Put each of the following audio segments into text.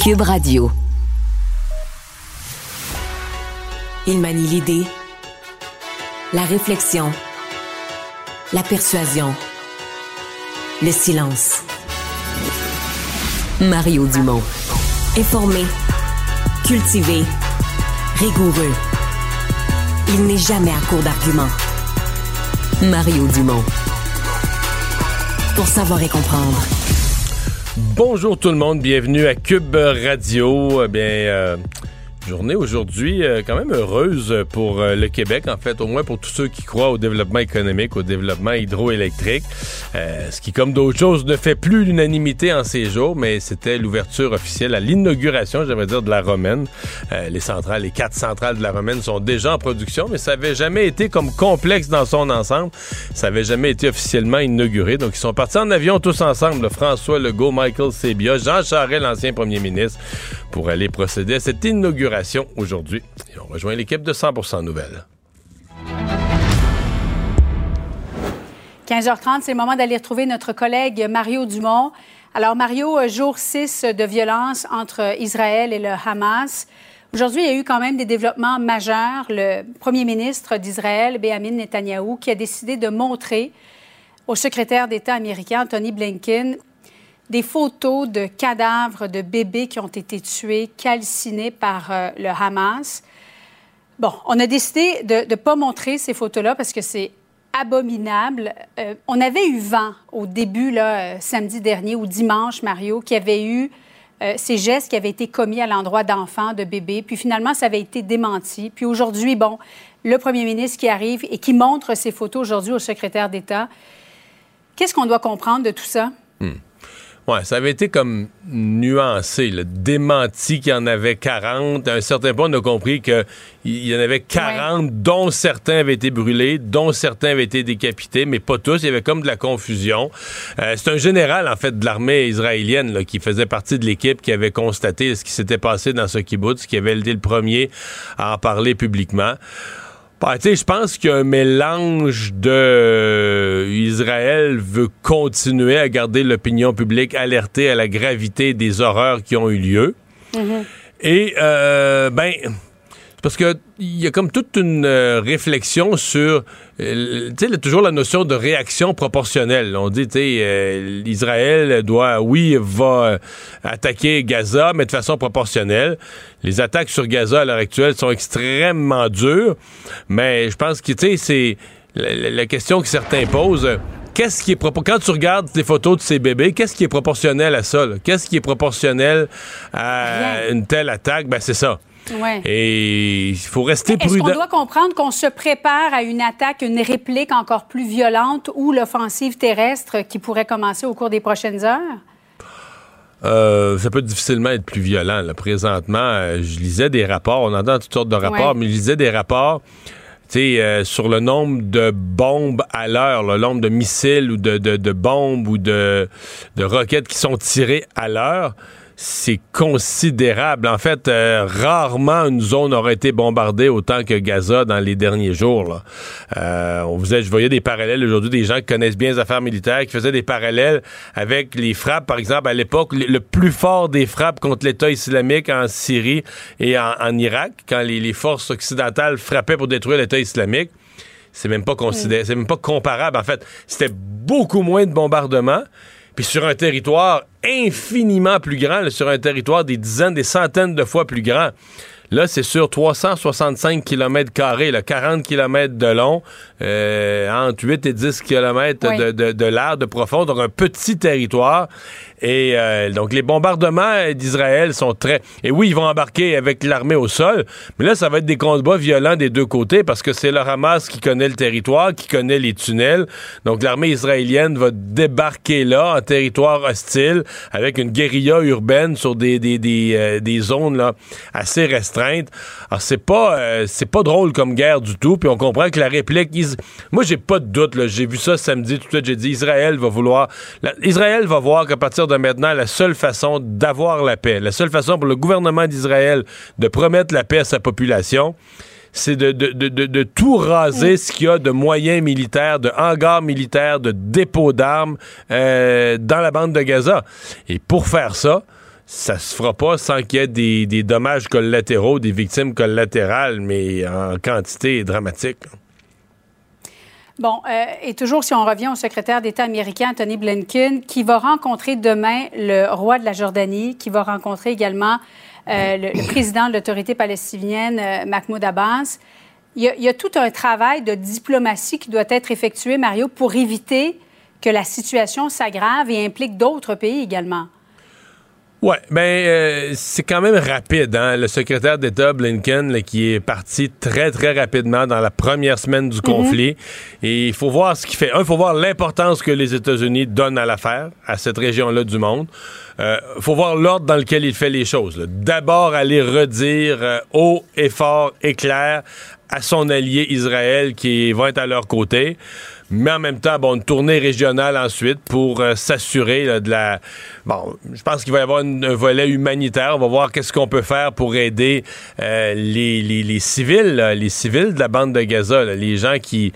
Cube Radio. Il manie l'idée, la réflexion, la persuasion, le silence. Mario Dumont. Informé, cultivé, rigoureux. Il n'est jamais à court d'arguments. Mario Dumont. Pour savoir et comprendre. Bonjour tout le monde, bienvenue à Cube Radio. Journée aujourd'hui quand même heureuse pour le Québec, en fait, au moins pour tous ceux qui croient au développement économique, au développement hydroélectrique. Ce qui, comme d'autres choses, ne fait plus l'unanimité en ces jours, mais c'était l'ouverture officielle à l'inauguration, j'aimerais dire, de la Romaine. Les 4 centrales de la Romaine sont déjà en production, mais ça n'avait jamais été comme complexe dans son ensemble. Ça n'avait jamais été officiellement inauguré. Donc, ils sont partis en avion tous ensemble, François Legault, Michael Sabia, Jean Charest, l'ancien premier ministre, pour aller procéder à cette inauguration aujourd'hui. Et on rejoint l'équipe de 100% Nouvelles. 15h30, c'est le moment d'aller retrouver notre collègue Mario Dumont. Alors, Mario, jour 6 de violence entre Israël et le Hamas. Aujourd'hui, il y a eu quand même des développements majeurs. Le premier ministre d'Israël, Benjamin Netanyahou, qui a décidé de montrer au secrétaire d'État américain, Tony Blinken, des photos de cadavres de bébés qui ont été tués, calcinés par le Hamas. Bon, on a décidé de ne pas montrer ces photos-là parce que c'est abominable. On avait eu vent au début, samedi dernier ou dimanche, Mario, qu'il y avait eu ces gestes qui avaient été commis à l'endroit d'enfants, de bébés. Puis finalement, ça avait été démenti. Puis aujourd'hui, le premier ministre qui arrive et qui montre ces photos aujourd'hui au secrétaire d'État. Qu'est-ce qu'on doit comprendre de tout ça? Ouais, ça avait été comme nuancé, démenti qu'il y en avait 40. À un certain point, on a compris qu'il y en avait 40, dont certains avaient été brûlés, dont certains avaient été décapités, mais pas tous. Il y avait comme de la confusion. C'est un général, en fait, de l'armée israélienne qui faisait partie de l'équipe qui avait constaté ce qui s'était passé dans ce kibbutz, qui avait été le premier à en parler publiquement. Je pense qu'il y a un mélange de Israël veut continuer à garder l'opinion publique alertée à la gravité des horreurs qui ont eu lieu. Mm-hmm. Et, parce que il y a comme toute une réflexion sur, toujours la notion de réaction proportionnelle. On dit, Israël va attaquer Gaza, mais de façon proportionnelle. Les attaques sur Gaza à l'heure actuelle sont extrêmement dures, mais je pense que, c'est la question que certains posent. Qu'est-ce qui est quand tu regardes des photos de ces bébés, qu'est-ce qui est proportionnel à ça? Qu'est-ce qui est proportionnel à une telle attaque? C'est ça. Ouais. Et il faut rester prudent. Est-ce qu'on doit comprendre qu'on se prépare à une attaque, une réplique encore plus violente ou l'offensive terrestre qui pourrait commencer au cours des prochaines heures? Ça peut difficilement être plus violent. Là. Présentement, je lisais des rapports, on entend toutes sortes de rapports, mais je lisais des rapports sur le nombre de bombes à l'heure, le nombre de missiles ou de bombes ou de roquettes qui sont tirées à l'heure. C'est considérable. En fait, rarement une zone aurait été bombardée autant que Gaza dans les derniers jours. Là. Je voyais des parallèles aujourd'hui, des gens qui connaissent bien les affaires militaires, qui faisaient des parallèles avec les frappes, par exemple, à l'époque, le plus fort des frappes contre l'État islamique en Syrie et en Irak, quand les forces occidentales frappaient pour détruire l'État islamique. C'est même pas considéré, c'est même pas comparable. En fait, c'était beaucoup moins de bombardements. Puis sur un territoire infiniment plus grand, sur un territoire des dizaines, des centaines de fois plus grand. Là, c'est sur 365 km², 40 km de long, entre 8 et 10 km de large, de profond, donc un petit territoire. Et donc, les bombardements d'Israël sont très... Et oui, ils vont embarquer avec l'armée au sol, mais là, ça va être des combats violents des deux côtés parce que c'est le Hamas qui connaît le territoire, qui connaît les tunnels. Donc, l'armée israélienne va débarquer là, en territoire hostile, avec une guérilla urbaine sur des zones là, assez restreintes. Alors, c'est pas drôle comme guerre du tout, puis on comprend que la réplique... Moi, j'ai pas de doute, là, j'ai vu ça samedi, tout de suite, j'ai dit, Israël va voir qu'à partir de maintenant, la seule façon d'avoir la paix, la seule façon pour le gouvernement d'Israël de promettre la paix à sa population, c'est de tout raser ce qu'il y a de moyens militaires, de hangars militaires, de dépôts d'armes dans la bande de Gaza. Et pour faire ça, ça se fera pas sans qu'il y ait des dommages collatéraux, des victimes collatérales, mais en quantité dramatique. Bon, et toujours si on revient au secrétaire d'État américain, Antony Blinken, qui va rencontrer demain le roi de la Jordanie, qui va rencontrer également le président de l'autorité palestinienne, Mahmoud Abbas. Il y a tout un travail de diplomatie qui doit être effectué, Mario, pour éviter que la situation s'aggrave et implique d'autres pays également. Oui, c'est quand même rapide, hein? Le secrétaire d'État Blinken là, qui est parti très, très rapidement dans la première semaine du conflit. Et il faut voir ce qu'il fait. Il faut voir l'importance que les États-Unis donnent à l'affaire, à cette région-là du monde. Faut voir l'ordre dans lequel il fait les choses. Là. D'abord, aller redire haut et fort et clair à son allié Israël qui va être à leur côté. Mais en même temps, une tournée régionale ensuite pour s'assurer là, de la... Bon, je pense qu'il va y avoir un volet humanitaire. On va voir qu'est-ce qu'on peut faire pour aider les civils, là, les civils de la bande de Gaza, là, les gens qui...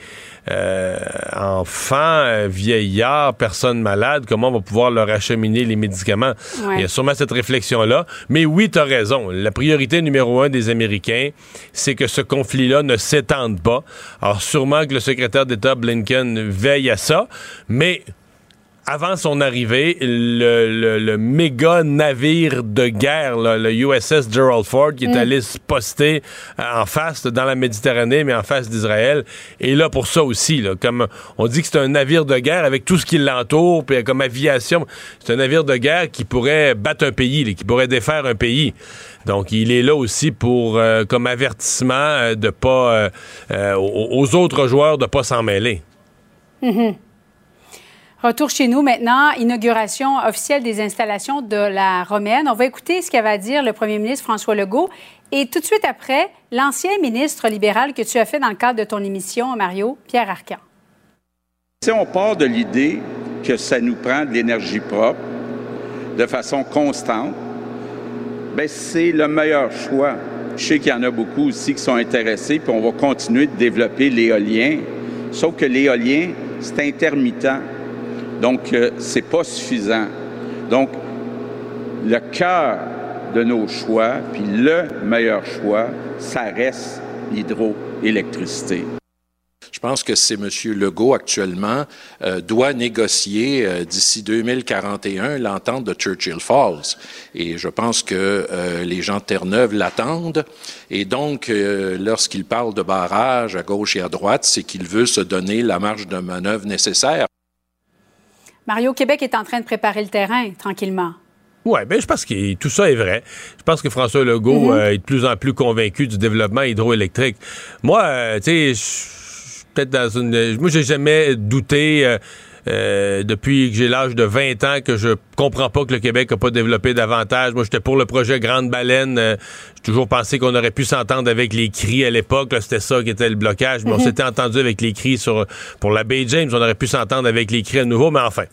enfants, vieillards, personnes malades, comment on va pouvoir leur acheminer les médicaments. Ouais. Il y a sûrement cette réflexion-là. Mais oui, tu as raison. La priorité numéro 1 des Américains, c'est que ce conflit-là ne s'étende pas. Alors, sûrement que le secrétaire d'État Blinken veille à ça, mais... Avant son arrivée, le méga navire de guerre, là, le USS Gerald Ford, qui est allé se poster en face, dans la Méditerranée, mais en face d'Israël, est là pour ça aussi. Là, comme on dit que c'est un navire de guerre avec tout ce qui l'entoure, puis comme aviation, c'est un navire de guerre qui pourrait battre un pays, là, qui pourrait défaire un pays. Donc, il est là aussi pour comme avertissement de pas aux autres joueurs de pas s'en mêler. Retour chez nous maintenant, inauguration officielle des installations de la Romaine. On va écouter ce qu'avait à dire le premier ministre François Legault. Et tout de suite après, l'ancien ministre libéral que tu as fait dans le cadre de ton émission, Mario, Pierre Arcan. Si on part de l'idée que ça nous prend de l'énergie propre de façon constante, bien, c'est le meilleur choix. Je sais qu'il y en a beaucoup aussi qui sont intéressés, puis on va continuer de développer l'éolien. Sauf que l'éolien, c'est intermittent. Donc, c'est pas suffisant. Donc, le cœur de nos choix, puis le meilleur choix, ça reste l'hydroélectricité. Je pense que c'est M. Legault, actuellement, doit négocier d'ici 2041 l'entente de Churchill Falls. Et je pense que les gens de Terre-Neuve l'attendent. Et donc, lorsqu'il parle de barrage à gauche et à droite, c'est qu'il veut se donner la marge de manœuvre nécessaire. Mario, Québec est en train de préparer le terrain, tranquillement. Oui, bien, je pense que tout ça est vrai. Je pense que François Legault est de plus en plus convaincu du développement hydroélectrique. Moi, tu sais, peut-être dans une... Moi, j'ai jamais douté... depuis que j'ai l'âge de 20 ans que je comprends pas que le Québec n'a pas développé davantage. Moi, j'étais pour le projet Grande Baleine. J'ai toujours pensé qu'on aurait pu s'entendre avec les cris à l'époque. Là, c'était ça qui était le blocage. Mais on s'était entendu avec les cris pour la baie James. On aurait pu s'entendre avec les cris à nouveau. Mais enfin,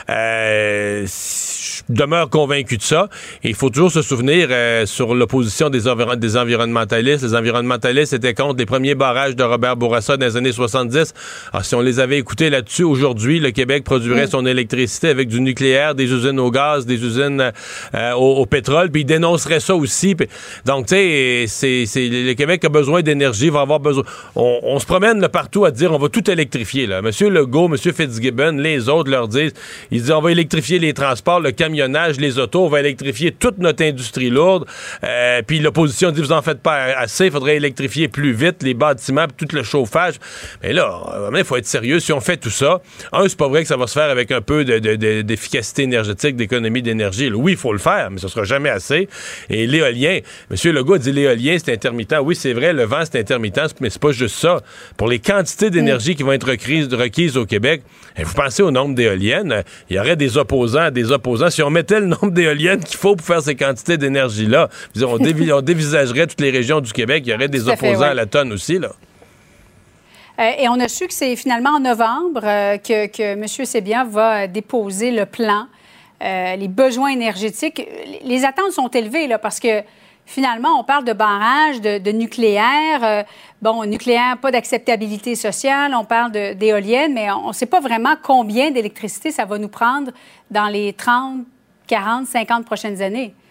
je demeure convaincu de ça. Et il faut toujours se souvenir sur l'opposition des environnementalistes. Les environnementalistes étaient contre les premiers barrages de Robert Bourassa dans les années 70. Alors, si on les avait écoutés là-dessus, aujourd'hui, le Québec produirait son électricité avec du nucléaire, des usines au gaz, des usines au pétrole, puis ils dénonceraient ça aussi. Puis, donc, tu sais, le Québec a besoin d'énergie, va avoir besoin... On se promène là, partout à dire on va tout électrifier. Là. Monsieur Legault, Monsieur Fitzgibbon, les autres leur disent, ils disent on va électrifier les transports, le camionnage, les autos, on va électrifier toute notre industrie lourde. Puis l'opposition dit vous en faites pas assez, il faudrait électrifier plus vite les bâtiments, puis tout le chauffage. Mais là, il faut être sérieux. Si on fait tout ça, c'est pas vrai que ça va se faire avec un peu d'efficacité énergétique, d'économie d'énergie. Là, oui, il faut le faire, mais ce sera jamais assez. Et l'éolien, M. Legault dit l'éolien, c'est intermittent. Oui, c'est vrai, le vent, c'est intermittent, mais c'est pas juste ça. Pour les quantités d'énergie qui vont être requises au Québec, vous pensez au nombre d'éoliennes, il y aurait des opposants. Si on mettait le nombre d'éoliennes qu'il faut pour faire ces quantités d'énergie-là, on dévisagerait toutes les régions du Québec, il y aurait des opposants à la tonne aussi, là. Et on a su que c'est finalement en novembre que M. Sébian va déposer le plan, les besoins énergétiques. Les attentes sont élevées là, parce que finalement, on parle de barrages, de nucléaire. Nucléaire, pas d'acceptabilité sociale. On parle d'éoliennes, mais on ne sait pas vraiment combien d'électricité ça va nous prendre dans les 30, 40, 50 prochaines années.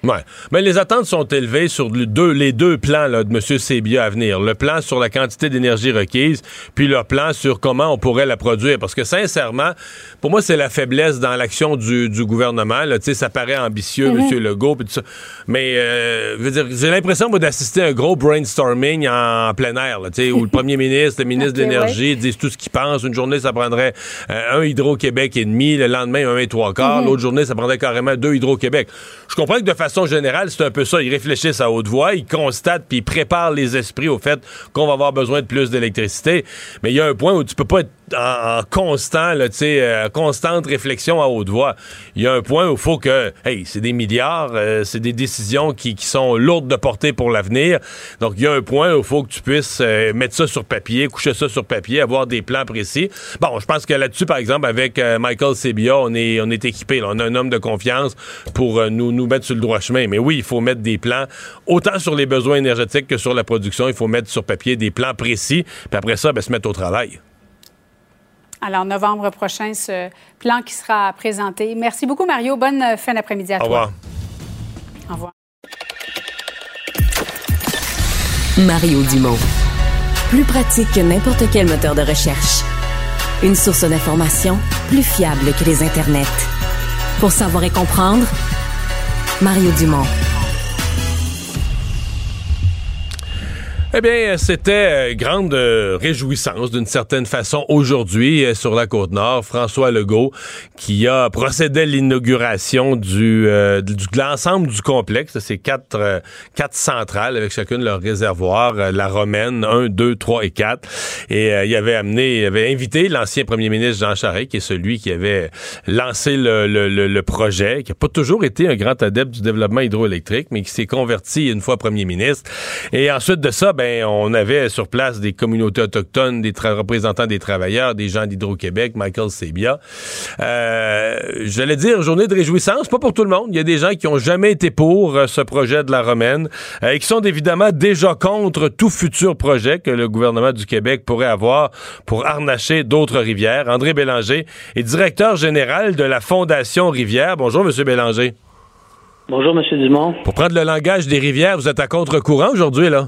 Ouais. Mais les attentes sont élevées sur les deux plans là, de M. Sebia à venir. Le plan sur la quantité d'énergie requise, puis le plan sur comment on pourrait la produire. Parce que sincèrement, pour moi, c'est la faiblesse dans l'action du gouvernement. Là. Ça paraît ambitieux, M. Legault, puis tout ça. Mais je veux dire, j'ai l'impression moi, d'assister à un gros brainstorming en plein air, là, où le premier ministre, le ministre de l'Énergie disent tout ce qu'ils pensent. Une journée, ça prendrait un Hydro-Québec et demi. Le lendemain, un 1,75. L'autre journée, ça prendrait carrément 2 Hydro-Québec. Je comprends que de façon générale, c'est un peu ça. Ils réfléchissent à haute voix, ils constatent puis ils préparent les esprits au fait qu'on va avoir besoin de plus d'électricité. Mais il y a un point où tu peux pas être en constant, là, constante réflexion à haute voix. Il y a un point où il faut que, c'est des milliards, c'est des décisions qui sont lourdes de portée pour l'avenir. Donc, il y a un point où il faut que tu puisses mettre ça sur papier, coucher ça sur papier, avoir des plans précis. Bon, je pense que là-dessus, par exemple, avec Michael Sebia, on est équipé. Là. On a un homme de confiance pour nous mettre sur le droit chemin. Mais oui, il faut mettre des plans, autant sur les besoins énergétiques que sur la production. Il faut mettre sur papier des plans précis. Puis après ça, se mettre au travail. Alors, novembre prochain, ce plan qui sera présenté. Merci beaucoup, Mario. Bonne fin d'après-midi à toi. Au revoir. Au revoir. Mario Dumont. Plus pratique que n'importe quel moteur de recherche. Une source d'information plus fiable que les internets. Pour savoir et comprendre, Mario Dumont. Eh bien, c'était grande réjouissance d'une certaine façon aujourd'hui sur la Côte-Nord. François Legault qui a procédé à l'inauguration de l'ensemble du complexe. C'est quatre centrales avec chacune leur réservoir. La Romaine, 1, 2, 3 et 4. Et il avait invité l'ancien premier ministre Jean Charest, qui est celui qui avait lancé le projet, qui n'a pas toujours été un grand adepte du développement hydroélectrique, mais qui s'est converti une fois premier ministre. Et ensuite de ça, on avait sur place des communautés autochtones, des représentants des travailleurs, des gens d'Hydro-Québec, Michael Sebia. J'allais dire journée de réjouissance, pas pour tout le monde. Il y a des gens qui n'ont jamais été pour ce projet de la Romaine et qui sont évidemment déjà contre tout futur projet que le gouvernement du Québec pourrait avoir pour harnacher d'autres rivières. André Bélanger est directeur général de la Fondation Rivière. Bonjour, M. Bélanger. Bonjour, M. Dumont. Pour prendre le langage des rivières, vous êtes à contre-courant aujourd'hui, là?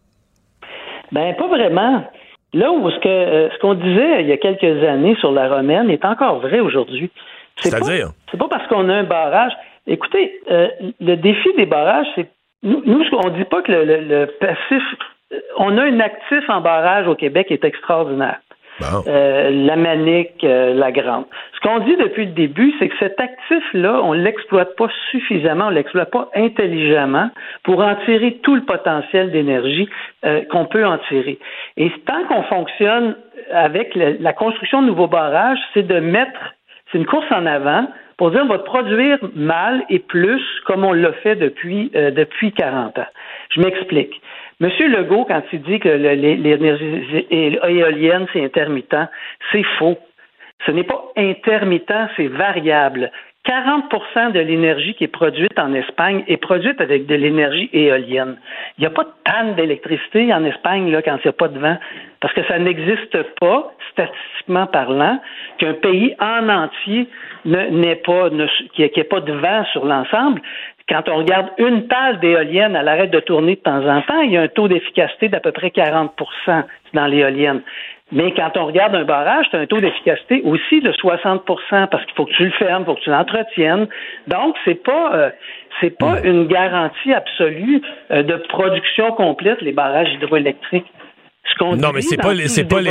Pas vraiment. Là où ce qu'on disait il y a quelques années sur la Romaine est encore vrai aujourd'hui. C'est-à-dire? C'est pas parce qu'on a un barrage. Écoutez, le défi des barrages, c'est nous on dit pas que le passif. On a un actif en barrage au Québec qui est extraordinaire. Bon. La Manic, la Grande. Ce qu'on dit depuis le début, c'est que cet actif-là, on l'exploite pas suffisamment, on l'exploite pas intelligemment pour en tirer tout le potentiel d'énergie qu'on peut en tirer. Et tant qu'on fonctionne avec la construction de nouveaux barrages, c'est une course en avant pour dire on va produire mal et plus comme on l'a fait depuis 40 ans. Je m'explique. Monsieur Legault, quand il dit que l'énergie éolienne, c'est intermittent, c'est faux. Ce n'est pas intermittent, c'est variable. 40% de l'énergie qui est produite en Espagne est produite avec de l'énergie éolienne. Il n'y a pas de panne d'électricité en Espagne là, quand il n'y a pas de vent, parce que ça n'existe pas, statistiquement parlant, qu'un pays en entier qu'il n'y ait pas de vent sur l'ensemble. Quand on regarde une pale d'éolienne, elle arrête de tourner de temps en temps, il y a un taux d'efficacité d'à peu près 40% dans l'éolienne. Mais quand on regarde un barrage, tu as un taux d'efficacité aussi de 60% parce qu'il faut que tu le fermes, il faut que tu l'entretiennes. Donc, c'est pas une garantie absolue de production complète, les barrages hydroélectriques. Non, mais c'est pas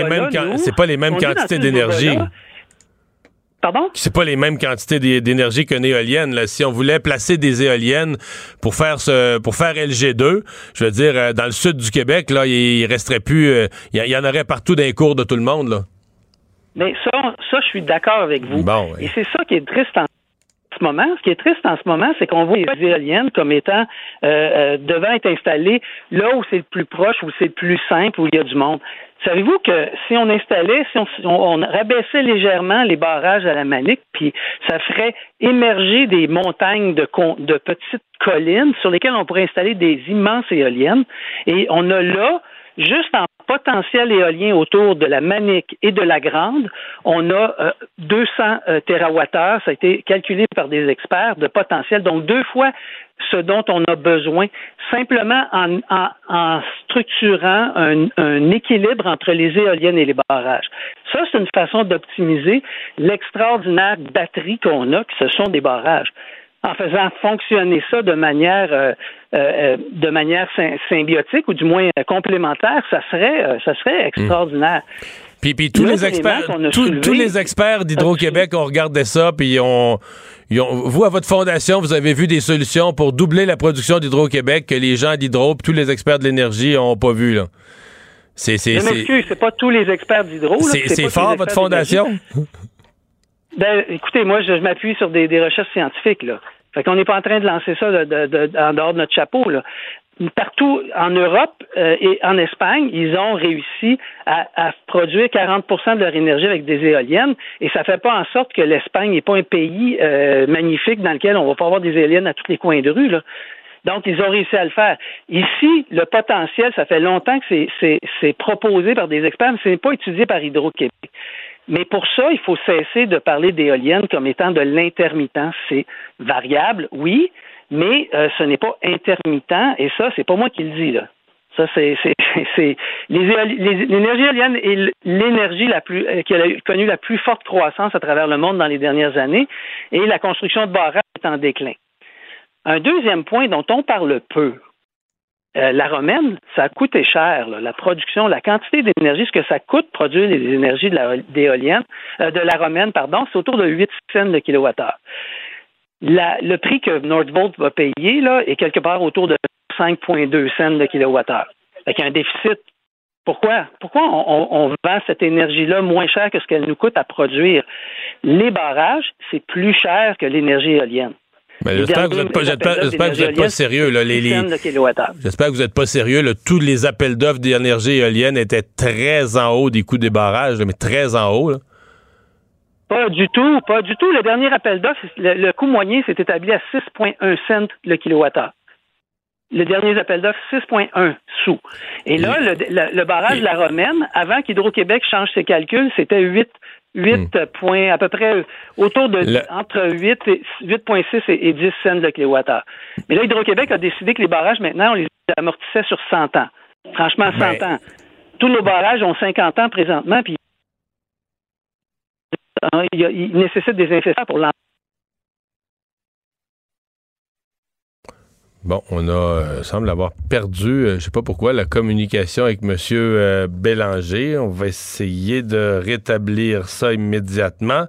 les mêmes quantités d'énergie. Pardon? C'est pas les mêmes quantités d'énergie qu'une éolienne. Là. Si on voulait placer des éoliennes pour faire LG2, je veux dire, dans le sud du Québec, là, il resterait plus... il y en aurait partout dans les cours de tout le monde, là. Mais ça, je suis d'accord avec vous. Bon, ouais. Et c'est ça qui est triste en ce moment. Ce qui est triste en ce moment, c'est qu'on voit les éoliennes comme étant devant être installées là où c'est le plus proche, où c'est le plus simple, où il y a du monde. Savez-vous que si on installait, si on rabaissait légèrement les barrages à la Manic, puis ça ferait émerger des montagnes de petites collines sur lesquelles on pourrait installer des immenses éoliennes, et on a là juste en potentiel éolien autour de la Manic et de la Grande, on a 200 TWh, ça a été calculé par des experts de potentiel, donc 2 fois ce dont on a besoin, simplement en structurant un équilibre entre les éoliennes et les barrages. Ça, c'est une façon d'optimiser l'extraordinaire batterie qu'on a, que ce sont des barrages. En faisant fonctionner ça de manière symbiotique ou du moins complémentaire, ça serait extraordinaire. Puis tous les experts d'Hydro-Québec ont regardé ça, puis vous, à votre fondation, vous avez vu des solutions pour doubler la production d'Hydro-Québec que les gens d'Hydro, puis tous les experts de l'énergie n'ont pas vu, là. Je m'excuse, c'est pas tous les experts d'Hydro. C'est fort, votre fondation? Ben, écoutez, moi, je m'appuie sur des recherches scientifiques, là. Fait qu'on n'est pas en train de lancer ça en dehors de notre chapeau, là. Partout en Europe et en Espagne, ils ont réussi à produire 40 % de leur énergie avec des éoliennes, et ça fait pas en sorte que l'Espagne n'est pas un pays magnifique dans lequel on va pas avoir des éoliennes à tous les coins de rue, là. Donc, ils ont réussi à le faire. Ici, le potentiel, ça fait longtemps que c'est proposé par des experts, mais ce n'est pas étudié par Hydro-Québec. Mais pour ça, il faut cesser de parler d'éoliennes comme étant de l'intermittence. C'est variable, oui, mais ce n'est pas intermittent, et ça, c'est pas moi qui le dis, là. Ça, c'est l'énergie éolienne est l'énergie qui a connu la plus forte croissance à travers le monde dans les dernières années, et la construction de barrages est en déclin. Un deuxième point dont on parle peu, la romaine, ça a coûté cher, là, la production, la quantité d'énergie, ce que ça coûte produire les énergies de la romaine, c'est autour de 8 cents le kilowattheure. Le prix que Nordvolt va payer là, est quelque part autour de 5,2 cents le kilowattheure. Fait qu'il y a un déficit. Pourquoi on vend cette énergie-là moins cher que ce qu'elle nous coûte à produire? Les barrages, c'est plus cher que l'énergie éolienne. Mais j'espère que vous n'êtes pas sérieux. Là, j'espère que vous n'êtes pas sérieux. Là, tous les appels d'offres d'énergie éolienne étaient très en haut des coûts des barrages, là, mais très en haut. Là. Pas du tout. Le dernier appel d'offres, le coût moyen s'est établi à 6,1 cents le kilowattheure. Le dernier appel d'offres, 6,1 sous. Et là, le barrage de la Romaine, avant qu'Hydro-Québec change ses calculs, c'était 8 points, à peu près autour de entre 8,6 et 10 cents le kilowattheure. Mais là, Hydro-Québec a décidé que les barrages, maintenant, on les amortissait sur 100 ans. Franchement, 100 ans. Tous nos barrages ont 50 ans présentement, puis ils nécessitent des investissements pour l'emploi. Bon, on semble avoir perdu, je sais pas pourquoi, la communication avec M. Bélanger. On va essayer de rétablir ça immédiatement.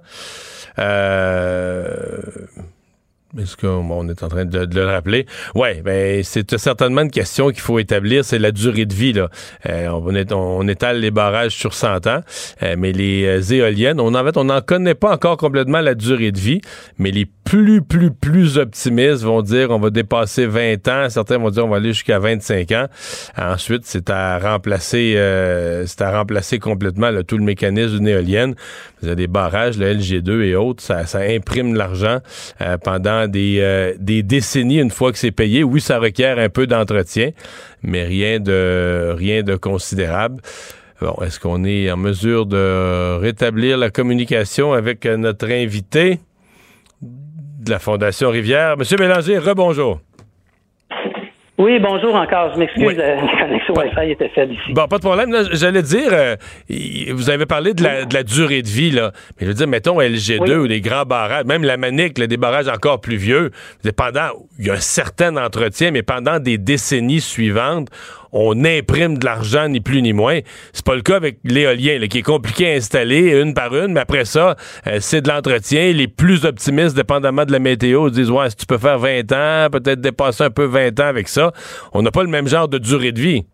Est-ce qu'on est en train de le rappeler? Oui, ben c'est certainement une question qu'il faut établir, c'est la durée de vie, là. On étale les barrages sur 100 ans, mais les éoliennes, on n'en connaît pas encore complètement la durée de vie, mais les plus optimistes vont dire on va dépasser 20 ans, certains vont dire on va aller jusqu'à 25 ans. Ensuite, c'est à remplacer complètement là, tout le mécanisme d'une éolienne. Vous avez des barrages, le LG2 et autres, ça imprime de l'argent pendant des décennies une fois que c'est payé. Oui, ça requiert un peu d'entretien, mais rien de considérable. Bon, est-ce qu'on est en mesure de rétablir la communication avec notre invité de la Fondation Rivière? Monsieur Bélanger, rebonjour. Oui, bonjour encore. Je m'excuse, la connexion Wi-Fi était faible ici. Bon, pas de problème. Là, j'allais dire, vous avez parlé de la durée de vie, là. Mais je veux dire, mettons LG2 ou des grands barrages, même la Manic, là, des barrages encore plus vieux. Il y a un certain entretien, mais pendant des décennies suivantes, on imprime de l'argent, ni plus ni moins. C'est pas le cas avec l'éolien, là, qui est compliqué à installer une par une, mais après ça, c'est de l'entretien. Les plus optimistes, dépendamment de la météo, disent, ouais, si tu peux faire 20 ans, peut-être dépasser un peu 20 ans avec ça. On n'a pas le même genre de durée de vie.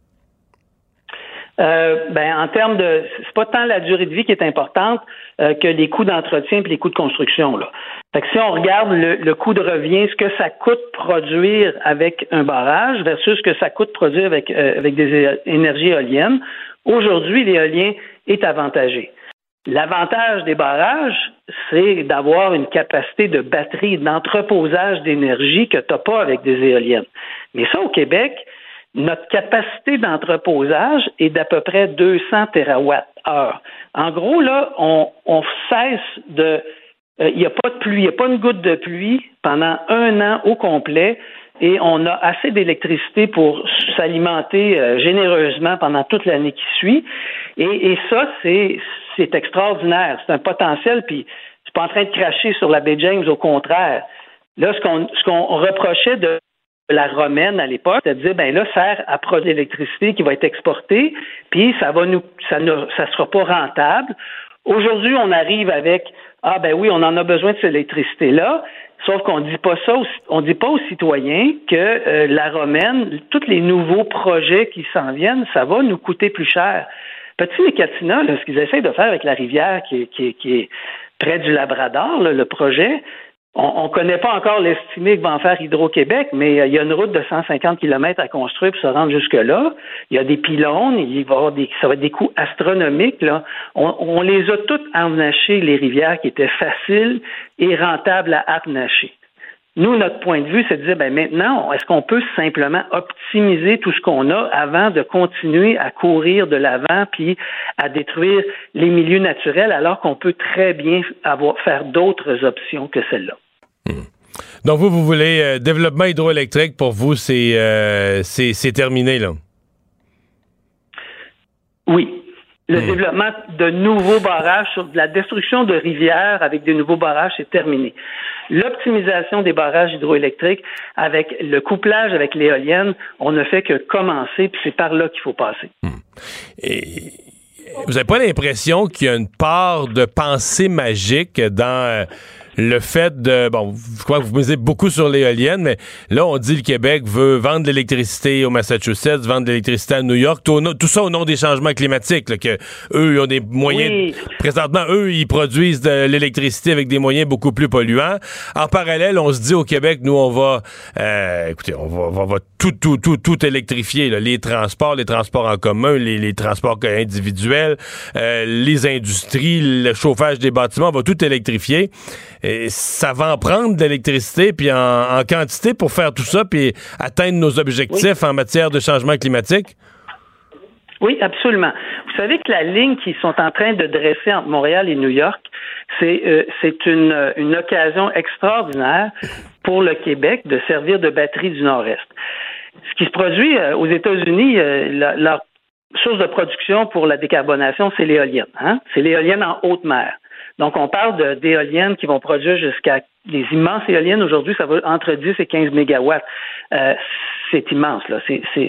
En termes de, c'est pas tant la durée de vie qui est importante que les coûts d'entretien et les coûts de construction, là. Fait que si on regarde le coût de revient, ce que ça coûte produire avec un barrage versus ce que ça coûte produire avec des énergies éoliennes, aujourd'hui, l'éolien est avantagé. L'avantage des barrages, c'est d'avoir une capacité de batterie, d'entreposage d'énergie que tu n'as pas avec des éoliennes. Mais ça, au Québec, notre capacité d'entreposage est d'à peu près 200 TWh. En gros, là, on cesse de... Il n'y a pas de pluie, il n'y a pas une goutte de pluie pendant 1 an au complet et on a assez d'électricité pour s'alimenter généreusement pendant toute l'année qui suit. Et ça, c'est extraordinaire. C'est un potentiel, puis je suis pas en train de cracher sur la baie James, au contraire. Là, ce qu'on reprochait de la Romaine à l'époque, c'est de dire, ben là, sert à produire de l'électricité qui va être exportée, puis ça sera pas rentable. Aujourd'hui, on arrive avec, ah ben oui, on en a besoin de cette électricité-là, sauf qu'on dit pas ça, on dit pas aux citoyens que la Romaine, tous les nouveaux projets qui s'en viennent, ça va nous coûter plus cher. Petit-Nécatina, ce qu'ils essayent de faire avec la rivière qui est près du Labrador, là, le projet, on connaît pas encore l'estimé que va en faire Hydro-Québec, mais il y a une route de 150 km à construire pour se rendre jusque-là. Il y a des pylônes, ça va être des coûts astronomiques, là. On les a toutes harnachées, les rivières qui étaient faciles et rentables à harnacher. Nous, notre point de vue, c'est de dire, ben maintenant, est-ce qu'on peut simplement optimiser tout ce qu'on a avant de continuer à courir de l'avant puis à détruire les milieux naturels alors qu'on peut très bien faire d'autres options que celle-là. Donc vous voulez développement hydroélectrique, pour vous, c'est terminé, là? Oui. Le développement de nouveaux barrages, de la destruction de rivières avec des nouveaux barrages, c'est terminé. L'optimisation des barrages hydroélectriques avec le couplage avec l'éolienne, on ne fait que commencer, puis c'est par là qu'il faut passer. Et vous n'avez pas l'impression qu'il y a une part de pensée magique dans le fait de... Bon, je crois que vous misez beaucoup sur l'éolienne, mais là, on dit que le Québec veut vendre de l'électricité au Massachusetts, vendre de l'électricité à New York, tout ça au nom des changements climatiques, là, que eux, ils ont des moyens... Oui. Présentement, eux, ils produisent de l'électricité avec des moyens beaucoup plus polluants. En parallèle, on se dit au Québec, nous, on va... écoutez, on va tout électrifier, là, les transports en commun, les transports individuels, les industries, le chauffage des bâtiments, on va tout électrifier. Et ça va en prendre de l'électricité puis en quantité pour faire tout ça puis atteindre nos objectifs en matière de changement climatique? Oui, absolument. Vous savez que la ligne qu'ils sont en train de dresser entre Montréal et New York, c'est une occasion extraordinaire pour le Québec de servir de batterie du Nord-Est. Ce qui se produit aux États-Unis, leur source de production pour la décarbonation, c'est l'éolienne. Hein? C'est l'éolienne en haute mer. Donc, on parle d'éoliennes qui vont produire jusqu'à les immenses éoliennes. Aujourd'hui, ça va entre 10 et 15 mégawatts. C'est immense, là.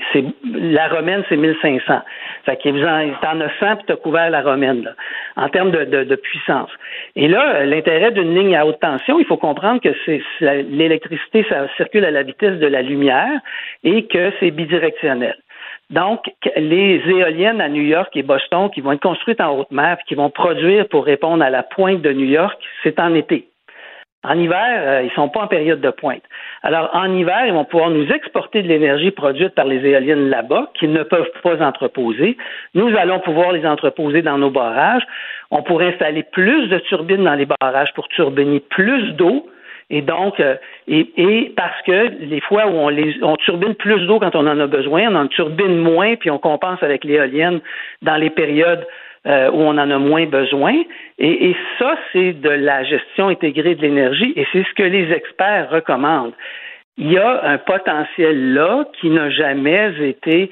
La Romaine, c'est 1500. Fait que t'en as 100 puis t'as couvert la Romaine, là, en termes de puissance. Et là, l'intérêt d'une ligne à haute tension, il faut comprendre que l'électricité, ça circule à la vitesse de la lumière et que c'est bidirectionnel. Donc, les éoliennes à New York et Boston qui vont être construites en haute mer et qui vont produire pour répondre à la pointe de New York, c'est en été. En hiver, ils sont pas en période de pointe. Alors, en hiver, ils vont pouvoir nous exporter de l'énergie produite par les éoliennes là-bas, qu'ils ne peuvent pas entreposer. Nous allons pouvoir les entreposer dans nos barrages. On pourrait installer plus de turbines dans les barrages pour turbiner plus d'eau. Et donc, et parce que les fois où on turbine plus d'eau quand on en a besoin, on en turbine moins, puis on compense avec l'éolienne dans les périodes où on en a moins besoin. Et ça, c'est de la gestion intégrée de l'énergie, et c'est ce que les experts recommandent. Il y a un potentiel là qui n'a jamais été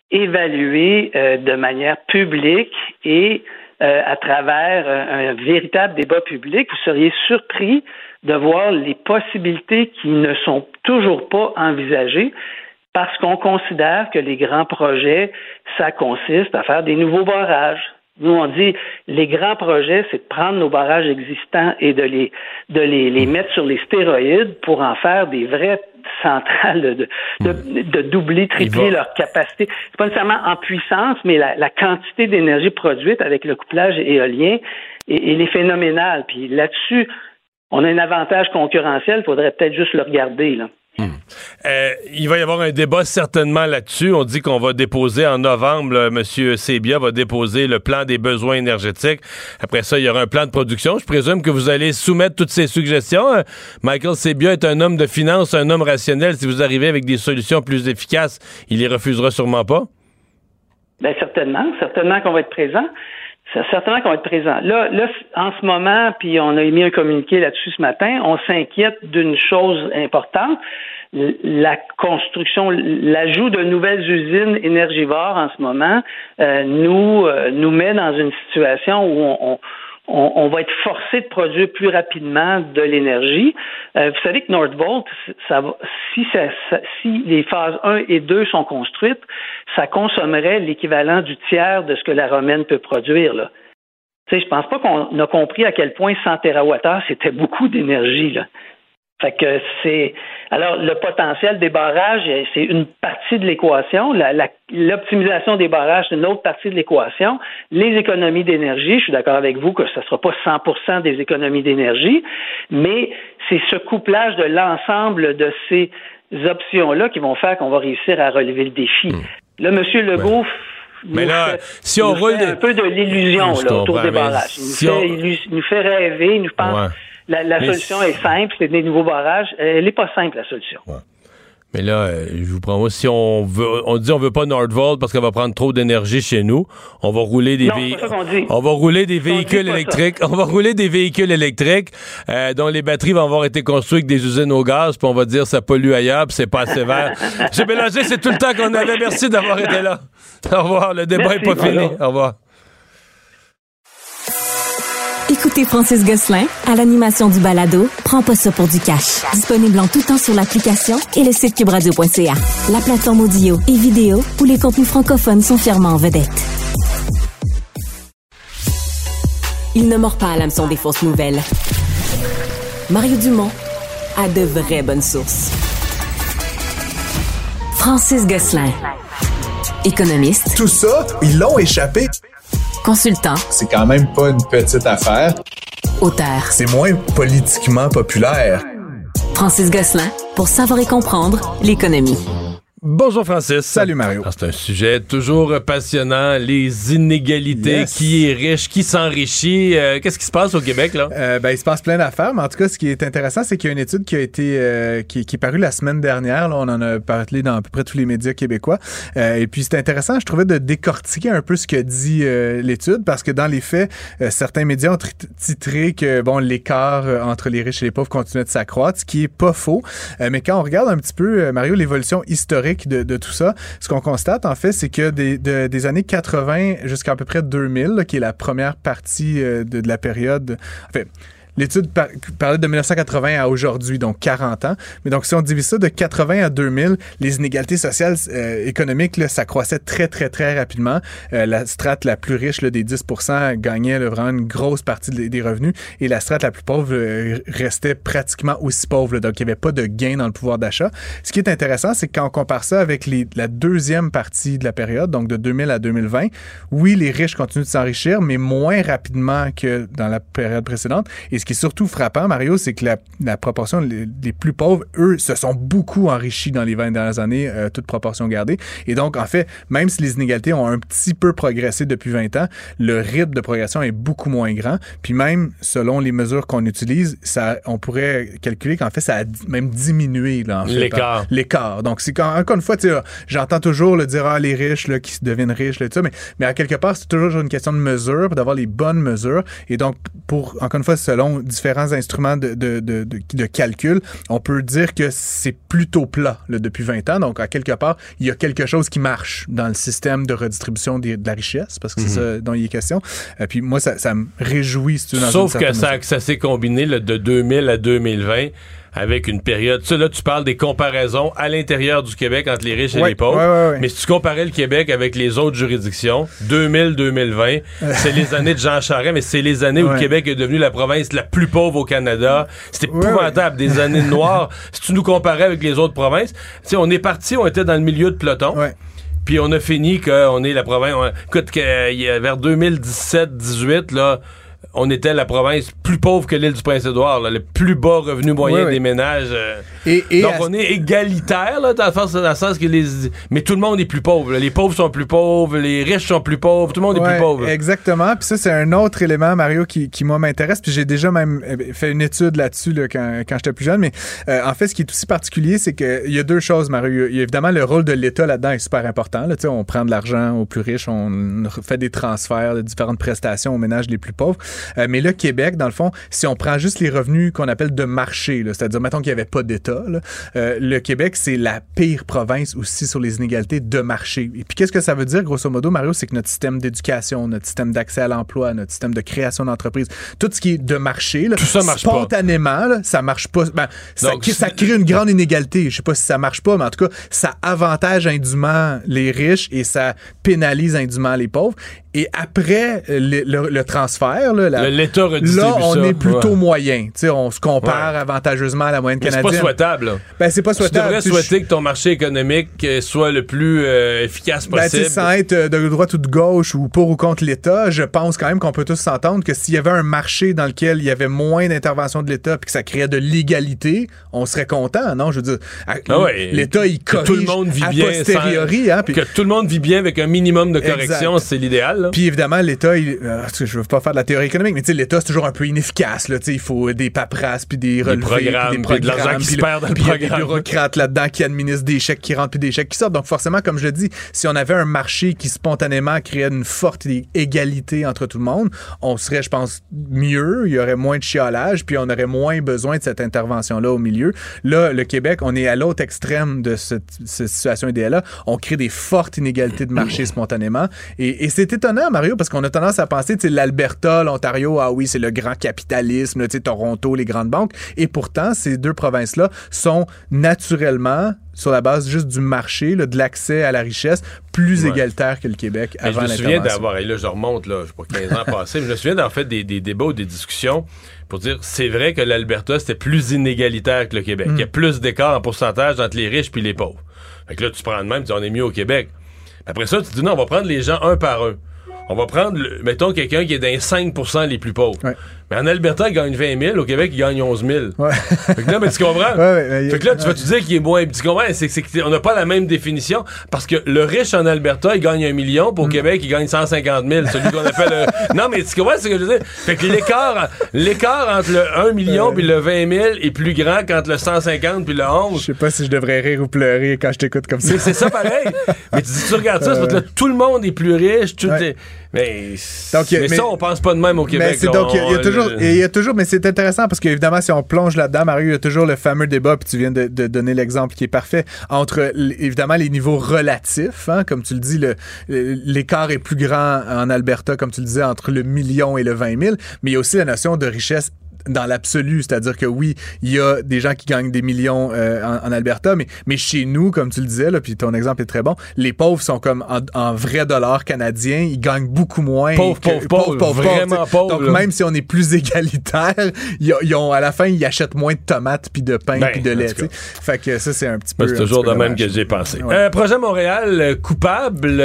évalué de manière publique et à travers un véritable débat public. Vous seriez surpris de voir les possibilités qui ne sont toujours pas envisagées parce qu'on considère que les grands projets, ça consiste à faire des nouveaux barrages. Nous, on dit, les grands projets, c'est de prendre nos barrages existants et de les mettre sur les stéroïdes pour en faire des vraies centrales de doubler, tripler leur capacité. C'est pas nécessairement en puissance, mais la quantité d'énergie produite avec le couplage éolien, elle est phénoménale. Puis là-dessus, on a un avantage concurrentiel, il faudrait peut-être juste le regarder, là. Il va y avoir un débat certainement là-dessus. On dit qu'on va déposer en novembre, M. Sebia va déposer le plan des besoins énergétiques. Après ça, il y aura un plan de production. Je présume que vous allez soumettre toutes ces suggestions. Michael Sebia est un homme de finance, un homme rationnel. Si vous arrivez avec des solutions plus efficaces, il les refusera sûrement pas. Bien, certainement qu'on va être présent. Certainement qu'on va être présent. Là, en ce moment, puis on a émis un communiqué là-dessus ce matin, on s'inquiète d'une chose importante. La construction, l'ajout de nouvelles usines énergivores en ce moment nous met dans une situation où on va être forcé de produire plus rapidement de l'énergie. Vous savez que Nordvolt, si les phases 1 et 2 sont construites, ça consommerait l'équivalent du tiers de ce que la Romaine peut produire, là. Tu sais, je pense pas qu'on a compris à quel point 100 TWh, c'était beaucoup d'énergie, là. Fait que alors le potentiel des barrages, c'est une partie de l'équation. L'optimisation des barrages, c'est une autre partie de l'équation. Les économies d'énergie, je suis d'accord avec vous que ce ne sera pas 100% des économies d'énergie, mais c'est ce couplage de l'ensemble de ces options-là qui vont faire qu'on va réussir à relever le défi. Là, M. Legault mais là, si on roule un peu de l'illusion autour des barrages. Il nous fait rêver, il nous pense. Ouais. La solution est simple, c'est des nouveaux barrages. Elle n'est pas simple, la solution. Ouais. Mais là, je vous prends, si on dit on veut pas Nordvolt parce qu'elle va prendre trop d'énergie chez nous, on va rouler des véhicules électriques. On va rouler des véhicules électriques dont les batteries vont avoir été construites avec des usines au gaz, puis on va dire ça pollue ailleurs, puis c'est pas assez vert. M. Bélanger, c'est tout le temps qu'on avait. Merci d'avoir été là. Au revoir, le débat n'est pas fini. Au revoir. Écoutez Francis Gosselin à l'animation du balado Prends pas ça pour du cash. Disponible en tout temps sur l'application et le site cubradio.ca. La plateforme audio et vidéo où les contenus francophones sont fièrement en vedette. Il ne mord pas à l'hameçon des fausses nouvelles. Mario Dumont a de vraies bonnes sources. Francis Gosselin, économiste. Tout ça, ils l'ont échappé. Consultant. C'est quand même pas une petite affaire. Auteur. C'est moins politiquement populaire. Francis Gosselin, pour savoir et comprendre l'économie. Bonjour Francis. Salut Mario. Alors, c'est un sujet toujours passionnant, les inégalités, qui est riche, qui s'enrichit. Qu'est-ce qui se passe au Québec là? Il se passe plein d'affaires, mais en tout cas, ce qui est intéressant, c'est qu'il y a une étude qui a été qui est parue la semaine dernière. Là, on en a parlé dans à peu près tous les médias québécois. Et puis c'est intéressant, je trouvais, de décortiquer un peu ce que dit l'étude, parce que dans les faits, certains médias ont titré que l'écart entre les riches et les pauvres continuait de s'accroître, ce qui est pas faux. Mais quand on regarde un petit peu, Mario, l'évolution historique de tout ça, ce qu'on constate, en fait, c'est que des années 80 jusqu'à à peu près 2000, là, qui est la première partie de la période... En fait, l'étude parlait de 1980 à aujourd'hui, donc 40 ans. Mais donc, si on divise ça de 80 à 2000, les inégalités sociales économiques, là, ça croissait très, très, très rapidement. La strate la plus riche, là, des 10%, gagnait là, vraiment une grosse partie des revenus. Et la strate la plus pauvre restait pratiquement aussi pauvre. Là, donc, il n'y avait pas de gain dans le pouvoir d'achat. Ce qui est intéressant, c'est que quand on compare ça avec la deuxième partie de la période, donc de 2000 à 2020, oui, les riches continuent de s'enrichir, mais moins rapidement que dans la période précédente. Et ce qui est surtout frappant, Mario, c'est que la proportion les plus pauvres, eux, se sont beaucoup enrichis dans les 20 dernières années, toute proportion gardée. Et donc, en fait, même si les inégalités ont un petit peu progressé depuis 20 ans, le rythme de progression est beaucoup moins grand. Puis même, selon les mesures qu'on utilise, on pourrait calculer qu'en fait, ça a même diminué, là, en fait, l'écart. Donc, c'est encore une fois, j'entends toujours le dire, les riches là, qui deviennent riches, là, tout ça, mais à quelque part, c'est toujours une question de mesure, d'avoir les bonnes mesures. Et donc, encore une fois, selon différents instruments de calcul, on peut dire que c'est plutôt plat là, depuis 20 ans. Donc, à quelque part, il y a quelque chose qui marche dans le système de redistribution de la richesse, parce que c'est ça dont il est question. Puis moi, ça me réjouit. Sauf que ça s'est combiné là, de 2000 à 2020 avec une période... Tu sais, là, tu parles des comparaisons à l'intérieur du Québec entre les riches et les pauvres. Ouais. Mais si tu comparais le Québec avec les autres juridictions, 2000-2020, c'est les années de Jean Charest, mais c'est les années où le Québec est devenu la province la plus pauvre au Canada. C'était épouvantable, des années noires. Si tu nous comparais avec les autres provinces, tu sais, on était dans le milieu de peloton. Ouais. Puis on a fini qu'on est la province... Écoute, vers 2017-18, là... On était la province plus pauvre que l'île du Prince-Édouard, là, le plus bas revenu moyen des ménages. Donc, on est égalitaire, là, dans le sens que mais tout le monde est plus pauvre. Là. Les pauvres sont plus pauvres, les riches sont plus pauvres, tout le monde est plus pauvre. Exactement. Puis ça, c'est un autre élément, Mario, qui moi, m'intéresse. Puis j'ai déjà même fait une étude là-dessus là, quand j'étais plus jeune. Mais en fait, ce qui est aussi particulier, c'est qu'il y a deux choses, Mario. Il y a évidemment le rôle de l'État là-dedans est super important. Là. On prend de l'argent aux plus riches, on fait des transferts de différentes prestations aux ménages les plus pauvres. Mais le Québec, dans le fond, si on prend juste les revenus qu'on appelle de marché, là, c'est-à-dire, mettons qu'il n'y avait pas d'État, là, le Québec, c'est la pire province aussi sur les inégalités de marché. Et puis, qu'est-ce que ça veut dire, grosso modo, Mario? C'est que notre système d'éducation, notre système d'accès à l'emploi, notre système de création d'entreprise, tout ce qui est de marché, là, tout ça marche spontanément, là, ça marche pas. Ben, donc, ça crée une grande inégalité. Je sais pas si ça marche pas, mais en tout cas, ça avantage indûment les riches et ça pénalise indûment les pauvres. Et après le transfert, là, l'État redistribue là, on est plutôt ouais. moyen. T'sais, on se compare avantageusement à la moyenne canadienne. C'est pas souhaitable. Là. Ben, c'est pas souhaitable. Tu devrais souhaiter que ton marché économique soit le plus efficace possible. Ben, sans être de droite ou de gauche ou pour ou contre l'État, je pense quand même qu'on peut tous s'entendre que s'il y avait un marché dans lequel il y avait moins d'intervention de l'État puis que ça créait de l'égalité, on serait content, non? Je veux dire, l'Éta, il corrige tout le monde vit bien posteriori. Hein, que tout le monde vit bien avec un minimum de correction, exact. C'est l'idéal. Là. Puis évidemment, l'État, je veux pas faire de la théorie économique, mais l'État, c'est toujours un peu inefficace. Là, il faut des paperasses, puis des relevés, des programmes, de l'argent qui se perd dans le programme. Il y a des bureaucrates là-dedans qui administrent des chèques qui rentrent, puis des chèques qui sortent. Donc forcément, comme je le dis, si on avait un marché qui spontanément créait une forte égalité entre tout le monde, on serait, je pense, mieux, il y aurait moins de chiolage, puis on aurait moins besoin de cette intervention-là au milieu. Là, le Québec, on est à l'autre extrême de cette situation idéale-là. On crée des fortes inégalités de marché spontanément. Et c'est étonnant, Mario, parce qu'on a tendance à penser, l'Alberta, l'Ontario, ah oui, c'est le grand capitalisme, là, Toronto, les grandes banques. Et pourtant, ces deux provinces-là sont naturellement, sur la base juste du marché, là, de l'accès à la richesse, plus égalitaire que le Québec avant l'intervention. Je me souviens d'avoir, et là je remonte, là, je sais pas, 15 ans passés, mais je me souviens d'avoir fait des débats ou des discussions pour dire, c'est vrai que l'Alberta, c'était plus inégalitaire que le Québec. Il y a plus d'écart en pourcentage entre les riches puis les pauvres. Fait que là, tu prends de même, tu dis, on est mieux au Québec. Après ça, tu dis, non, on va prendre les gens un par un. On va prendre, mettons, quelqu'un qui est dans les 5% les plus pauvres. Ouais. Mais en Alberta, il gagne 20 000. Au Québec, il gagne 11 000. Ouais. Fait que là, mais tu comprends? Fait que là, tu vas te dire qu'il est moins... Tu comprends? C'est qu'on n'a pas la même définition. Parce que le riche en Alberta, il gagne 1 million. Puis au Québec, il gagne 150 000. Celui qu'on appelle... Non, mais tu comprends ce que je veux dire? Fait que l'écart entre le 1 million puis le 20 000 est plus grand qu'entre le 150 puis le 11. Je sais pas si je devrais rire ou pleurer quand je t'écoute comme ça. Mais c'est ça pareil. Mais tu regardes ça, c'est parce que là, tout le monde est plus riche. Mais ça, on pense pas de même au Québec. Il y a toujours, mais c'est intéressant parce qu'évidemment, si on plonge là-dedans, Mario, il y a toujours le fameux débat, puis tu viens de donner l'exemple qui est parfait, entre évidemment les niveaux relatifs, hein, comme tu le dis, l'écart est plus grand en Alberta, comme tu le disais, entre le million et le 20 000, mais il y a aussi la notion de richesse dans l'absolu, c'est-à-dire que oui, il y a des gens qui gagnent des millions en Alberta, mais chez nous, comme tu le disais, là, puis ton exemple est très bon, les pauvres sont comme en vrais dollars canadiens, ils gagnent beaucoup moins. Pauvres, vraiment pauvres. Donc même si on est plus égalitaire, ils ont, à la fin, ils achètent moins de tomates, puis de pain, puis de lait. Fait que ça, c'est un petit peu... C'est toujours de même que j'ai pensé. Projet Montréal, coupable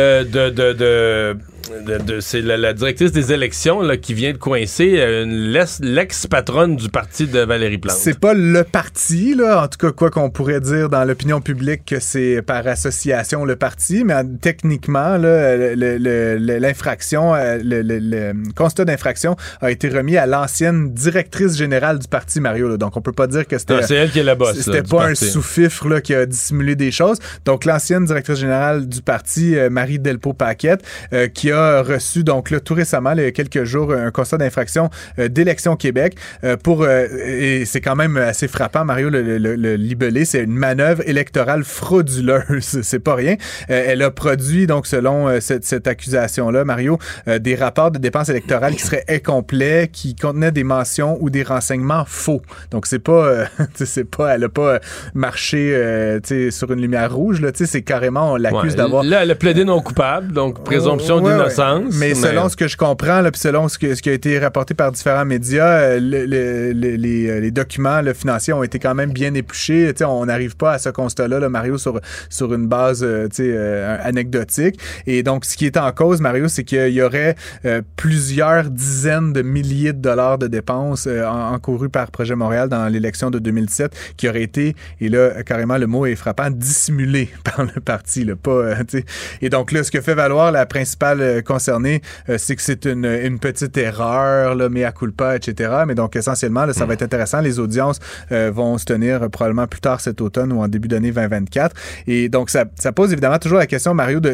c'est la directrice des élections là, qui vient de coincer l'ex-patronne du parti de Valérie Plante. C'est pas le parti, là, en tout cas, quoi qu'on pourrait dire dans l'opinion publique que c'est par association le parti, mais techniquement, là, l'infraction, le constat d'infraction a été remis à l'ancienne directrice générale du parti, Mario. Là. Donc, on peut pas dire que c'était... c'est elle qui est la boss. C'était pas un sous-fifre là, qui a dissimulé des choses. Donc, l'ancienne directrice générale du parti, Marie Delpeau-Paquette, qui a reçu, donc là, tout récemment, il y a quelques jours, un constat d'infraction d'Élections Québec et c'est quand même assez frappant, Mario, le libellé, c'est une manœuvre électorale frauduleuse, c'est pas rien. Elle a produit, donc, selon cette accusation-là, Mario, des rapports de dépenses électorales qui seraient incomplets, qui contenaient des mentions ou des renseignements faux. Donc, c'est pas, elle a pas marché, sur une lumière rouge, là, c'est carrément, on l'accuse d'avoir... Là, elle a plaidé non coupable, donc présomption d'innocence. innocence. Mais selon ce que je comprends, puis selon ce qui a été rapporté par différents médias, les documents financiers ont été quand même bien épluchés. On n'arrive pas à ce constat-là, Mario, sur une base anecdotique. Et donc, ce qui est en cause, Mario, c'est qu'il y aurait plusieurs dizaines de milliers de dollars de dépenses encourues par Projet Montréal dans l'élection de 2017 qui auraient été, et là, carrément, le mot est frappant, dissimulés par le parti. Et donc là, ce que fait valoir la principale concernée, c'est que c'est une petite erreur, mea culpa, etc. Mais donc, essentiellement, là, ça va être intéressant. Les audiences vont se tenir probablement plus tard cet automne ou en début d'année 2024. Et donc, ça pose évidemment toujours la question, Mario, de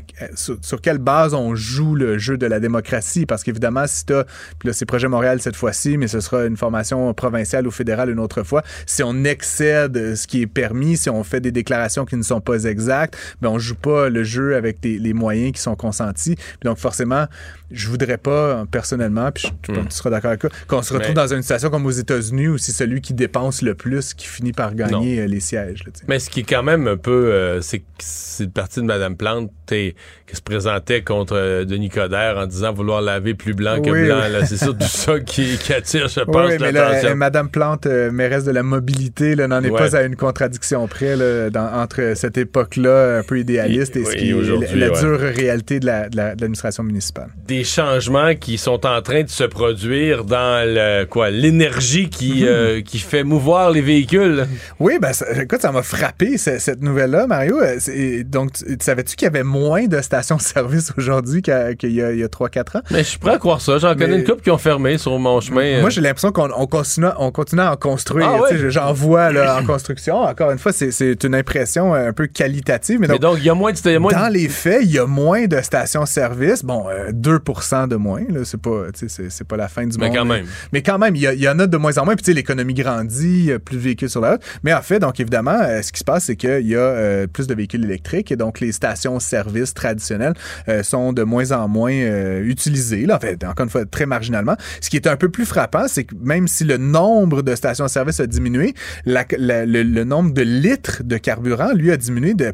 sur quelle base on joue le jeu de la démocratie. Parce qu'évidemment, si puis là, c'est Projet Montréal cette fois-ci, mais ce sera une formation provinciale ou fédérale une autre fois. Si on excède ce qui est permis, si on fait des déclarations qui ne sont pas exactes, ben on joue pas le jeu avec les moyens qui sont consentis. Puis donc, forcément, je voudrais pas, personnellement, puis tu seras d'accord avec ça, qu'on se retrouve dans une situation comme aux États-Unis où c'est celui qui dépense le plus qui finit par gagner les sièges. Là, mais ce qui est quand même un peu... c'est le parti de Mme Plante qui se présentait contre Denis Coderre en disant vouloir laver plus blanc que blanc. Là, c'est surtout ça qui attire, je pense, l'attention. Mme Plante, mairesse de la mobilité, n'en est pas à une contradiction près entre cette époque-là un peu idéaliste et ce qui est la dure réalité de l'administration municipale. Des changements qui sont en train de se produire dans l'énergie qui fait mouvoir les véhicules. Oui, écoute, ça m'a frappé cette nouvelle-là, Mario. Donc, savais-tu qu'il y avait moins de stations-service aujourd'hui qu'il y a 3-4 ans? Mais je suis prêt à croire ça. J'en connais une couple qui ont fermé sur mon chemin. Moi, j'ai l'impression qu'on continue à en construire. J'en vois en construction. Encore une fois, c'est une impression un peu qualitative. Mais donc, il y a moins de... Dans les faits, il y a moins de stations-service. Bon, 2% de moins. Là, c'est pas la fin du monde. Mais quand même, il y en a de moins en moins. Puis, l'économie grandit, il y a plus de véhicules sur la route. Mais en fait, donc, évidemment, ce qui se passe, c'est qu'il y a plus de véhicules électriques. Et donc, les stations-service traditionnelles sont de moins en moins utilisées. Là, en fait, encore une fois, très marginalement. Ce qui est un peu plus frappant, c'est que même si le nombre de stations-service a diminué, le nombre de litres de carburant, lui, a diminué de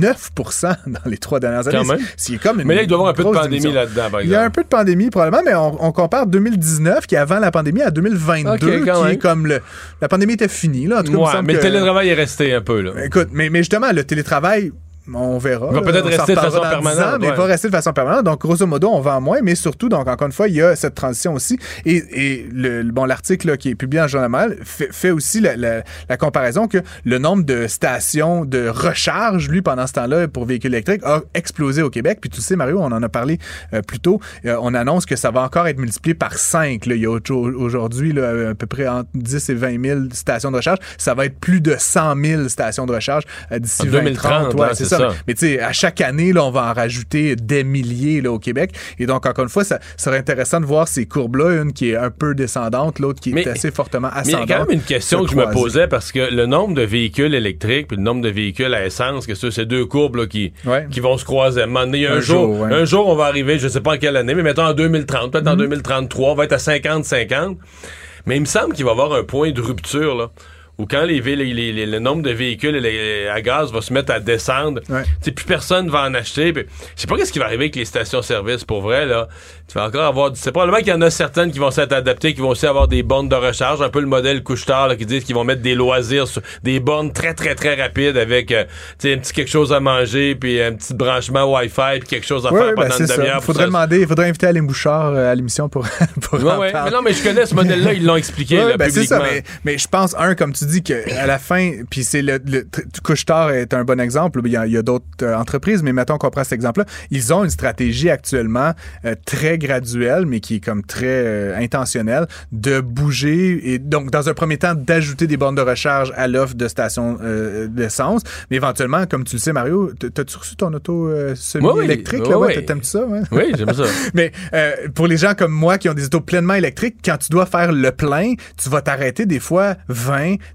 9% dans les 3 dernières années. Mais là, il doit y avoir un peu de pandémie là-dedans, par exemple. Il y a un peu de pandémie, probablement, mais on compare 2019, qui est avant la pandémie, à 2022, qui est comme la pandémie était finie. Là. En tout cas, mais le télétravail est resté un peu. Là. Écoute, mais justement, le télétravail... On verra. Il va peut-être rester de façon permanente. Mais il va rester de façon permanente. Donc, grosso modo, on vend moins, mais surtout, donc, encore une fois, il y a cette transition aussi. Et l'article là, qui est publié en Journal Montréal fait aussi la comparaison que le nombre de stations de recharge, lui, pendant ce temps-là, pour véhicules électriques, a explosé au Québec. Puis tu sais, Mario, on en a parlé plus tôt. On annonce que ça va encore être multiplié par 5. Là. Il y a aujourd'hui à peu près entre 10 et 20 000 stations de recharge. Ça va être plus de 100 000 stations de recharge d'ici 2030. C'est ça. Mais tu sais, à chaque année, là, on va en rajouter des milliers là, au Québec. Et donc, encore une fois, ça serait intéressant de voir ces courbes-là, une qui est un peu descendante, l'autre qui est assez fortement ascendante. Mais il y a quand même une question que je me posais, parce que le nombre de véhicules électriques puis le nombre de véhicules à essence, que c'est deux courbes là, qui vont se croiser. Il y a un jour, on va arriver, je sais pas en quelle année, mais mettons en 2030, peut-être en 2033, on va être à 50-50. Mais il me semble qu'il va y avoir un point de rupture, là. Ou quand le nombre de véhicules à gaz va se mettre à descendre, plus personne va en acheter. Je sais pas qu'est-ce qui va arriver avec les stations-service pour vrai, là. Tu vas encore avoir... C'est probablement qu'il y en a certaines qui vont s'être adaptées, qui vont aussi avoir des bornes de recharge, un peu le modèle couche-tard, là, qui disent qu'ils vont mettre des loisirs sur des bornes très, très, très rapides avec un petit quelque chose à manger, puis un petit branchement Wi-Fi, puis quelque chose à faire pendant une demi-heure. Il faudrait inviter Alain Bouchard à l'émission pour en parler. Mais non, mais je connais ce modèle-là, ils l'ont expliqué publiquement. C'est ça, mais je pense, comme tu dis, qu'à la fin, puis c'est le couche-tard est un bon exemple, il y a d'autres entreprises, mais mettons qu'on prend cet exemple-là, ils ont une stratégie actuellement très graduelle, mais qui est comme très intentionnelle, de bouger, et donc dans un premier temps, d'ajouter des bornes de recharge à l'offre de stations d'essence, mais éventuellement, comme tu le sais, Mario, t'as-tu reçu ton auto semi-électrique? T'aimes-tu ça? Ouais? Oui, j'aime ça. Mais pour les gens comme moi qui ont des autos pleinement électriques, quand tu dois faire le plein, tu vas t'arrêter des fois 20,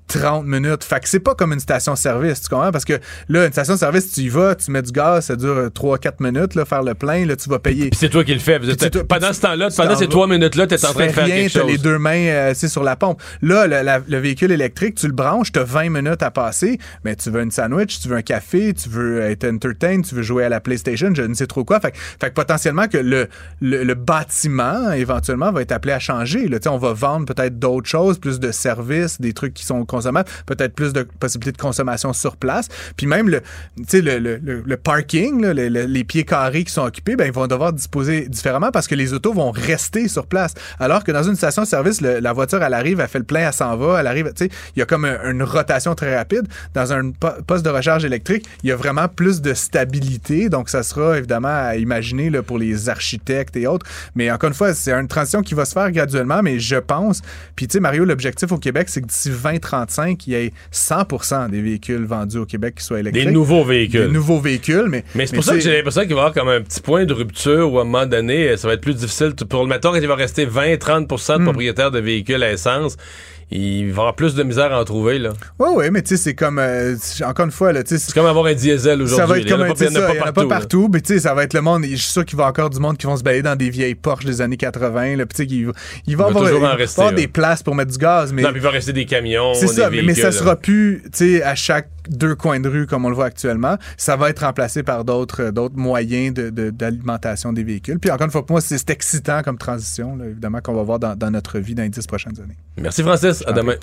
30 minutes. Fait que c'est pas comme une station-service, tu comprends? Parce que là, une station-service, tu y vas, tu mets du gaz, ça dure 3-4 minutes, là, faire le plein, là, tu vas payer. Puis c'est toi qui le fais. Pendant ce temps-là, pendant ces 3 minutes-là, t'es en train de faire quelque chose. T'as les deux mains sur la pompe. Là, le véhicule électrique, tu le branches, t'as 20 minutes à passer, mais tu veux une sandwich, tu veux un café, tu veux être entertained, tu veux jouer à la PlayStation, je ne sais trop quoi. Fait que potentiellement que le bâtiment, éventuellement, va être appelé à changer. Là. On va vendre peut-être d'autres choses, plus de services, des trucs qui sont consommables, peut-être plus de possibilités de consommation sur place. Puis même le parking, là, les pieds carrés qui sont occupés, ben, ils vont devoir disposer différemment parce que les autos vont rester sur place. Alors que dans une station-service, la voiture, elle arrive, elle fait le plein, elle s'en va, elle arrive, il y a comme une rotation très rapide. Dans un poste de recharge électrique, il y a vraiment plus de stabilité. Donc, ça sera évidemment à imaginer là, pour les architectes et autres. Mais encore une fois, c'est une transition qui va se faire graduellement, mais je pense, puis tu sais, Mario, l'objectif au Québec, c'est que d'ici 2035, il y ait 100% des véhicules vendus au Québec qui soient électriques. Des nouveaux véhicules. Mais c'est pour ça que j'ai l'impression qu'il va y avoir comme un petit point de rupture où à un moment donné, ça va être plus difficile. Pour le mettons, quand il va rester 20-30% de propriétaires de véhicules à essence, il va y avoir plus de misère à en trouver, là. Oui, mais tu sais, c'est comme, encore une fois, là, tu sais. C'est comme avoir un diesel aujourd'hui. Ça va être comme il n'y en a pas partout. Mais tu sais, ça va être le monde. Je suis sûr qu'il va y avoir encore du monde qui vont se balader dans des vieilles Porsche des années 80, là. Puis tu sais, il va avoir des places pour mettre du gaz. Mais non, puis il va rester des camions. C'est ça, véhicules, mais ça sera plus, tu sais, à chaque 2 coins de rue, comme on le voit actuellement. Ça va être remplacé par d'autres moyens d'alimentation des véhicules. Puis encore une fois, pour moi, c'est excitant comme transition, là, évidemment, qu'on va voir dans notre vie dans les 10 prochaines années. Merci, Francis. À demain.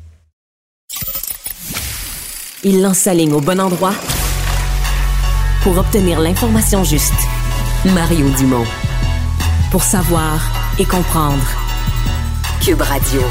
Il lance sa ligne au bon endroit pour obtenir l'information juste. Mario Dumont. Pour savoir et comprendre. Cube Radio.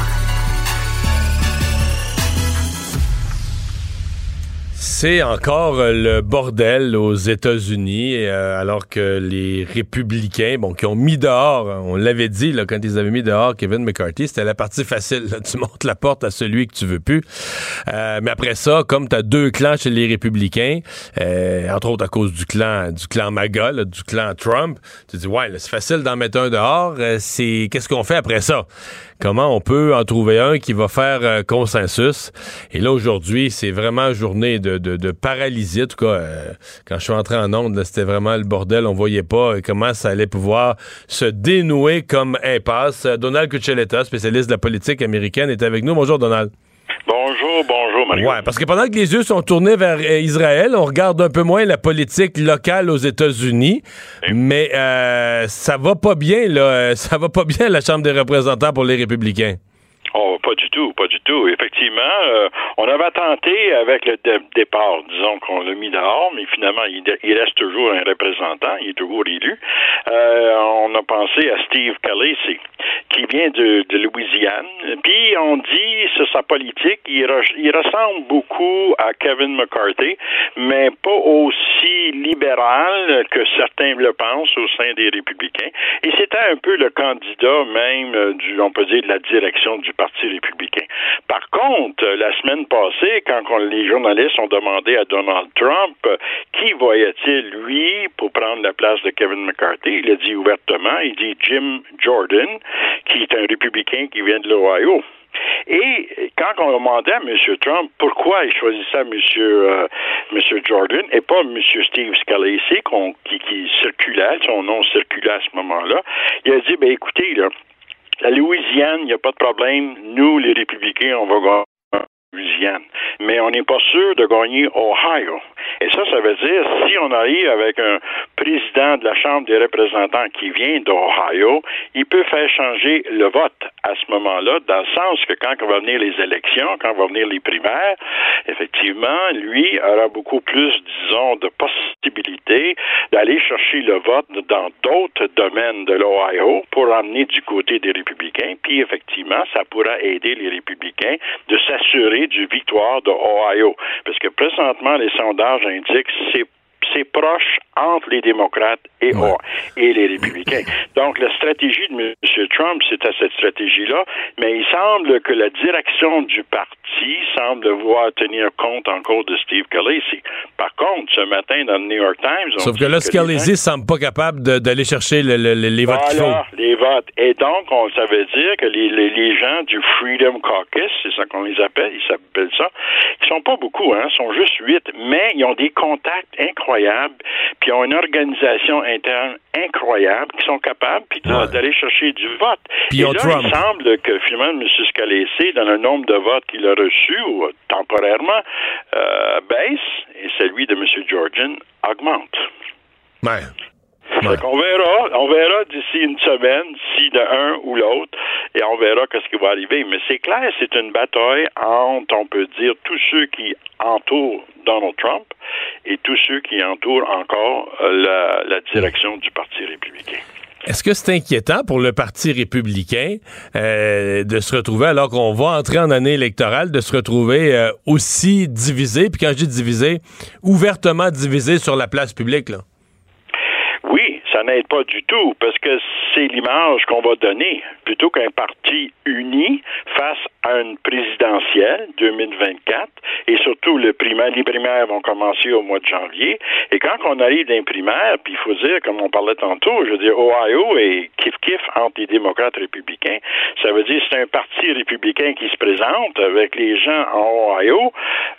C'est encore le bordel aux États-Unis, alors que les républicains, qui ont mis dehors, on l'avait dit là, quand ils avaient mis dehors Kevin McCarthy, c'était la partie facile. Là, tu montes la porte à celui que tu veux plus. Mais après ça, comme tu as 2 clans chez les républicains, entre autres à cause du clan MAGA, là, du clan Trump, tu te dis, ouais, là, c'est facile d'en mettre un dehors. Qu'est-ce qu'on fait après ça? Comment on peut en trouver un qui va faire consensus? Et là, aujourd'hui, c'est vraiment journée de paralysie. En tout cas, quand je suis entré en onde, là, c'était vraiment le bordel. On voyait pas comment ça allait pouvoir se dénouer comme impasse. Donald Cuccioletta, spécialiste de la politique américaine, est avec nous. Bonjour, Donald. Bonjour, Mario. Ouais, parce que pendant que les yeux sont tournés vers Israël, on regarde un peu moins la politique locale aux États-Unis, mais ça va pas bien, là. Ça va pas bien à la Chambre des représentants pour les républicains. Oh, pas du tout. Effectivement, on avait tenté avec le départ, disons qu'on l'a mis dehors, mais finalement, il reste toujours un représentant, il est toujours élu. On a pensé à Steve Scalise, qui vient de Louisiane, puis on dit, sur sa politique, il ressemble beaucoup à Kevin McCarthy, mais pas aussi libéral que certains le pensent au sein des républicains. Et c'était un peu le candidat même on peut dire, de la direction du Parti républicain. Par contre, la semaine passée, quand les journalistes ont demandé à Donald Trump qui voyait-il, lui, pour prendre la place de Kevin McCarthy, il a dit ouvertement, il dit Jim Jordan, qui est un républicain qui vient de l'Ohio. Et quand on demandait à M. Trump pourquoi il choisissait M. Jordan et pas M. Steve Scalise qui circulait, son nom circulait à ce moment-là, il a dit, écoutez, là, la Louisiane, il n'y a pas de problème. Nous, les républicains, on va gagner la Louisiane. Mais on n'est pas sûr de gagner Ohio. Et ça veut dire, si on arrive avec un président de la Chambre des représentants qui vient d'Ohio, il peut faire changer le vote à ce moment-là, dans le sens que quand va venir les élections, quand vont venir les primaires, effectivement, lui aura beaucoup plus, disons, de possibilités d'aller chercher le vote dans d'autres domaines de l'Ohio pour emmener du côté des républicains. Puis, effectivement, ça pourra aider les républicains de s'assurer du victoire de Ohio. Parce que présentement, les sondages indiquent que c'est proche entre les démocrates et les républicains. Donc, la stratégie de M. Trump, c'était cette stratégie-là, mais il semble que la direction du parti semble vouloir tenir compte encore de Steve Scalise. Par contre, ce matin, dans le New York Times... Sauf que là, Scalise ne semble pas capable d'aller chercher les votes qu'il faut. Voilà, les votes. Et donc, ça veut dire que les gens du Freedom Caucus, c'est ça qu'on les appelle, ils s'appellent ça, ils sont pas beaucoup, ils sont juste 8, mais ils ont des contacts incroyables, puis ils ont une organisation interne incroyable, qui sont capables d'aller chercher du vote. Puis et là, Trump. Il semble que finalement, M. Scalise, dans le nombre de votes qu'il a reçus, ou temporairement, baisse, et celui de M. Georgian augmente. Ouais. Donc on verra d'ici une semaine si de un ou l'autre, et on verra qu'est-ce qui va arriver. Mais c'est clair, c'est une bataille entre, on peut dire, tous ceux qui entourent Donald Trump et tous ceux qui entourent encore la direction du Parti républicain. Est-ce que c'est inquiétant pour le Parti républicain de se retrouver, alors qu'on va entrer en année électorale, de se retrouver aussi divisé, puis quand je dis divisé, ouvertement divisé sur la place publique, là? Oui, ça n'aide pas du tout, parce que c'est l'image qu'on va donner. Plutôt qu'un parti uni face à une présidentielle 2024, et surtout les primaires vont commencer au mois de janvier, et quand on arrive dans les primaires, puis il faut dire, comme on parlait tantôt, je veux dire, Ohio est kiff-kiff entre les démocrates républicains, ça veut dire que c'est un parti républicain qui se présente avec les gens en Ohio,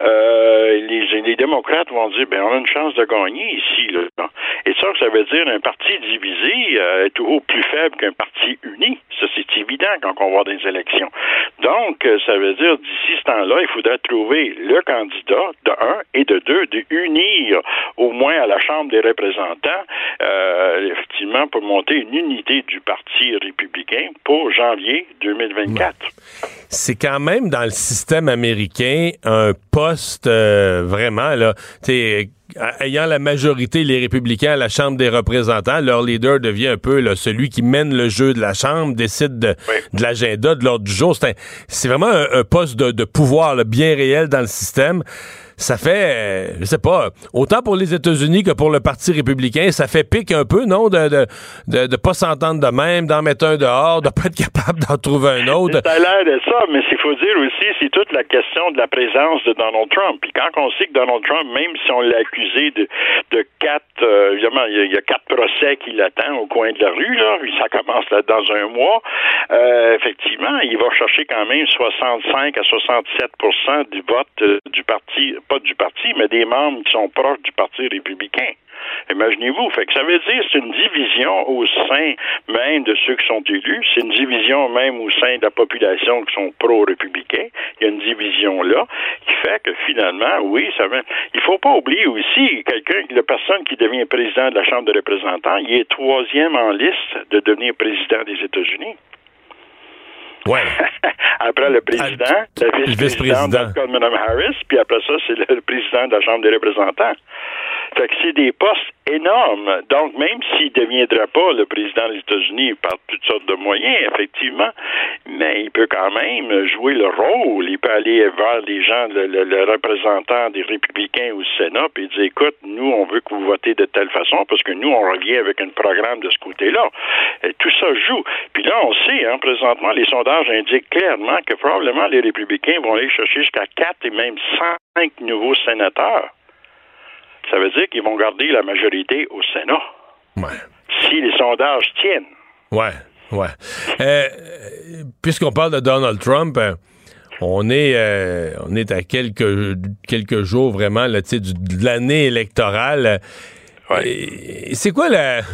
les démocrates vont dire, on a une chance de gagner ici, là. Et ça veut dire un parti divisé est toujours plus faible qu'un parti uni. Ça, c'est évident quand on va dans les élections. Donc, ça veut dire, d'ici ce temps-là, il faudrait trouver le candidat, de un, et de deux, de unir au moins à la Chambre des représentants, effectivement, pour monter une unité du Parti républicain pour janvier 2024. C'est quand même dans le système américain un poste vraiment, là, tu sais, ayant la majorité, les républicains à la Chambre des représentants, leur leader devient un peu là, celui qui mène le jeu de la Chambre, décide de l'agenda, de l'ordre du jour. C'est vraiment un poste de pouvoir là, bien réel dans le système. Ça fait, je sais pas, autant pour les États-Unis que pour le Parti républicain, ça fait pique un peu, non, de pas s'entendre de même, d'en mettre un dehors, de pas être capable d'en trouver un autre. Ça a l'air de ça, mais il faut dire aussi, c'est toute la question de la présence de Donald Trump. Puis quand on sait que Donald Trump, même si on l'a accusé de 4, évidemment, il y a 4 procès qui l'attendent au coin de la rue, là, puis ça commence là dans un mois, effectivement, il va chercher quand même 65 à 67% du vote du parti, pas du parti, mais des membres qui sont proches du Parti républicain. Imaginez-vous, fait que ça veut dire que c'est une division au sein même de ceux qui sont élus, c'est une division même au sein de la population qui sont pro-républicains. Il y a une division là qui fait que finalement, oui, il faut pas oublier aussi la personne qui devient président de la Chambre des représentants, il est 3e en liste de devenir président des États-Unis. Ouais. Après le président, la vice-présidente, Mme Harris, puis après ça, c'est le président de la Chambre des représentants. Fait que c'est des postes énormes. Donc, même s'il ne deviendrait pas le président des États-Unis par toutes sortes de moyens, effectivement, mais il peut quand même jouer le rôle. Il peut aller vers les gens, le représentant des républicains au Sénat, puis dire, écoute, nous, on veut que vous votez de telle façon, parce que nous, on revient avec un programme de ce côté-là. Et tout ça joue. Puis là, on sait, présentement, les sondages indiquent clairement que probablement les républicains vont aller chercher jusqu'à 4 et même 5 nouveaux sénateurs. Ça veut dire qu'ils vont garder la majorité au Sénat. Ouais. Si les sondages tiennent. Ouais. Puisqu'on parle de Donald Trump, on est à quelques jours vraiment là, de l'année électorale. Ouais. Et c'est quoi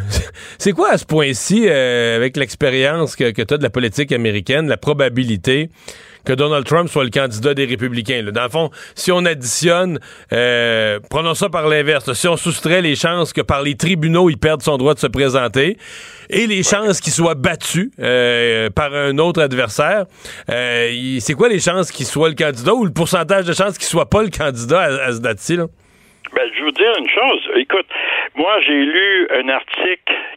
à ce point-ci, avec l'expérience que tu as de la politique américaine, la probabilité que Donald Trump soit le candidat des républicains? Là. Dans le fond, si on additionne, prenons ça par l'inverse, là, si on soustrait les chances que par les tribunaux, il perde son droit de se présenter et les chances qu'il soit battu par un autre adversaire, c'est quoi les chances qu'il soit le candidat ou le pourcentage de chances qu'il soit pas le candidat à ce date-ci, là? Je veux dire une chose. Écoute, moi, j'ai lu un article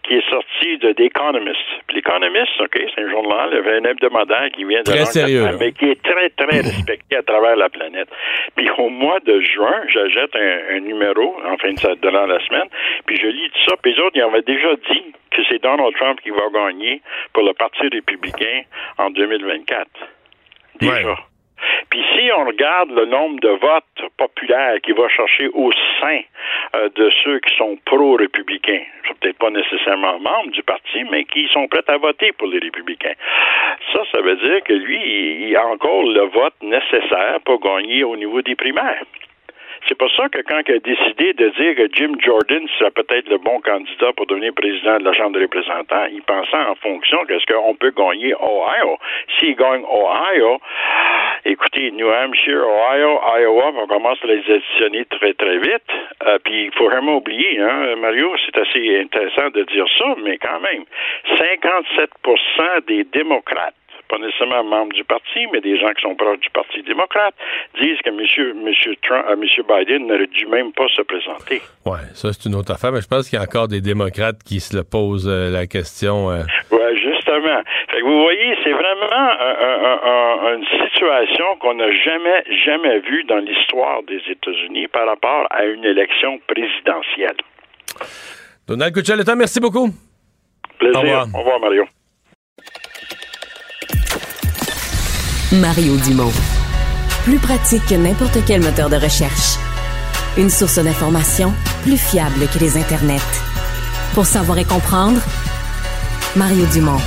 qui est sorti de The Economist. Puis l'Economist, OK, c'est un journal, il y avait un hebdomadaire qui vient de très sérieux, mais qui est très, très respecté à travers la planète. Puis au mois de juin, j'achète un numéro, durant la semaine, puis je lis tout ça, puis les autres, ils avaient déjà dit que c'est Donald Trump qui va gagner pour le Parti républicain en 2024. Déjà. Ouais. Puis si on regarde le nombre de votes populaires qu'il va chercher au sein de ceux qui sont pro-républicains, sont peut-être pas nécessairement membres du parti, mais qui sont prêts à voter pour les républicains. Ça veut dire que lui, il a encore le vote nécessaire pour gagner au niveau des primaires. C'est pour ça que quand il a décidé de dire que Jim Jordan serait peut-être le bon candidat pour devenir président de la Chambre des représentants, il pensait en fonction qu'est-ce qu'on peut gagner Ohio. S'il gagne Ohio, écoutez, New Hampshire, Ohio, Iowa, on commence à les additionner très, très vite. Puis il faut vraiment oublier, Mario, c'est assez intéressant de dire ça, mais quand même, 57% des démocrates, pas nécessairement membres du parti, mais des gens qui sont proches du Parti démocrate, disent que M. Biden n'aurait dû même pas se présenter. Oui, ça, c'est une autre affaire, mais je pense qu'il y a encore des démocrates qui se le posent la question. Oui, justement. Fait que vous voyez, c'est vraiment une situation qu'on n'a jamais vue dans l'histoire des États-Unis par rapport à une élection présidentielle. Donald Cuccioletta, merci beaucoup. Plaisir. Au revoir, Mario. Mario Dumont. Plus pratique que n'importe quel moteur de recherche. Une source d'information plus fiable que les internets. Pour savoir et comprendre, Mario Dumont.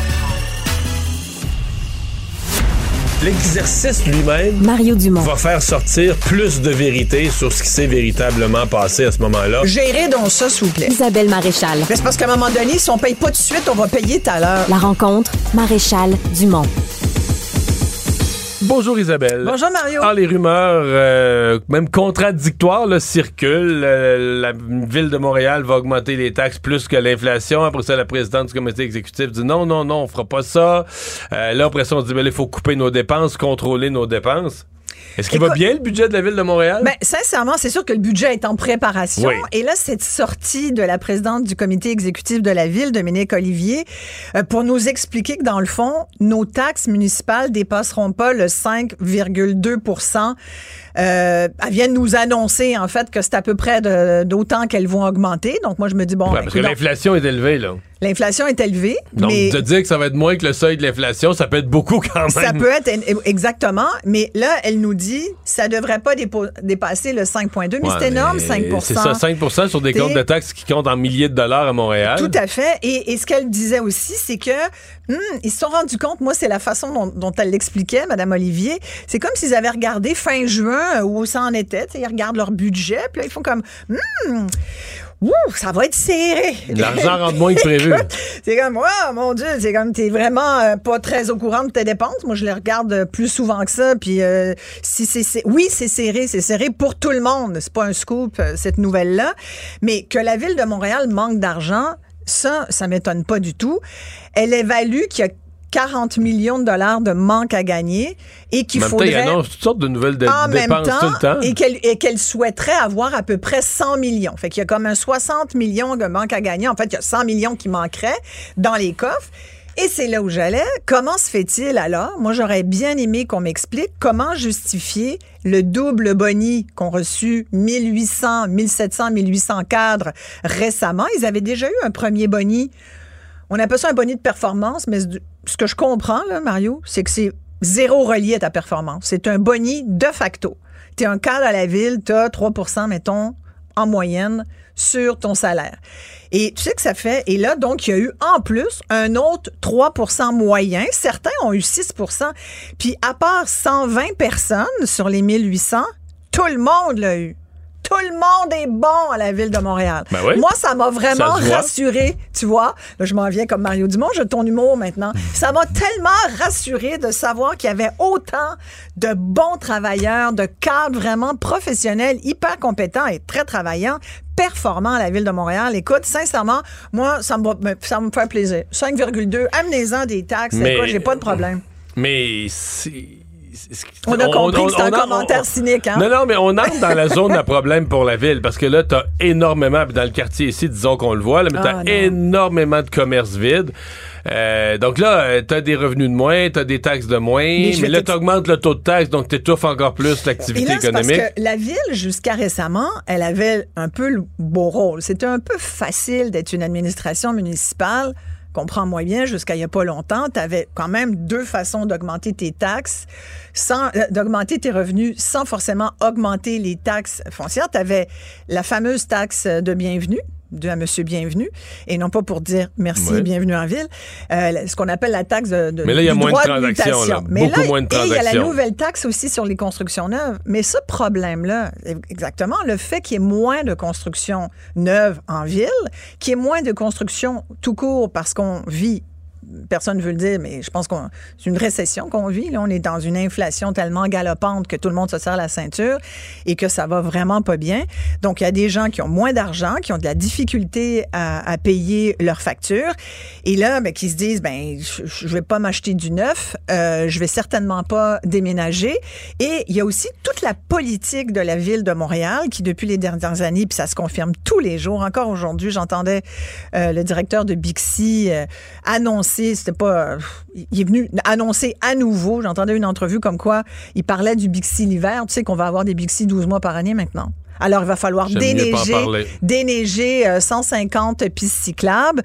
L'exercice lui-même Mario Dumont. va faire sortir plus de vérité sur ce qui s'est véritablement passé à ce moment-là. Gérez donc ça, s'il vous plaît. Isabelle Maréchal. Mais c'est parce qu'à un moment donné, si on paye pas tout de suite, on va payer tout à l'heure. La rencontre, Maréchal Dumont. Bonjour Isabelle. Bonjour Mario. Les rumeurs, même contradictoires, circulent. La ville de Montréal va augmenter les taxes plus que l'inflation. Après ça, la présidente du comité exécutif dit non, on fera pas ça. Là, après ça, on dit, il faut couper nos dépenses, contrôler nos dépenses. Est-ce qu'il va bien, le budget de la Ville de Montréal? Sincèrement, c'est sûr que le budget est en préparation. Oui. Et là, cette sortie de la présidente du comité exécutif de la Ville, Dominique Olivier, pour nous expliquer que, dans le fond, nos taxes municipales dépasseront pas le 5,2 elle vient de nous annoncer, en fait, que c'est à peu près d'autant qu'elles vont augmenter. Donc, moi, je me dis, parce que l'inflation est élevée, là. L'inflation est élevée. Donc, de dire que ça va être moins que le seuil de l'inflation, ça peut être beaucoup quand même. Ça peut être, exactement. Mais là, elle nous dit, ça devrait pas dépasser le 5,2. Mais c'est énorme, 5 %. C'est ça, 5 sur des comptes de taxes qui comptent en milliers de dollars à Montréal. Tout à fait. Et ce qu'elle disait aussi, c'est que ils se sont rendus compte, moi, c'est la façon dont elle l'expliquait, Mme Olivier, c'est comme s'ils avaient regardé fin juin où ça en était. Ils regardent leur budget, puis là, ils font comme ça va être serré. L'argent rentre moins que prévu. C'est comme, oh mon Dieu, c'est comme, t'es vraiment pas très au courant de tes dépenses. Moi, je les regarde plus souvent que ça. Puis, si c'est serré pour tout le monde. C'est pas un scoop, cette nouvelle-là. Mais que la Ville de Montréal manque d'argent, ça m'étonne pas du tout. Elle évalue qu'il y a 40 millions de dollars de manque à gagner et qu'il faudrait... il annonce toutes sortes de nouvelles dépenses tout le temps. Et qu'elle souhaiterait avoir à peu près 100 millions. Fait qu'il y a comme un 60 millions de manque à gagner. En fait, il y a 100 millions qui manqueraient dans les coffres. Et c'est là où j'allais. Comment se fait-il alors? Moi, j'aurais bien aimé qu'on m'explique comment justifier le double boni qu'ont reçu 1800, 1700, 1800 cadres récemment. Ils avaient déjà eu un premier boni. On appelle ça un boni de performance, mais ce que je comprends, là, Mario, c'est que c'est zéro relié à ta performance. C'est un boni de facto. Tu es un cadre à la ville, tu as 3 %, mettons, en moyenne, sur ton salaire. Et tu sais que ça fait... Et là, donc, il y a eu, en plus, un autre 3 % moyen. Certains ont eu 6 %. Puis, à part 120 personnes sur les 1800, tout le monde l'a eu. Tout le monde est bon à la Ville de Montréal. Ben oui. Moi, ça m'a vraiment rassuré, tu vois. Là, je m'en viens comme Mario Dumont, j'ai ton humour maintenant. Ça m'a tellement rassuré de savoir qu'il y avait autant de bons travailleurs, de cadres vraiment professionnels, hyper compétents et très travaillants, performants à la Ville de Montréal. Écoute, sincèrement, moi, ça me fait plaisir. 5,2, amenez-en des taxes, écoute, j'ai pas de problème. Mais On a compris que c'est un commentaire cynique, hein? Non, mais on entre dans la zone à problème pour la ville, parce que là, t'as énormément, dans le quartier ici, disons qu'on le voit, là, mais t'as énormément de commerces vides. Donc là, t'as des revenus de moins, t'as des taxes de moins, mais là, t'augmentes le taux de taxe, donc t'étouffes encore plus l'activité économique. C'est parce que la ville, jusqu'à récemment, elle avait un peu le beau rôle. C'était un peu facile d'être une administration municipale. Comprends moins bien, jusqu'à il n'y a pas longtemps, tu avais quand même 2 façons d'augmenter tes taxes, d'augmenter tes revenus sans forcément augmenter les taxes foncières. Tu avais la fameuse taxe de bienvenue, à Monsieur Bienvenu, et non pas pour dire merci, bienvenue en ville, ce qu'on appelle la taxe de mais là, il y a moins de transactions, là. Beaucoup moins de transactions. Et il y a la nouvelle taxe aussi sur les constructions neuves. Mais ce problème-là, exactement, le fait qu'il y ait moins de constructions neuves en ville, qu'il y ait moins de constructions tout court parce qu'on vit, personne ne veut le dire, mais je pense que c'est une récession qu'on vit. Là, on est dans une inflation tellement galopante que tout le monde se serre la ceinture et que ça va vraiment pas bien. Donc, il y a des gens qui ont moins d'argent, qui ont de la difficulté à payer leurs factures. Et là, qui se disent, je vais pas m'acheter du neuf, je vais certainement pas déménager. Et il y a aussi toute la politique de la ville de Montréal qui, depuis les dernières années, puis ça se confirme tous les jours, encore aujourd'hui, j'entendais le directeur de Bixi annoncer, c'était pas, il est venu annoncer à nouveau, j'entendais une entrevue comme quoi il parlait du Bixi l'hiver, tu sais qu'on va avoir des Bixi 12 mois par année maintenant. Alors, il va falloir déneiger 150 pistes cyclables.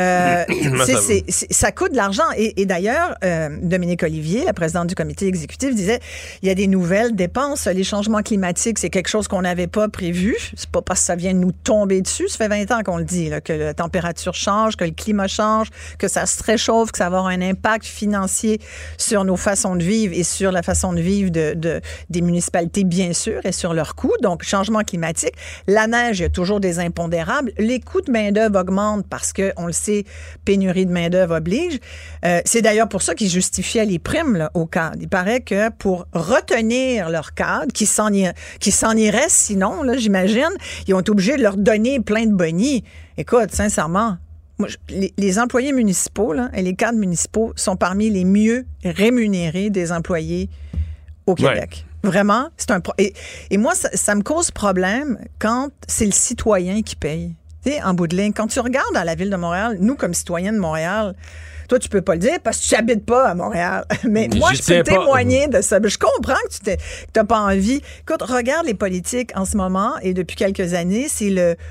Ça coûte de l'argent. Et d'ailleurs, Dominique Olivier, la présidente du comité exécutif, disait il y a des nouvelles dépenses. Les changements climatiques, c'est quelque chose qu'on n'avait pas prévu. C'est pas parce que ça vient de nous tomber dessus. Ça fait 20 ans qu'on le dit, là, que la température change, que le climat change, que ça se réchauffe, que ça va avoir un impact financier sur nos façons de vivre et sur la façon de vivre des municipalités, bien sûr, et sur leurs coûts. Donc, changement climatique. La neige, il y a toujours des impondérables. Les coûts de main-d'œuvre augmentent parce que, on le sait, pénurie de main-d'œuvre oblige. C'est d'ailleurs pour ça qu'ils justifiaient les primes là, aux cadres. Il paraît que pour retenir leurs cadres, qui s'en iraient sinon, là, j'imagine, ils ont été obligés de leur donner plein de bonis. Écoute, sincèrement, moi, les employés municipaux là, et les cadres municipaux sont parmi les mieux rémunérés des employés au Québec. Ouais. Vraiment, c'est et moi, ça me cause problème quand c'est le citoyen qui paye. Tu sais, en bout de ligne, quand tu regardes à la Ville de Montréal, nous, comme citoyens de Montréal, toi, tu peux pas le dire parce que tu n'habites pas à Montréal. Mais moi, je peux témoigner de ça. Je comprends que tu n'as pas envie. Écoute, regarde les politiques en ce moment et depuis quelques années, c'est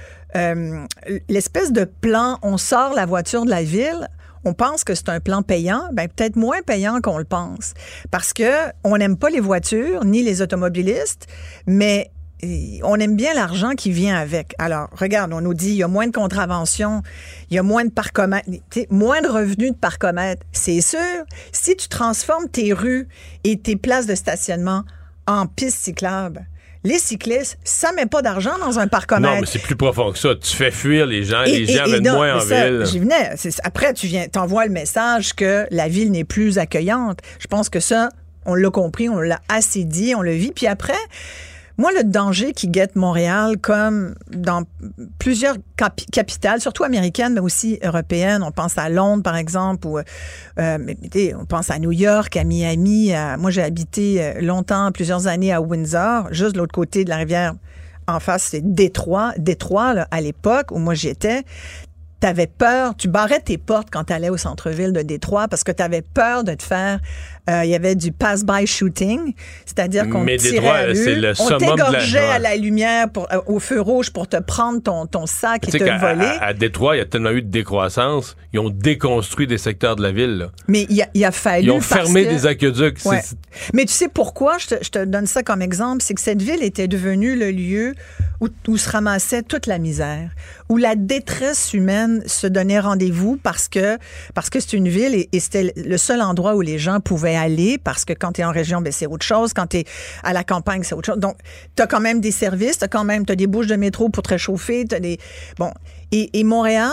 l'espèce de plan, on sort la voiture de la ville. On pense que c'est un plan payant, peut-être moins payant qu'on le pense. Parce que on n'aime pas les voitures, ni les automobilistes, mais on aime bien l'argent qui vient avec. Alors, regarde, on nous dit, il y a moins de contraventions, il y a moins de parcomètres, moins de revenus de parcomètres. C'est sûr, si tu transformes tes rues et tes places de stationnement en pistes cyclables, les cyclistes, ça met pas d'argent dans un parcomètre. Non, mais c'est plus profond que ça. Tu fais fuir les gens. Les gens viennent moins en ville. J'y venais. Après, t'envoies le message que la ville n'est plus accueillante. Je pense que ça, on l'a compris, on l'a assez dit, on le vit. Puis après, moi, le danger qui guette Montréal, comme dans plusieurs capitales, surtout américaines, mais aussi européennes, on pense à Londres, par exemple, ou on pense à New York, à Miami. Moi, j'ai habité longtemps, plusieurs années à Windsor, juste de l'autre côté de la rivière. En face, c'est Détroit, là, à l'époque où moi j'y étais. T'avais peur, tu barrais tes portes quand t'allais au centre-ville de Détroit parce que t'avais peur de te faire... Il y avait du pass-by shooting, c'est-à-dire qu'on te tirait à l'œil, on t'égorgeait à la lumière, au feu rouge pour te prendre ton sac et te voler. À Détroit, il y a tellement eu de décroissance, ils ont déconstruit des secteurs de la ville. Là. Mais il a fallu... Ils ont fermé des aqueducs. Ouais. Mais tu sais pourquoi? Je te donne ça comme exemple, c'est que cette ville était devenue le lieu où se ramassait toute la misère, où la détresse humaine se donnait rendez-vous parce que c'est une ville et c'était le seul endroit où les gens pouvaient aller parce que quand tu es en région, c'est autre chose. Quand tu es à la campagne, c'est autre chose. Donc, tu as quand même des services, tu as des bouches de métro pour te réchauffer, et Montréal,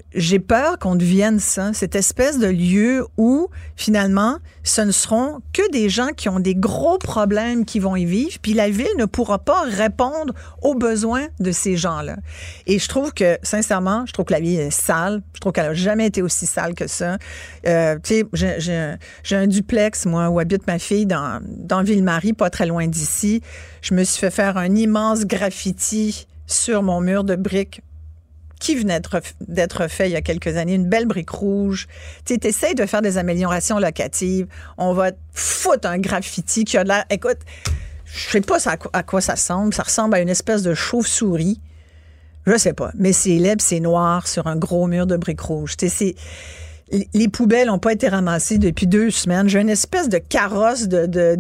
j'ai peur qu'on devienne ça, cette espèce de lieu où, finalement, ce ne seront que des gens qui ont des gros problèmes qui vont y vivre, puis la ville ne pourra pas répondre aux besoins de ces gens-là. Et je trouve que, sincèrement, la ville est sale. Je trouve qu'elle n'a jamais été aussi sale que ça. Tu sais, j'ai un duplex, moi, où habite ma fille dans Ville-Marie, pas très loin d'ici. Je me suis fait faire un immense graffiti sur mon mur de briques qui venait d'être fait il y a quelques années, une belle brique rouge. Tu sais, t'essayes de faire des améliorations locatives. On va te foutre un graffiti qui a l'air... Écoute, je sais pas à quoi ça ressemble. Ça ressemble à une espèce de chauve-souris. Je sais pas. Mais c'est laid, c'est noir sur un gros mur de briques rouges. Tu sais, les poubelles n'ont pas été ramassées depuis 2 semaines. J'ai une espèce de carrosse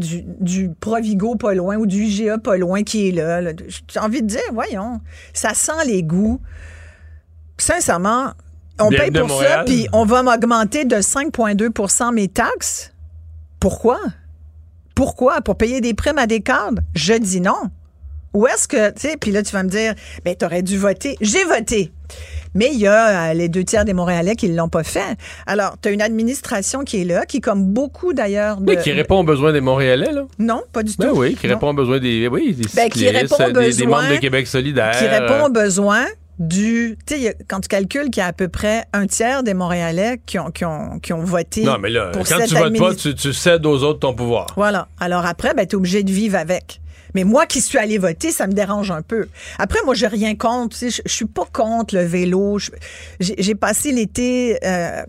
du Provigo pas loin ou du IGA pas loin qui est là. J'ai envie de dire, voyons, ça sent l'égout. Sincèrement, on paye pour ça, puis on va m'augmenter de 5,2 % mes taxes. Pourquoi? Pourquoi? Pour payer des primes à des cadres? Je dis non. Où est-ce que, tu sais, puis là, tu vas me dire, ben, t'aurais dû voter. J'ai voté. Mais il y a les 2 tiers des Montréalais qui ne l'ont pas fait. Alors, tu as une administration qui est là, qui, comme beaucoup d'ailleurs... Mais qui répond aux besoins des Montréalais, là? Non, pas du tout. Ben oui, qui répond aux besoins des cyclistes, qui répond aux besoins, des membres de Québec solidaire. Qui répond aux besoins tu sais, quand tu calcules qu'il y a à peu près 1/3 des Montréalais qui ont voté. Non, mais là, pour quand tu votes pas, tu cèdes aux autres ton pouvoir. Voilà. Alors après, ben, tu es obligé de vivre avec. Mais moi qui suis allée voter, ça me dérange un peu. Après, moi, j'ai rien contre. Tu sais, je suis pas contre le vélo. J'ai passé l'été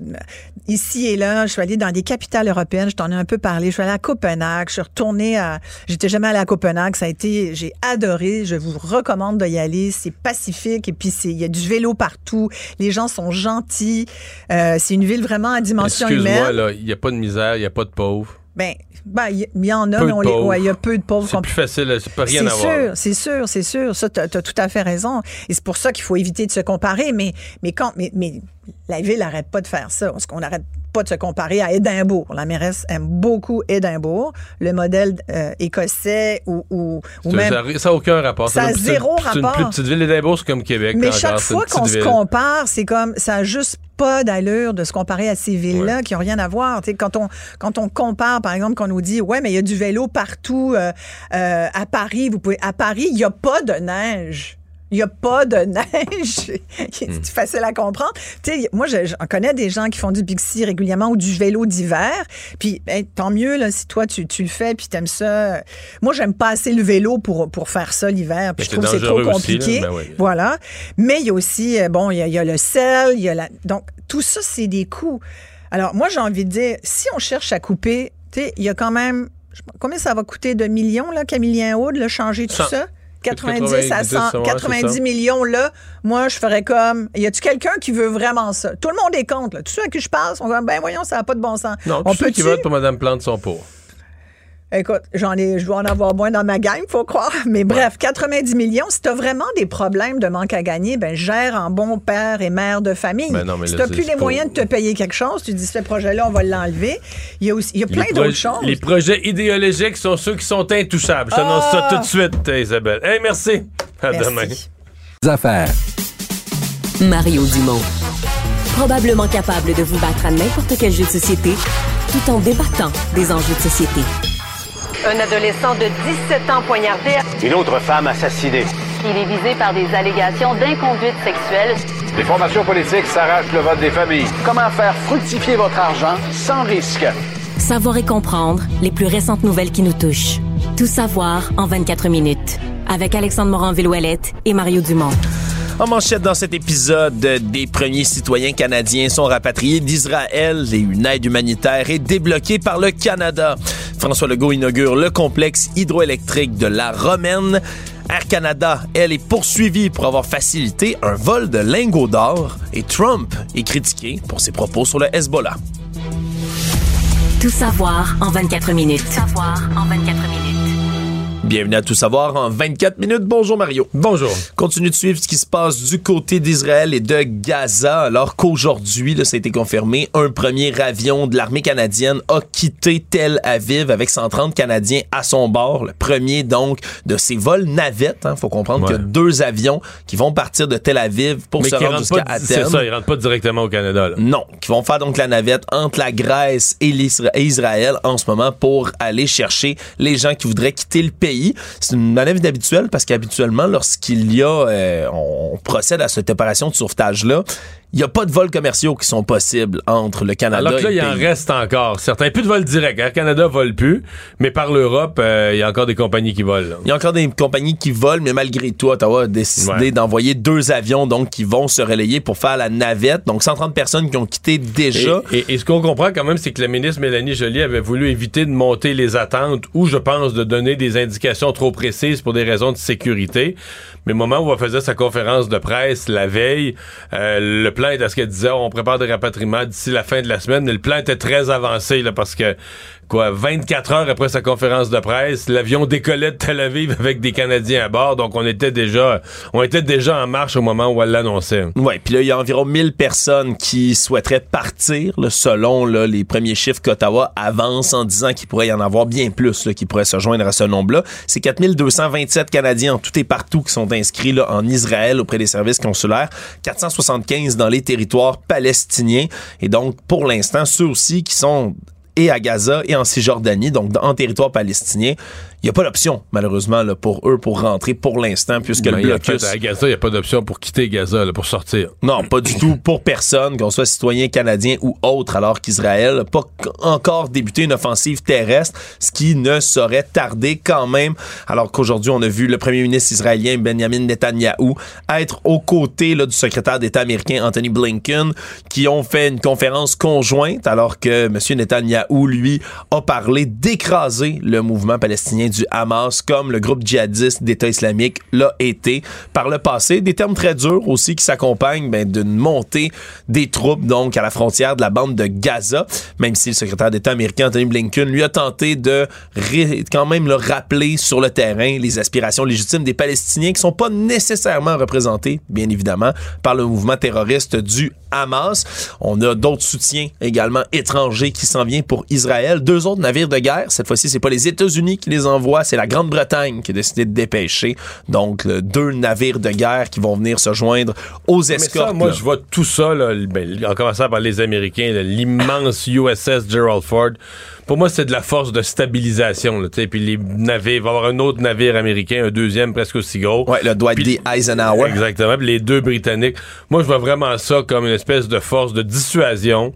ici et là. Je suis allée dans des capitales européennes. Je t'en ai un peu parlé. Je suis allée à Copenhague. Je suis retournée j'étais jamais allée à Copenhague. J'ai adoré. Je vous recommande d'y aller. C'est pacifique. Et puis, il y a du vélo partout. Les gens sont gentils. C'est une ville vraiment à dimension humaine. Excuse-moi, là, il n'y a pas de misère, il n'y a pas de pauvres. Ben, il y en a, mais il y a peu de pauvres. C'est plus facile, ça peut rien avoir. C'est sûr. Ça, t'as tout à fait raison. Et c'est pour ça qu'il faut éviter de se comparer. Mais la ville n'arrête pas de faire ça. Parce qu'on n'arrête pas de se comparer à Édimbourg. La mairesse aime beaucoup Édimbourg. Le modèle écossais ou même... Ça n'a aucun rapport. Ça a zéro rapport. C'est une plus petite ville. Édimbourg, c'est comme Québec. Mais chaque fois qu'on se compare, c'est comme... Ça n'a juste pas d'allure de se comparer à ces villes-là qui n'ont rien à voir. Tu sais, quand on compare, par exemple, qu'on nous dit, ouais, mais il y a du vélo partout à Paris. À Paris, il n'y a pas de neige. Il n'y a pas de neige. C'est facile à comprendre. Tu sais, moi, j'en connais des gens qui font du Bixi régulièrement ou du vélo d'hiver. Puis, tant mieux, là, si toi, tu le fais puis t'aimes ça. Moi, j'aime pas assez le vélo pour faire ça l'hiver. Puis je trouve que c'est trop compliqué. Aussi, oui. Voilà. Mais il y a aussi, il y a le sel, donc, tout ça, c'est des coûts. Alors, moi, j'ai envie de dire, si on cherche à couper, tu sais, il y a quand même, combien ça va coûter de millions, là, Camillien Aude, là, changer tout ça? 90 millions, là, moi, je ferais comme... Y a-tu quelqu'un qui veut vraiment ça? Tout le monde est contre, là. Tous ceux à qui je parle sont comme, ben voyons, ça n'a pas de bon sens. Non, tous ceux qui votent pour Mme Plante sont pour. Écoute, je dois en avoir moins dans ma gang, faut croire. Mais bref, 90 millions, si t'as vraiment des problèmes de manque à gagner, ben gère en bon père et mère de famille. Ben non, mais si là, t'as plus les moyens de te payer quelque chose, tu dis, ce projet-là, on va l'enlever. Il y a plein d'autres choses. Les projets idéologiques sont ceux qui sont intouchables. Je t'annonce ça tout de suite, Isabelle. Hey, merci. À demain. Affaires. Mario Dumont. Probablement capable de vous battre à n'importe quel jeu de société tout en débattant des enjeux de société. Un adolescent de 17 ans poignardé. Une autre femme assassinée. Il est visé par des allégations d'inconduite sexuelle. Les formations politiques s'arrachent le vote des familles. Comment faire fructifier votre argent sans risque? Savoir et comprendre les plus récentes nouvelles qui nous touchent. Tout savoir en 24 minutes. Avec Alexandre Morin-Villouellette et Mario Dumont. En manchette dans cet épisode, des premiers citoyens canadiens sont rapatriés d'Israël et une aide humanitaire est débloquée par le Canada. François Legault inaugure le complexe hydroélectrique de la Romaine. Air Canada, elle, est poursuivie pour avoir facilité un vol de lingots d'or. Et Trump est critiqué pour ses propos sur le Hezbollah. Tout savoir en 24 minutes. Bienvenue à Tout savoir en 24 minutes. Bonjour Mario. Bonjour. Continue de suivre ce qui se passe du côté d'Israël et de Gaza, alors qu'aujourd'hui, là, ça a été confirmé, un premier avion de l'armée canadienne a quitté Tel Aviv avec 130 Canadiens à son bord. Le premier, donc, de ces vols navettes. Faut comprendre qu'il y a 2 avions qui vont partir de Tel Aviv pour se rendre jusqu'à Athènes. C'est ça, ils rentrent pas directement au Canada. Là. Non, qui vont faire donc la navette entre la Grèce et Israël en ce moment pour aller chercher les gens qui voudraient quitter le pays. C'est une manœuvre inhabituelle parce qu'habituellement, lorsqu'il y a, on procède à cette opération de sauvetage-là, il n'y a pas de vols commerciaux qui sont possibles entre le Canada et le pays. Alors que là, il en reste encore certains. Plus de vols directs. Air Canada vole plus, mais par l'Europe, il y a encore des compagnies qui volent. Là. Il y a encore des compagnies qui volent, mais malgré tout, Ottawa a décidé d'envoyer 2 avions donc qui vont se relayer pour faire la navette. Donc, 130 personnes qui ont quitté déjà. Et ce qu'on comprend quand même, c'est que la ministre Mélanie Joly avait voulu éviter de monter les attentes ou, je pense, de donner des indications trop précises pour des raisons de sécurité. Mais au moment où elle faisait sa conférence de presse la veille, le plan est à ce qu'elle disait, on prépare des rapatriements d'ici la fin de la semaine. Mais le plan était très avancé là, parce que 24 heures après sa conférence de presse, l'avion décollait de Tel Aviv avec des Canadiens à bord. Donc on était déjà en marche au moment où elle l'annonçait. Ouais, puis là il y a environ 1000 personnes qui souhaiteraient partir, là, selon là, les premiers chiffres qu'Ottawa avance en disant qu'il pourrait y en avoir bien plus là, qui pourraient se joindre à ce nombre-là. C'est 4227 Canadiens en tout et partout qui sont inscrits là, en Israël auprès des services consulaires, 475 dans les territoires palestiniens. Et donc pour l'instant, ceux aussi qui sont et à Gaza et en Cisjordanie, donc en territoire palestinien. Il n'y a pas d'option, malheureusement, là, pour eux, pour rentrer pour l'instant, puisque le blocus... À Gaza, il n'y a pas d'option pour quitter Gaza, là, pour sortir. Non, pas du tout. Pour personne, qu'on soit citoyen canadien ou autre, alors qu'Israël n'a pas encore débuté une offensive terrestre, ce qui ne saurait tarder quand même, alors qu'aujourd'hui, on a vu le premier ministre israélien, Benjamin Netanyahou, être aux côtés là, du secrétaire d'État américain, Anthony Blinken, qui ont fait une conférence conjointe, alors que M. Netanyahou, lui, a parlé d'écraser le mouvement palestinien du Hamas, comme le groupe djihadiste d'État islamique l'a été par le passé. Des termes très durs aussi qui s'accompagnent d'une montée des troupes donc à la frontière de la bande de Gaza, même si le secrétaire d'État américain Anthony Blinken lui a tenté de quand même le rappeler sur le terrain les aspirations légitimes des Palestiniens qui sont pas nécessairement représentés, bien évidemment, par le mouvement terroriste du Hamas. On a d'autres soutiens également étrangers qui s'en viennent pour Israël. 2 autres navires de guerre. Cette fois-ci, c'est pas les États-Unis qui les envoient, c'est la Grande-Bretagne qui a décidé de dépêcher. Donc, 2 navires de guerre qui vont venir se joindre aux escortes. Ça, moi, je vois tout ça, là, en commençant par les Américains, là, l'immense USS Gerald Ford. Pour moi, c'est de la force de stabilisation. Là, puis les navires, il va y avoir un autre navire américain, un deuxième presque aussi gros. Ouais, le Dwight D. Eisenhower. Exactement. Puis les 2 Britanniques. Moi, je vois vraiment ça comme une espèce de force de dissuasion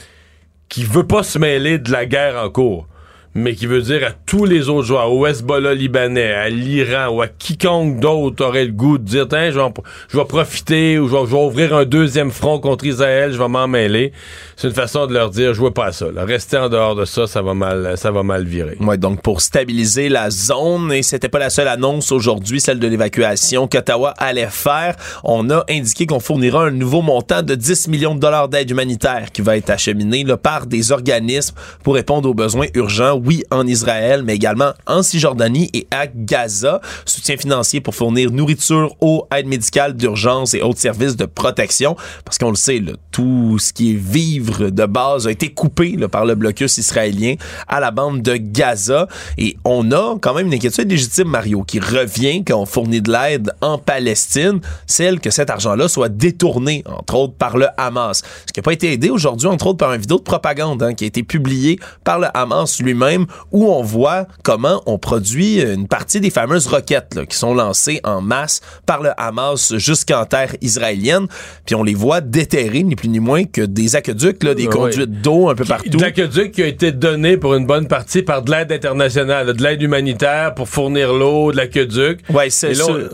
qui veut pas se mêler de la guerre en cours, mais qui veut dire à tous les autres joueurs, au Hezbollah libanais, à l'Iran ou à quiconque d'autre aurait le goût de dire tiens, je vais profiter ou je vais ouvrir un deuxième front contre Israël, je vais m'en mêler. C'est une façon de leur dire je veux pas ça. Là. Restez en dehors de ça, ça va mal virer. Ouais, donc pour stabiliser la zone, et c'était pas la seule annonce aujourd'hui, celle de l'évacuation qu'Ottawa allait faire. On a indiqué qu'on fournira un nouveau montant de 10 millions de dollars d'aide humanitaire qui va être acheminé là, par des organismes pour répondre aux besoins urgents. Oui, en Israël, mais également en Cisjordanie et à Gaza. Soutien financier pour fournir nourriture, eau, aide médicale d'urgence et autres services de protection. Parce qu'on le sait, là, tout ce qui est vivre de base a été coupé là, par le blocus israélien à la bande de Gaza. Et on a quand même une inquiétude légitime, Mario, qui revient quand on fournit de l'aide en Palestine, celle que cet argent-là soit détourné, entre autres, par le Hamas. Ce qui n'a pas été aidé aujourd'hui, entre autres, par une vidéo de propagande qui a été publiée par le Hamas lui-même, où on voit comment on produit une partie des fameuses roquettes là, qui sont lancées en masse par le Hamas jusqu'en terre israélienne. Puis on les voit déterrer, ni plus ni moins que des aqueducs, là, des conduites d'eau un peu partout. De l'aqueduc qui a été donné pour une bonne partie par de l'aide internationale, de l'aide humanitaire pour fournir l'eau de l'aqueduc. Oui, c'est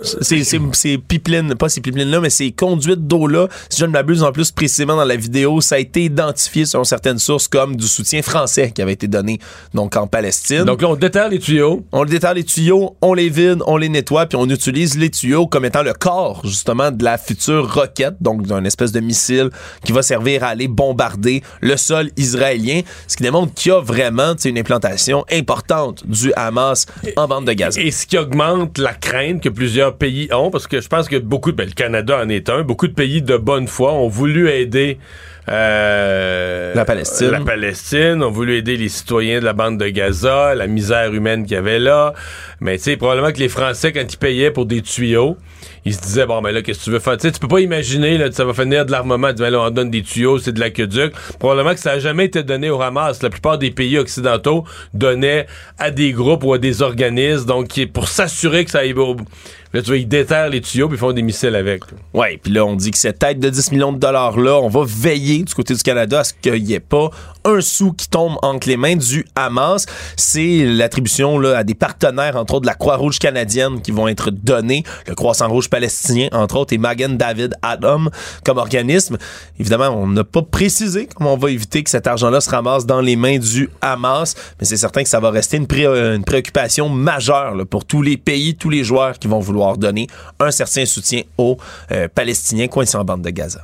ces pipelines, pas ces pipelines-là, mais ces conduites d'eau-là, si je ne m'abuse en plus précisément dans la vidéo, ça a été identifié selon certaines sources comme du soutien français qui avait été donné donc donc en Palestine. Donc là, on déterre les tuyaux. On déterre les tuyaux, on les vide, on les nettoie, puis on utilise les tuyaux comme étant le corps, justement, de la future roquette, donc d'une espèce de missile qui va servir à aller bombarder le sol israélien, ce qui démontre qu'il y a vraiment une implantation importante du Hamas en bande de Gaza. Et ce qui augmente la crainte que plusieurs pays ont, parce que je pense que le Canada en est un, beaucoup de pays de bonne foi ont voulu aider la Palestine, ont voulu aider les citoyens de la bande de Gaza, la misère humaine qu'il y avait là. Mais tu sais, probablement que les Français, quand ils payaient pour des tuyaux, ils se disaient, bon, ben là, qu'est-ce que tu veux faire? Tu sais, tu peux pas imaginer, là, ça va finir de l'armement, tu dis, ben là, on donne des tuyaux, c'est de l'aqueduc. Probablement que ça a jamais été donné au Hamas. La plupart des pays occidentaux donnaient à des groupes ou à des organismes, donc, pour s'assurer que ça aille au... Là, tu vois, ils déterrent les tuyaux puis ils font des missiles avec. Ouais, puis là, on dit que cette aide de 10 millions de $-là, on va veiller du côté du Canada à ce qu'il n'y ait pas un sou qui tombe entre les mains du Hamas. C'est l'attribution là, à des partenaires, entre autres de la Croix-Rouge canadienne, qui vont être donnés, le Croissant-Rouge palestinien, entre autres, et Magen David Adom comme organisme. Évidemment, on n'a pas précisé comment on va éviter que cet argent-là se ramasse dans les mains du Hamas, mais c'est certain que ça va rester une préoccupation majeure là, pour tous les pays, tous les joueurs qui vont vouloir donner un certain soutien aux Palestiniens coincés en bande de Gaza.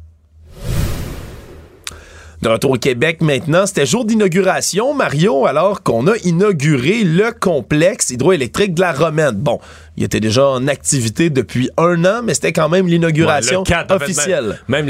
De retour au Québec maintenant, c'était jour d'inauguration, Mario, alors qu'on a inauguré le complexe hydroélectrique de la Romaine. Bon, il était déjà en activité depuis 1 an, mais c'était quand même l'inauguration officielle. Même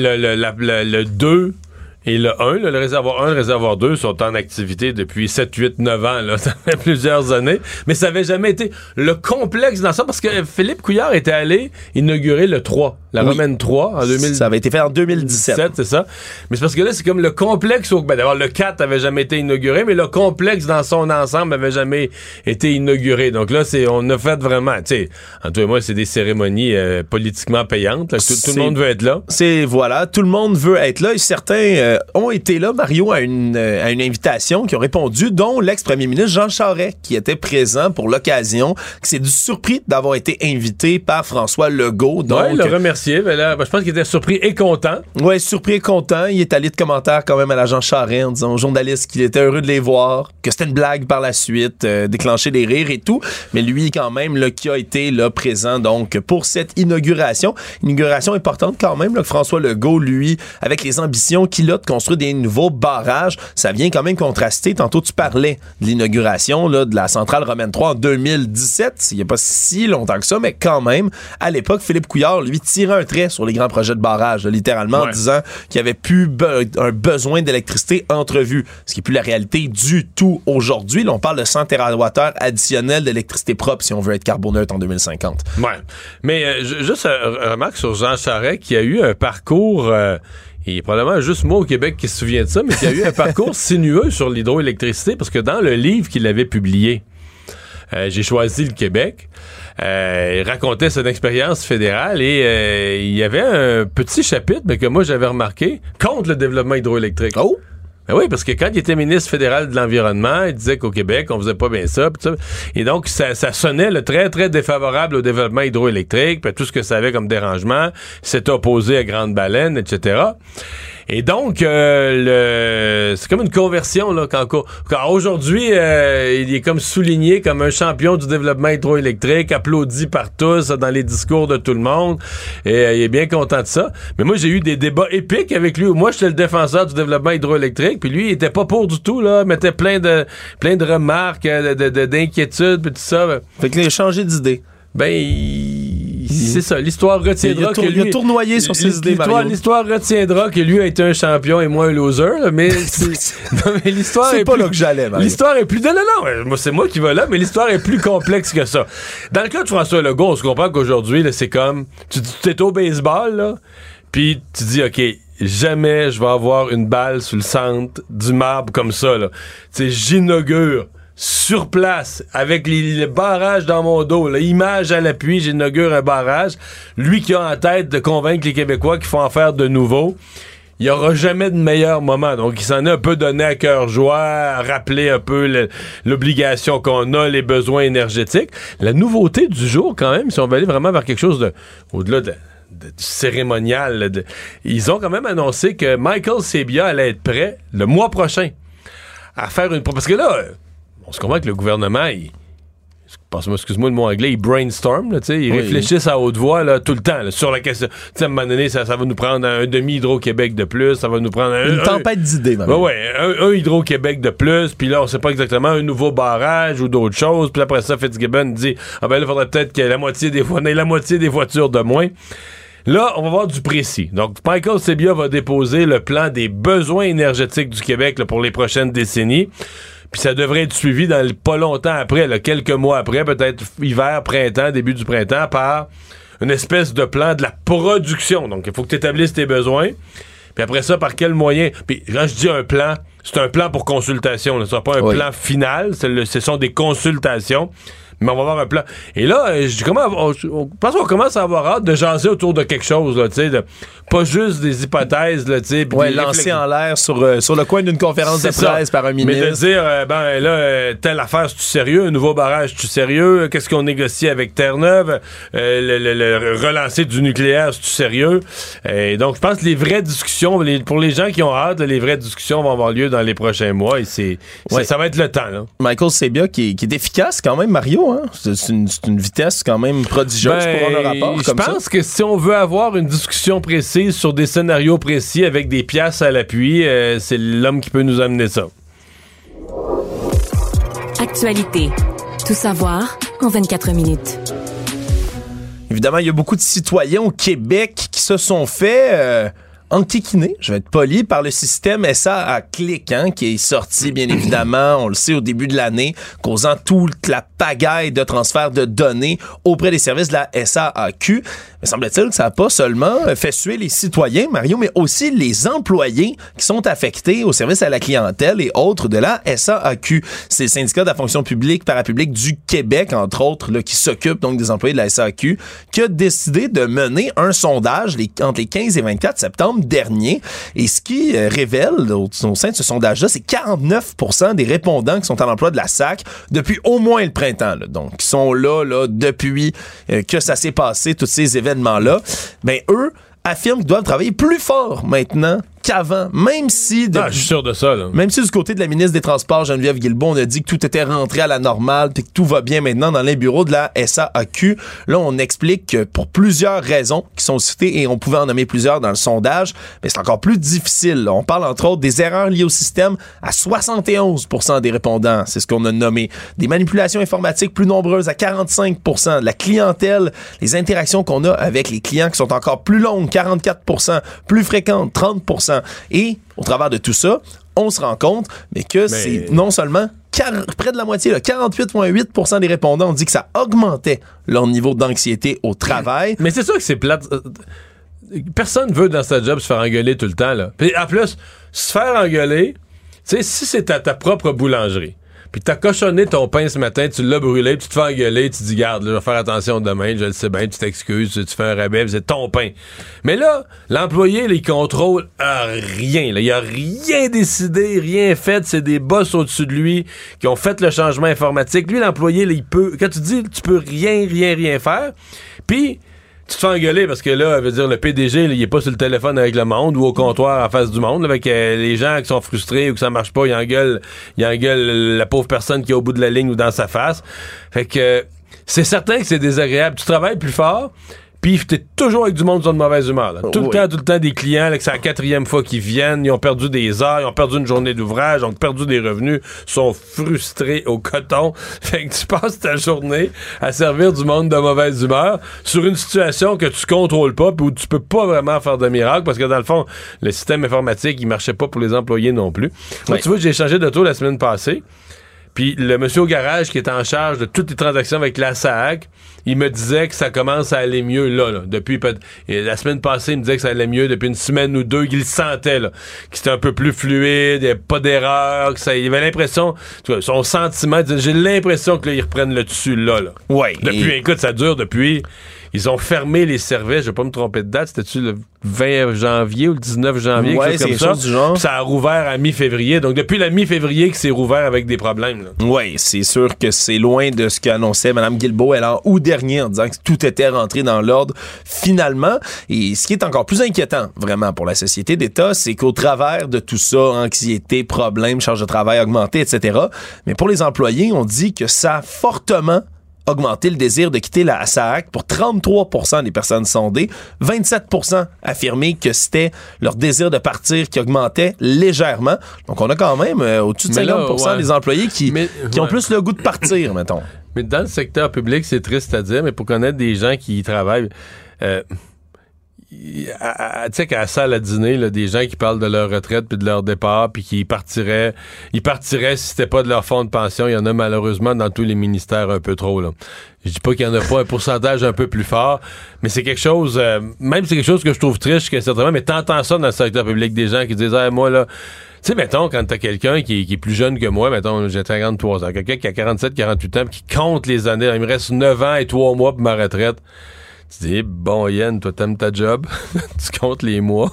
le 2... Et le 1, le réservoir 1, le réservoir 2 sont en activité depuis 7, 8, 9 ans. Là. Ça fait plusieurs années. Mais ça n'avait jamais été le complexe dans ça, parce que Philippe Couillard était allé inaugurer le 3, la Romaine 3, en 2000. Ça avait été fait en 2017. C'est ça. Mais c'est parce que là, c'est comme le complexe. D'abord, le 4 avait jamais été inauguré, mais le complexe dans son ensemble avait jamais été inauguré. Donc là, on a fait vraiment, tu sais, en tout cas, moi, c'est des cérémonies politiquement payantes. Là, tout le monde veut être là. Voilà, tout le monde veut être là. Et certains ont été là, Mario, à une invitation, qui ont répondu, dont l'ex-premier ministre Jean Charest, qui était présent pour l'occasion, qui s'est surpris d'avoir été invité par François Legault. Donc, il l'a remercié, mais là, je pense qu'il était surpris et content. Oui, surpris et content. Il est allé de commentaires quand même à la Jean Charest en disant aux journalistes qu'il était heureux de les voir, que c'était une blague par la suite, déclencher des rires et tout. Mais lui, quand même, là, qui a été là, présent donc pour cette inauguration. Inauguration importante quand même, là, que François Legault, lui, avec les ambitions qu'il a de construire des nouveaux barrages, ça vient quand même contraster. Tantôt, tu parlais de l'inauguration là, de la centrale Romaine 3 en 2017. Il n'y a pas si longtemps que ça, mais quand même, à l'époque, Philippe Couillard, lui, tirait un trait sur les grands projets de barrage, là, littéralement, en disant qu'il n'y avait plus un besoin d'électricité entrevu, ce qui n'est plus la réalité du tout aujourd'hui. Là, on parle de 100 TWh additionnels d'électricité propre si on veut être carboneutre en 2050. Ouais. Mais juste remarque sur Jean Charest qui a eu un parcours... il y a probablement juste moi au Québec qui se souvient de ça, mais qui a eu un parcours sinueux sur l'hydroélectricité, parce que dans le livre qu'il avait publié, J'ai choisi le Québec, il racontait son expérience fédérale et il y avait un petit chapitre que moi j'avais remarqué contre le développement hydroélectrique. Oh! Ben oui, parce que quand il était ministre fédéral de l'Environnement, il disait qu'au Québec, on faisait pas bien ça. Pis ça. Et donc, ça sonnait très, très défavorable au développement hydroélectrique, puis tout ce que ça avait comme dérangement, s'était opposé à Grande Baleine, etc. Et donc, c'est comme une conversion, là, quand aujourd'hui, il est comme souligné comme un champion du développement hydroélectrique, applaudi par tous dans les discours de tout le monde, et il est bien content de ça. Mais moi, j'ai eu des débats épiques avec lui. Moi, j'étais le défenseur du développement hydroélectrique, puis lui, il était pas pour du tout, là, mettait plein de remarques, d'inquiétudes, puis tout ça. Fait qu'il a changé d'idée. C'est ça, l'histoire retiendra que lui... Il a tournoyé sur ses idées, Mario. L'histoire retiendra que lui a été un champion et moi un loser, là, mais l'histoire c'est pas là que j'allais, Mario. L'histoire est plus... Non, moi, c'est moi qui vais là, mais l'histoire est plus complexe que ça. Dans le cas de François Legault, on se comprend qu'aujourd'hui, là, c'est comme... Tu t'es au baseball, là, puis tu dis, OK, jamais je vais avoir une balle sur le centre du marbre comme ça, là. Tu sais, j'inaugure sur place, avec les barrages dans mon dos, l'image à l'appui, j'inaugure un barrage. Lui qui a en tête de convaincre les Québécois qu'il faut en faire de nouveau, il n'y aura jamais de meilleur moment. Donc, il s'en est un peu donné à cœur joie, rappeler un peu l'obligation qu'on a, les besoins énergétiques. La nouveauté du jour, quand même, si on veut aller vraiment vers quelque chose au-delà du cérémonial, ils ont quand même annoncé que Michael Sabia allait être prêt le mois prochain à faire une... Parce que là... on se comprend que le gouvernement, excuse-moi le mot anglais, ils brainstorm, là, ils réfléchissent à haute voix là, tout le temps là, sur la question. À un moment donné, ça va nous prendre un demi-Hydro-Québec de plus, ça va nous prendre une tempête d'idées. Un Hydro-Québec de plus, puis là, on sait pas exactement un nouveau barrage ou d'autres choses, puis après ça, Fitzgibbon dit là, il faudrait peut-être qu'il y ait la moitié des voitures de moins. Là, on va voir du précis. Donc, Michael Sebia va déposer le plan des besoins énergétiques du Québec là, pour les prochaines décennies. Puis ça devrait être suivi pas longtemps après, là, quelques mois après, peut-être hiver, printemps, début du printemps, par une espèce de plan de la production. Donc, il faut que tu établisses tes besoins. Puis après ça, par quel moyen? Puis quand je dis un plan, c'est un plan pour consultation. Ce sera pas un plan final. Ce sont des consultations. Mais on va avoir un plan. Et là, je pense qu'on commence à avoir hâte de jaser autour de quelque chose, là, tu sais, pas juste des hypothèses, là, tu sais. Ouais, lancé en l'air sur le coin d'une conférence de presse par un ministre. Mais de dire, telle affaire, c'est-tu sérieux? Un nouveau barrage, c'est-tu sérieux? Qu'est-ce qu'on négocie avec Terre-Neuve? Le relancer du nucléaire, c'est-tu sérieux? Et donc, je pense que les vraies discussions, pour les gens qui ont hâte, les vraies discussions vont avoir lieu dans les prochains mois et ça va être le temps, là. Michael Sebia qui est efficace quand même, Mario. Hein? C'est une vitesse quand même prodigieuse pour un rapport comme ça. Je pense que si on veut avoir une discussion précise sur des scénarios précis avec des pièces à l'appui, c'est l'homme qui peut nous amener ça. Actualité. Tout savoir en 24 minutes. Évidemment, il y a beaucoup de citoyens au Québec qui se sont fait... enquiquiné, je vais être poli, par le système SAA-Clic, qui est sorti, bien évidemment, on le sait, au début de l'année, causant toute la pagaille de transfert de données auprès des services de la SAAQ. Mais semble-t-il que ça n'a pas seulement fait suer les citoyens, Mario, mais aussi les employés qui sont affectés au service à la clientèle et autres de la SAAQ. C'est le syndicat de la fonction publique parapublique du Québec, entre autres, là, qui s'occupe donc des employés de la SAAQ, qui a décidé de mener un sondage entre les 15 et 24 septembre dernier. Et ce qui révèle au sein de ce sondage-là, c'est 49% des répondants qui sont à l'emploi de la SAC depuis au moins le printemps. Là. Donc, qui sont là depuis que ça s'est passé, tous ces événements-là. Ben, eux affirment qu'ils doivent travailler plus fort maintenant qu'avant, même si... je suis sûr de ça, là. Même si du côté de la ministre des Transports, Geneviève Guilbeault, on a dit que tout était rentré à la normale, que tout va bien maintenant dans les bureaux de la SAAQ. Là, on explique que pour plusieurs raisons qui sont citées, et on pouvait en nommer plusieurs dans le sondage, mais c'est encore plus difficile. Là. On parle entre autres des erreurs liées au système à 71% des répondants, c'est ce qu'on a nommé. Des manipulations informatiques plus nombreuses à 45%. De la clientèle, les interactions qu'on a avec les clients qui sont encore plus longues, 44%, plus fréquentes, 30%. Et au travers de tout ça, on se rend compte c'est non seulement près de la moitié, 48,8% des répondants ont dit que ça augmentait leur niveau d'anxiété au travail. Mais c'est sûr que c'est plate. Personne veut dans sa job se faire engueuler tout le temps. Là. Puis en plus, se faire engueuler, tu sais, si c'est à ta propre boulangerie, puis t'as cochonné ton pain ce matin, tu l'as brûlé, puis tu te fais engueuler, tu te dis, garde, là, je vais faire attention demain, je le sais bien, tu t'excuses, tu fais un rabais, c'est ton pain. Mais là, l'employé, là, il contrôle rien. Là. Il a rien décidé, rien fait, c'est des boss au-dessus de lui qui ont fait le changement informatique. Lui, l'employé, là, il peut, quand tu dis, tu peux rien faire, puis tu te fais engueuler parce que là, veut dire, le PDG, là, il est pas sur le téléphone avec le monde ou au comptoir en face du monde, là, avec les gens qui sont frustrés ou que ça marche pas, il engueule la pauvre personne qui est au bout de la ligne ou dans sa face. Fait que c'est certain que c'est désagréable. Tu travailles plus fort, puis t'es toujours avec du monde qui sont de mauvaise humeur. Là. Tout le temps des clients, là, que c'est la 4e fois qu'ils viennent, ils ont perdu des heures, ils ont perdu une journée d'ouvrage, ils ont perdu des revenus, sont frustrés au coton. Fait que tu passes ta journée à servir du monde de mauvaise humeur sur une situation que tu contrôles pas, puis où tu peux pas vraiment faire de miracle, parce que dans le fond, le système informatique, il marchait pas pour les employés non plus. Moi, tu vois, j'ai changé d'auto la semaine passée. Puis le monsieur au garage qui est en charge de toutes les transactions avec la SAAQ, il me disait que ça commence à aller mieux là. Depuis la semaine passée, il me disait que ça allait mieux depuis une semaine ou deux, qu'il le sentait là, que c'était un peu plus fluide, il n'y avait pas d'erreur, il avait l'impression, tu vois, son sentiment, j'ai l'impression que là, ils reprennent le dessus là. Ouais. Écoute, ça dure depuis. Ils ont fermé les services, je vais pas me tromper de date, c'était-tu le 20 janvier ou le 19 janvier, quelque chose comme ça. Du genre. Puis ça a rouvert à mi-février. Donc depuis la mi-février que c'est rouvert avec des problèmes. Oui, c'est sûr que c'est loin de ce qu'annonçait Mme Guilbeault. Elle a ou dernier en disant que tout était rentré dans l'ordre finalement. Et ce qui est encore plus inquiétant, vraiment, pour la société d'État, c'est qu'au travers de tout ça, anxiété, problèmes, charge de travail augmentée, etc., mais pour les employés, on dit que ça a fortement augmenté le désir de quitter la SAAC pour 33% des personnes sondées, 27% affirmé que c'était leur désir de partir qui augmentait légèrement. Donc, on a quand même au-dessus de 50% des employés qui ont plus le goût de partir, mettons. Mais dans le secteur public, c'est triste à dire, mais pour connaître des gens qui y travaillent... tu sais qu'à la salle à dîner, là, des gens qui parlent de leur retraite puis de leur départ puis qui partiraient si c'était pas de leur fonds de pension. Il y en a malheureusement dans tous les ministères un peu trop, là. Je dis pas qu'il y en a pas un pourcentage un peu plus fort, mais c'est quelque chose, même c'est quelque chose que je trouve triste, que certainement, mais t'entends ça dans le secteur public, des gens qui disent, moi, là, tu sais, mettons, quand t'as quelqu'un qui est plus jeune que moi, mettons, j'ai 53 ans, quelqu'un qui a 47, 48 ans, pis qui compte les années, il me reste 9 ans et 3 mois pour ma retraite. Tu dis, bon, Yann, toi, t'aimes ta job? Tu comptes les mois?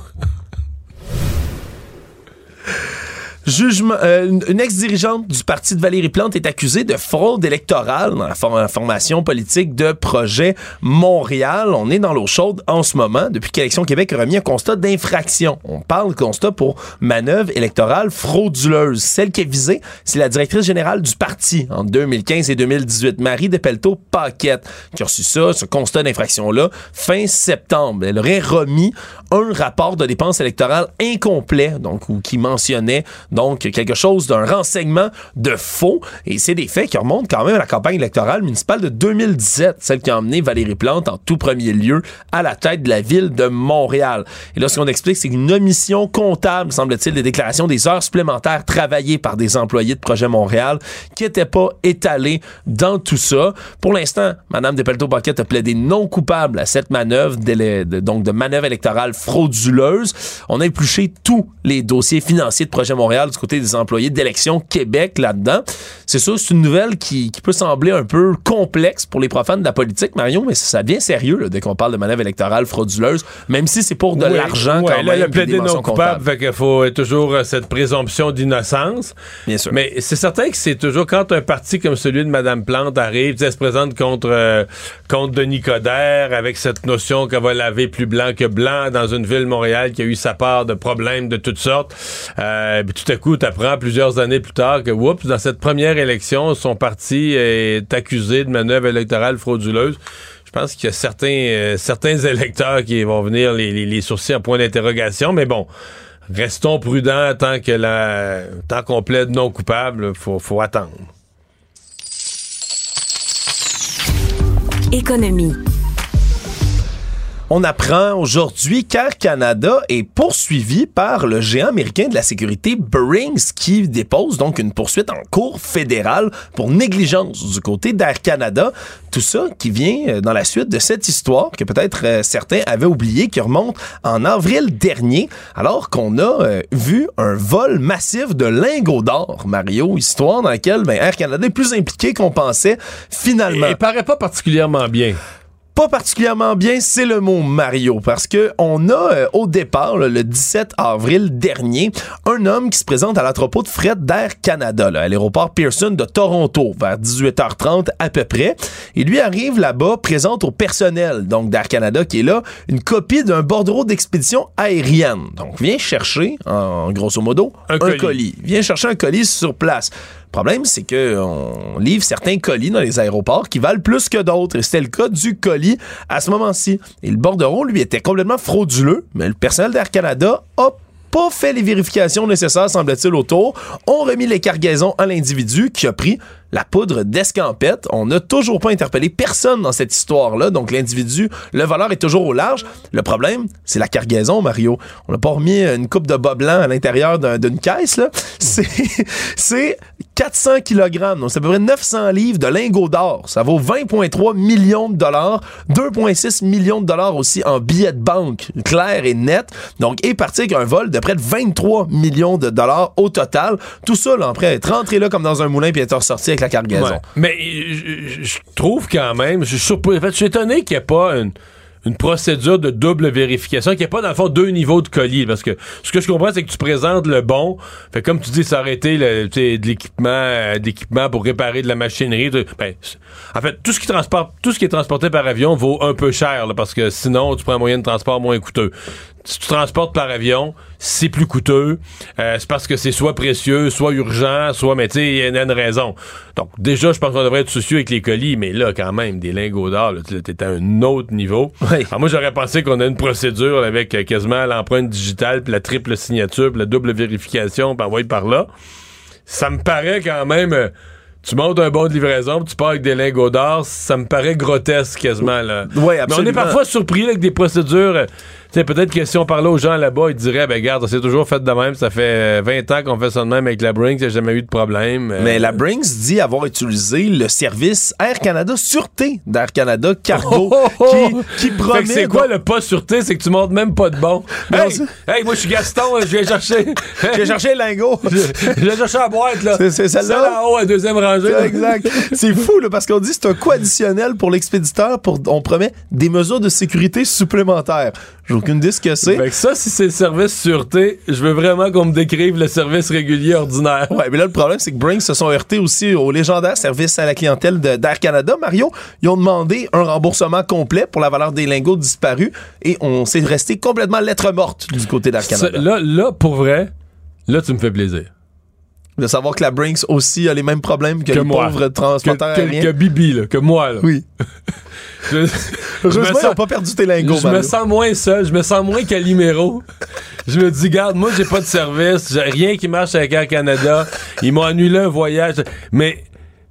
Jugement, une ex-dirigeante du parti de Valérie Plante est accusée de fraude électorale dans la formation politique de Projet Montréal. On est dans l'eau chaude en ce moment, depuis qu'Élections Québec a remis un constat d'infraction. On parle de constat pour manœuvre électorale frauduleuse. Celle qui est visée, c'est la directrice générale du parti en 2015 et 2018, Marie Depelto-Paquette, qui a reçu ce constat d'infraction-là, fin septembre. Elle aurait remis un rapport de dépenses électorales incomplet, donc, ou qui mentionnait donc quelque chose d'un renseignement de faux, et c'est des faits qui remontent quand même à la campagne électorale municipale de 2017, celle qui a emmené Valérie Plante en tout premier lieu à la tête de la ville de Montréal. Et là, ce qu'on explique, c'est une omission comptable, semble-t-il, des déclarations des heures supplémentaires travaillées par des employés de Projet Montréal qui n'étaient pas étalées dans tout ça. Pour l'instant, Mme Depelto-Paquette a plaidé non coupable à cette manœuvre, de manœuvre électorale frauduleuse. On a épluché tous les dossiers financiers de Projet Montréal du côté des employés d'Élections Québec là-dedans. C'est sûr, c'est une nouvelle qui peut sembler un peu complexe pour les profanes de la politique, Marion, mais ça devient sérieux là, dès qu'on parle de manœuvre électorale frauduleuse, même si c'est pour de l'argent quand même. Le plaider non coupable, fait qu'il faut toujours cette présomption d'innocence. Bien sûr. Mais c'est certain que c'est toujours, quand un parti comme celui de Mme Plante arrive, elle se présente contre Denis Coderre, avec cette notion qu'elle va laver plus blanc que blanc dans une ville, Montréal, qui a eu sa part de problèmes de toutes sortes. Puis tout à coup, t'apprends plusieurs années plus tard que, oups, dans cette première élection, son parti est accusé de manœuvre électorale frauduleuse. Je pense qu'il y a certains électeurs qui vont venir les sourcils en point d'interrogation, mais bon, restons prudents tant qu'on plaide non coupable, faut attendre. Économie. On apprend aujourd'hui qu'Air Canada est poursuivi par le géant américain de la sécurité Boeing, qui dépose donc une poursuite en cour fédérale pour négligence du côté d'Air Canada. Tout ça qui vient dans la suite de cette histoire que peut-être certains avaient oublié, qui remonte en avril dernier, alors qu'on a vu un vol massif de lingots d'or, Mario, histoire dans laquelle Air Canada est plus impliqué qu'on pensait finalement. Il paraît pas particulièrement bien. Pas particulièrement bien, c'est le mot, Mario, parce que on a au départ, le 17 avril dernier, un homme qui se présente à l'entrepôt de fret d'Air Canada, à l'aéroport Pearson de Toronto, vers 18h30 à peu près. Et lui arrive là-bas, présente au personnel donc d'Air Canada qui est là, une copie d'un bordereau d'expédition aérienne. Donc, vient chercher, en grosso modo, un colis. Vient chercher un colis sur place. Le problème, c'est qu'on livre certains colis dans les aéroports qui valent plus que d'autres. Et c'était le cas du colis à ce moment-ci. Et le bordereau, lui, était complètement frauduleux, mais le personnel d'Air Canada a pas fait les vérifications nécessaires, semble-t-il, autour. On remis les cargaisons à l'individu qui a pris la poudre d'escampette. On n'a toujours pas interpellé personne dans cette histoire-là. Donc, l'individu, le voleur est toujours au large. Le problème, c'est la cargaison, Mario. On n'a pas remis une coupe de bas blanc à l'intérieur d'une caisse, là. C'est 400 kg. Donc, c'est à peu près 900 livres de lingots d'or. Ça vaut 20,3 millions de dollars. 2,6 millions de dollars aussi en billets de banque, clair et net. Donc, est parti avec un vol de près de 23 millions de dollars au total. Tout ça, là, après être rentré là comme dans un moulin puis être ressorti avec la cargaison. Ouais. Mais je trouve quand même, je suis étonné qu'il n'y ait pas une procédure de double vérification, qu'il n'y ait pas, dans le fond, 2 niveaux de colis. Parce que ce que je comprends, c'est que tu présentes le bon. Fait comme tu dis, ça aurait été de l'équipement pour réparer de la machinerie. En fait, tout ce qui est transporté par avion vaut un peu cher, là, parce que sinon, tu prends un moyen de transport moins coûteux. Si tu transportes par avion, c'est plus coûteux. C'est parce que c'est soit précieux, soit urgent, soit, mais tu sais, il y a une raison. Donc, déjà, je pense qu'on devrait être soucieux avec les colis, mais là, quand même, des lingots d'or, t'es à un autre niveau. Oui. Alors, moi, j'aurais pensé qu'on a une procédure avec quasiment l'empreinte digitale, puis la triple signature, puis la double vérification, puis envoyer par là. Ça me paraît quand même... tu montes un bon de livraison, puis tu pars avec des lingots d'or, ça me paraît grotesque quasiment, là. Oui, absolument. Mais on est parfois surpris là, avec des procédures... peut-être que si on parlait aux gens là-bas, ils diraient, regarde, c'est toujours fait de même, ça fait 20 ans qu'on fait ça de même avec la Brinks, il n'y a jamais eu de problème. Mais la Brinks dit avoir utilisé le service Air Canada Sûreté d'Air Canada Cargo qui promet... Fait que c'est quoi le pas sûreté? C'est que tu montes même pas de bon. Hey, moi je suis Gaston, je viens chercher... J'ai cherché le lingot. Je viens chercher la boîte, là. C'est celle-là. Celle en haut, à deuxième rangée. Exact. C'est fou, là, parce qu'on dit que c'est un coût additionnel pour l'expéditeur, on promet des mesures de sécurité supplémentaires. J'ai aucune idée ce que c'est. Fait que ça, si c'est le service sûreté, je veux vraiment qu'on me décrive le service régulier ordinaire. Ouais, mais là, le problème, c'est que Brinks se sont heurtés aussi au légendaire service à la clientèle d'Air Canada. Mario, ils ont demandé un remboursement complet pour la valeur des lingots disparus et on s'est resté complètement lettre morte du côté d'Air Canada. Là, pour vrai, là, tu me fais plaisir. De savoir que la Brinks aussi a les mêmes problèmes que les pauvres transporteurs aériens. Que Bibi, là, que moi, là. Oui. Heureusement, ils n'ont pas perdu tes lingots, Je me sens moins seul, je me sens moins Calimero. Je me dis, garde, moi, j'ai pas de service, j'ai rien qui marche avec Air Canada. Ils m'ont annulé un voyage. Mais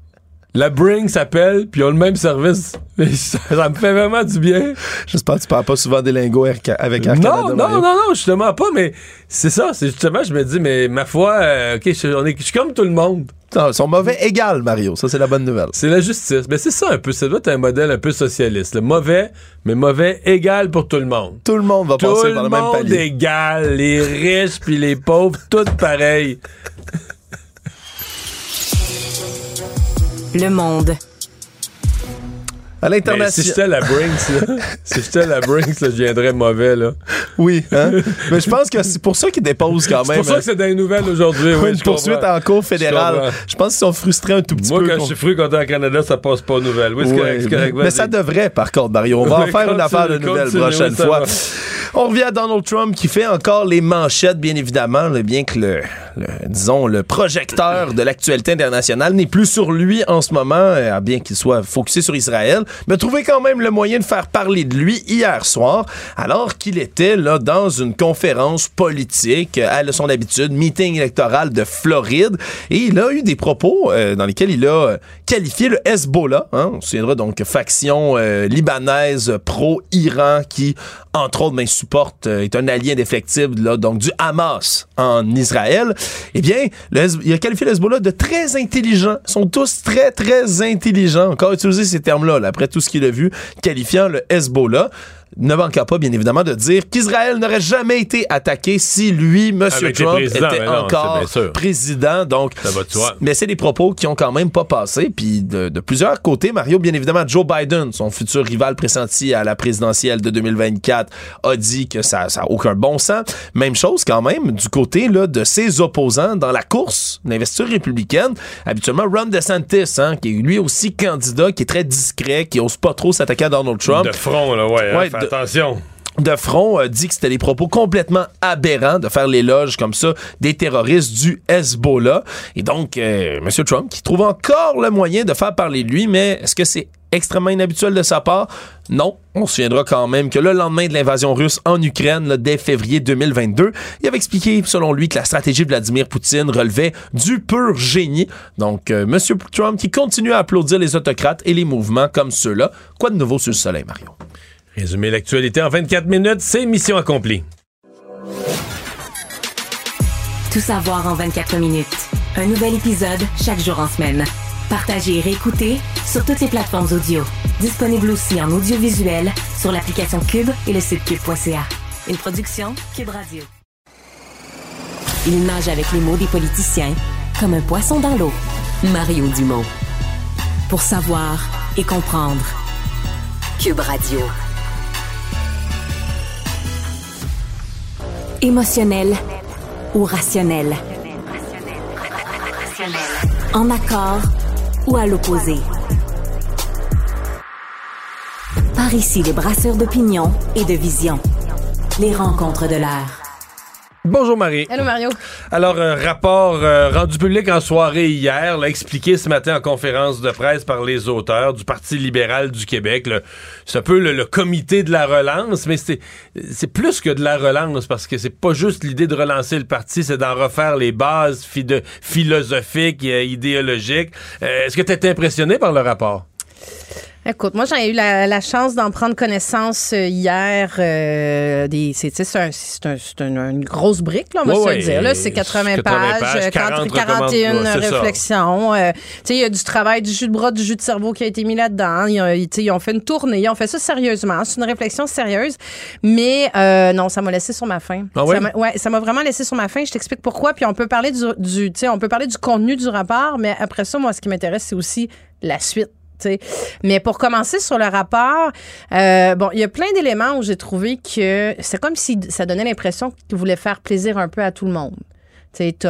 la Brinks s'appelle, puis ils ont le même service. Ça me fait vraiment du bien. J'espère que tu parles pas souvent des lingots avec Air Canada. Non, justement pas, mais c'est ça. C'est justement, je me dis, mais ma foi, OK, je suis comme tout le monde. Non, ils sont mauvais égal, Mario. Ça, c'est la bonne nouvelle. C'est la justice. Mais c'est ça un peu. Ça doit être un modèle un peu socialiste. Le mauvais, mais mauvais égal pour tout le monde. Tout le monde va passer par le même palier. Tout le monde égal. Les riches puis les pauvres, tout pareil. Le Monde. À l'international. Si j'étais la Brinks, là, je viendrais mauvais, là. Oui, hein? Mais je pense que c'est pour ça qu'ils déposent quand même. C'est pour ça que c'est dans les nouvelles aujourd'hui. Oui, une poursuite en cour fédérale. Je pense qu'ils sont frustrés un tout petit peu. Moi, quand je suis frustré contre le Canada, ça passe pas aux nouvelles. Oui, c'est correct. Mais ça devrait, par contre, Mario. On va en faire une affaire de nouvelles prochaine fois. On revient à Donald Trump qui fait encore les manchettes, bien évidemment, bien que le projecteur de l'actualité internationale n'est plus sur lui en ce moment, bien qu'il soit focusé sur Israël, mais trouvé quand même le moyen de faire parler de lui hier soir, alors qu'il était là dans une conférence politique à son habitude, meeting électoral de Floride, et il a eu des propos dans lesquels il a qualifié le Hezbollah, on se souviendra donc faction libanaise pro-Iran qui, entre autres, supporte, est un allié indéfectible là, donc du Hamas en Israël. Eh bien, il a qualifié le Hezbollah de très intelligent. Ils sont tous très, très intelligents. Encore utiliser ces termes-là, après tout ce qu'il a vu, qualifiant le Hezbollah. Ne manqua pas, bien évidemment, de dire qu'Israël n'aurait jamais été attaqué si lui, M. Trump, était encore président. Donc, mais c'est des propos qui ont quand même pas passé. Puis de plusieurs côtés, Mario, bien évidemment, Joe Biden, son futur rival pressenti à la présidentielle de 2024, a dit que ça a aucun bon sens. Même chose quand même du côté là, de ses opposants dans la course d'investiture républicaine. Habituellement, Ron DeSantis, qui est lui aussi candidat, qui est très discret, qui ose pas trop s'attaquer à Donald Trump. De front, là, attention. De front, dit que c'était des propos complètement aberrants de faire l'éloge comme ça des terroristes du Hezbollah. Et donc, M. Trump qui trouve encore le moyen de faire parler de lui, mais est-ce que c'est extrêmement inhabituel de sa part? Non. On se souviendra quand même que le lendemain de l'invasion russe en Ukraine, là, dès février 2022, il avait expliqué, selon lui, que la stratégie de Vladimir Poutine relevait du pur génie. Donc, M. Trump qui continue à applaudir les autocrates et les mouvements comme ceux-là. Quoi de nouveau sur le soleil, Mario? Résumer l'actualité en 24 minutes, c'est mission accomplie. Tout savoir en 24 minutes. Un nouvel épisode chaque jour en semaine. Partagez et réécoutez sur toutes les plateformes audio. Disponible aussi en audiovisuel sur l'application Cube et le site cube.ca. Une production Cube Radio. Il nage avec les mots des politiciens comme un poisson dans l'eau. Mario Dumont. Pour savoir et comprendre. Cube Radio. Émotionnel ou rationnel? En accord ou à l'opposé? Par ici, les brasseurs d'opinion et de vision. Les rencontres de l'air. Bonjour Marie. Allô Mario. Alors, un rapport rendu public en soirée hier, là, expliqué ce matin en conférence de presse par les auteurs du Parti libéral du Québec. C'est un peu le comité de la relance, mais c'est plus que de la relance, parce que c'est pas juste l'idée de relancer le parti, c'est d'en refaire les bases philosophiques et idéologiques. Est-ce que tu as été impressionné par le rapport? Écoute, moi, j'ai eu la chance d'en prendre connaissance hier. C'est une grosse brique, là, on va se le dire. Là, c'est 80 pages, 41 réflexions. Il y a du travail, du jus de bras, du jus de cerveau qui a été mis là-dedans. Ils ont fait une tournée, ils ont fait ça sérieusement. C'est une réflexion sérieuse. Mais non, ça m'a laissé sur ma faim. Ah oui? Ça m'a vraiment laissé sur ma faim. Je t'explique pourquoi. Puis on peut parler on peut parler du contenu du rapport, mais après ça, moi, ce qui m'intéresse, c'est aussi la suite. Mais pour commencer sur le rapport, il y a plein d'éléments où j'ai trouvé que c'est comme si ça donnait l'impression qu'il voulait faire plaisir un peu à tout le monde. Tu sais,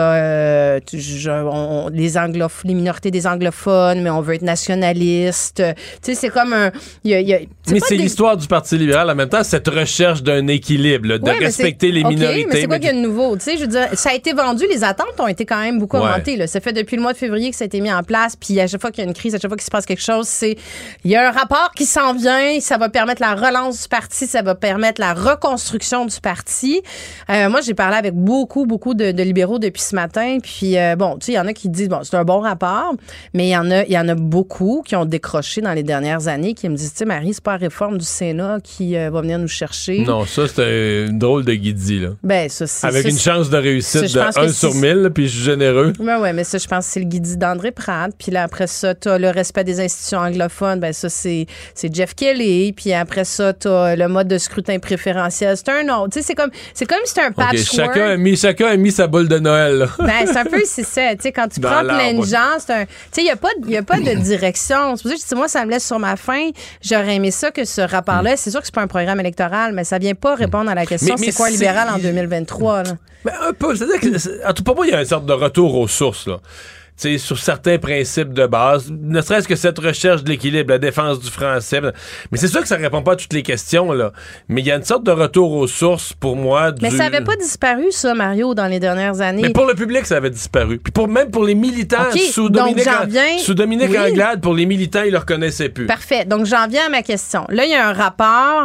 les minorités des anglophones, mais on veut être nationaliste. Tu sais, c'est comme un... mais c'est l'histoire du Parti libéral en même temps, cette recherche d'un équilibre, là, de respecter les minorités. Mais c'est quoi qu'il y a de nouveau? Tu sais, je veux dire, ça a été vendu, les attentes ont été quand même beaucoup augmentées. Là. Ça fait depuis le mois de février que ça a été mis en place, puis à chaque fois qu'il y a une crise, à chaque fois qu'il se passe quelque chose, il y a un rapport qui s'en vient, ça va permettre la relance du parti, ça va permettre la reconstruction du parti. Moi, j'ai parlé avec beaucoup de libéraux depuis ce matin, puis tu sais, il y en a qui disent, c'est un bon rapport, mais il y en a beaucoup qui ont décroché dans les dernières années, qui me disent, tu sais, Marie, c'est pas la réforme du Sénat qui va venir nous chercher. Non, ça, c'est une drôle de guidie, là. Ben, ça, c'est... Avec une chance de réussite de 1 sur 1000, puis je suis généreux. Oui, mais ça, je pense que c'est le guidie d'André Pratt, puis là, après ça, t'as le respect des institutions anglophones, ben ça, c'est Jeff Kelly, puis après ça, t'as le mode de scrutin préférentiel, c'est un autre. Tu sais, c'est comme si c'était un patchwork. Chacun a mis sa boule de Noël. Ben, c'est un peu, c'est ça. Tu sais, quand tu prends plein de gens, tu sais, il n'y a pas de direction. C'est pour ça que je dis, moi, ça me laisse sur ma faim. J'aurais aimé ça que ce rapport-là, c'est sûr que c'est pas un programme électoral, mais ça vient pas répondre à la question c'est quoi libéral en 2023, là? Ben, un peu. C'est-à-dire que, en tout cas, pour moi, il y a une sorte de retour aux sources, là. T'sais, sur certains principes de base, ne serait-ce que cette recherche de l'équilibre, la défense du français. Mais c'est sûr que ça répond pas à toutes les questions, là. Mais il y a une sorte de retour aux sources, pour moi. Mais ça avait pas disparu, ça, Mario, dans les dernières années. Mais pour le public, ça avait disparu. Puis même pour les militants, sous Dominique Anglade, pour les militants, ils le reconnaissaient plus. Parfait. Donc, j'en viens à ma question. Là, il y a un rapport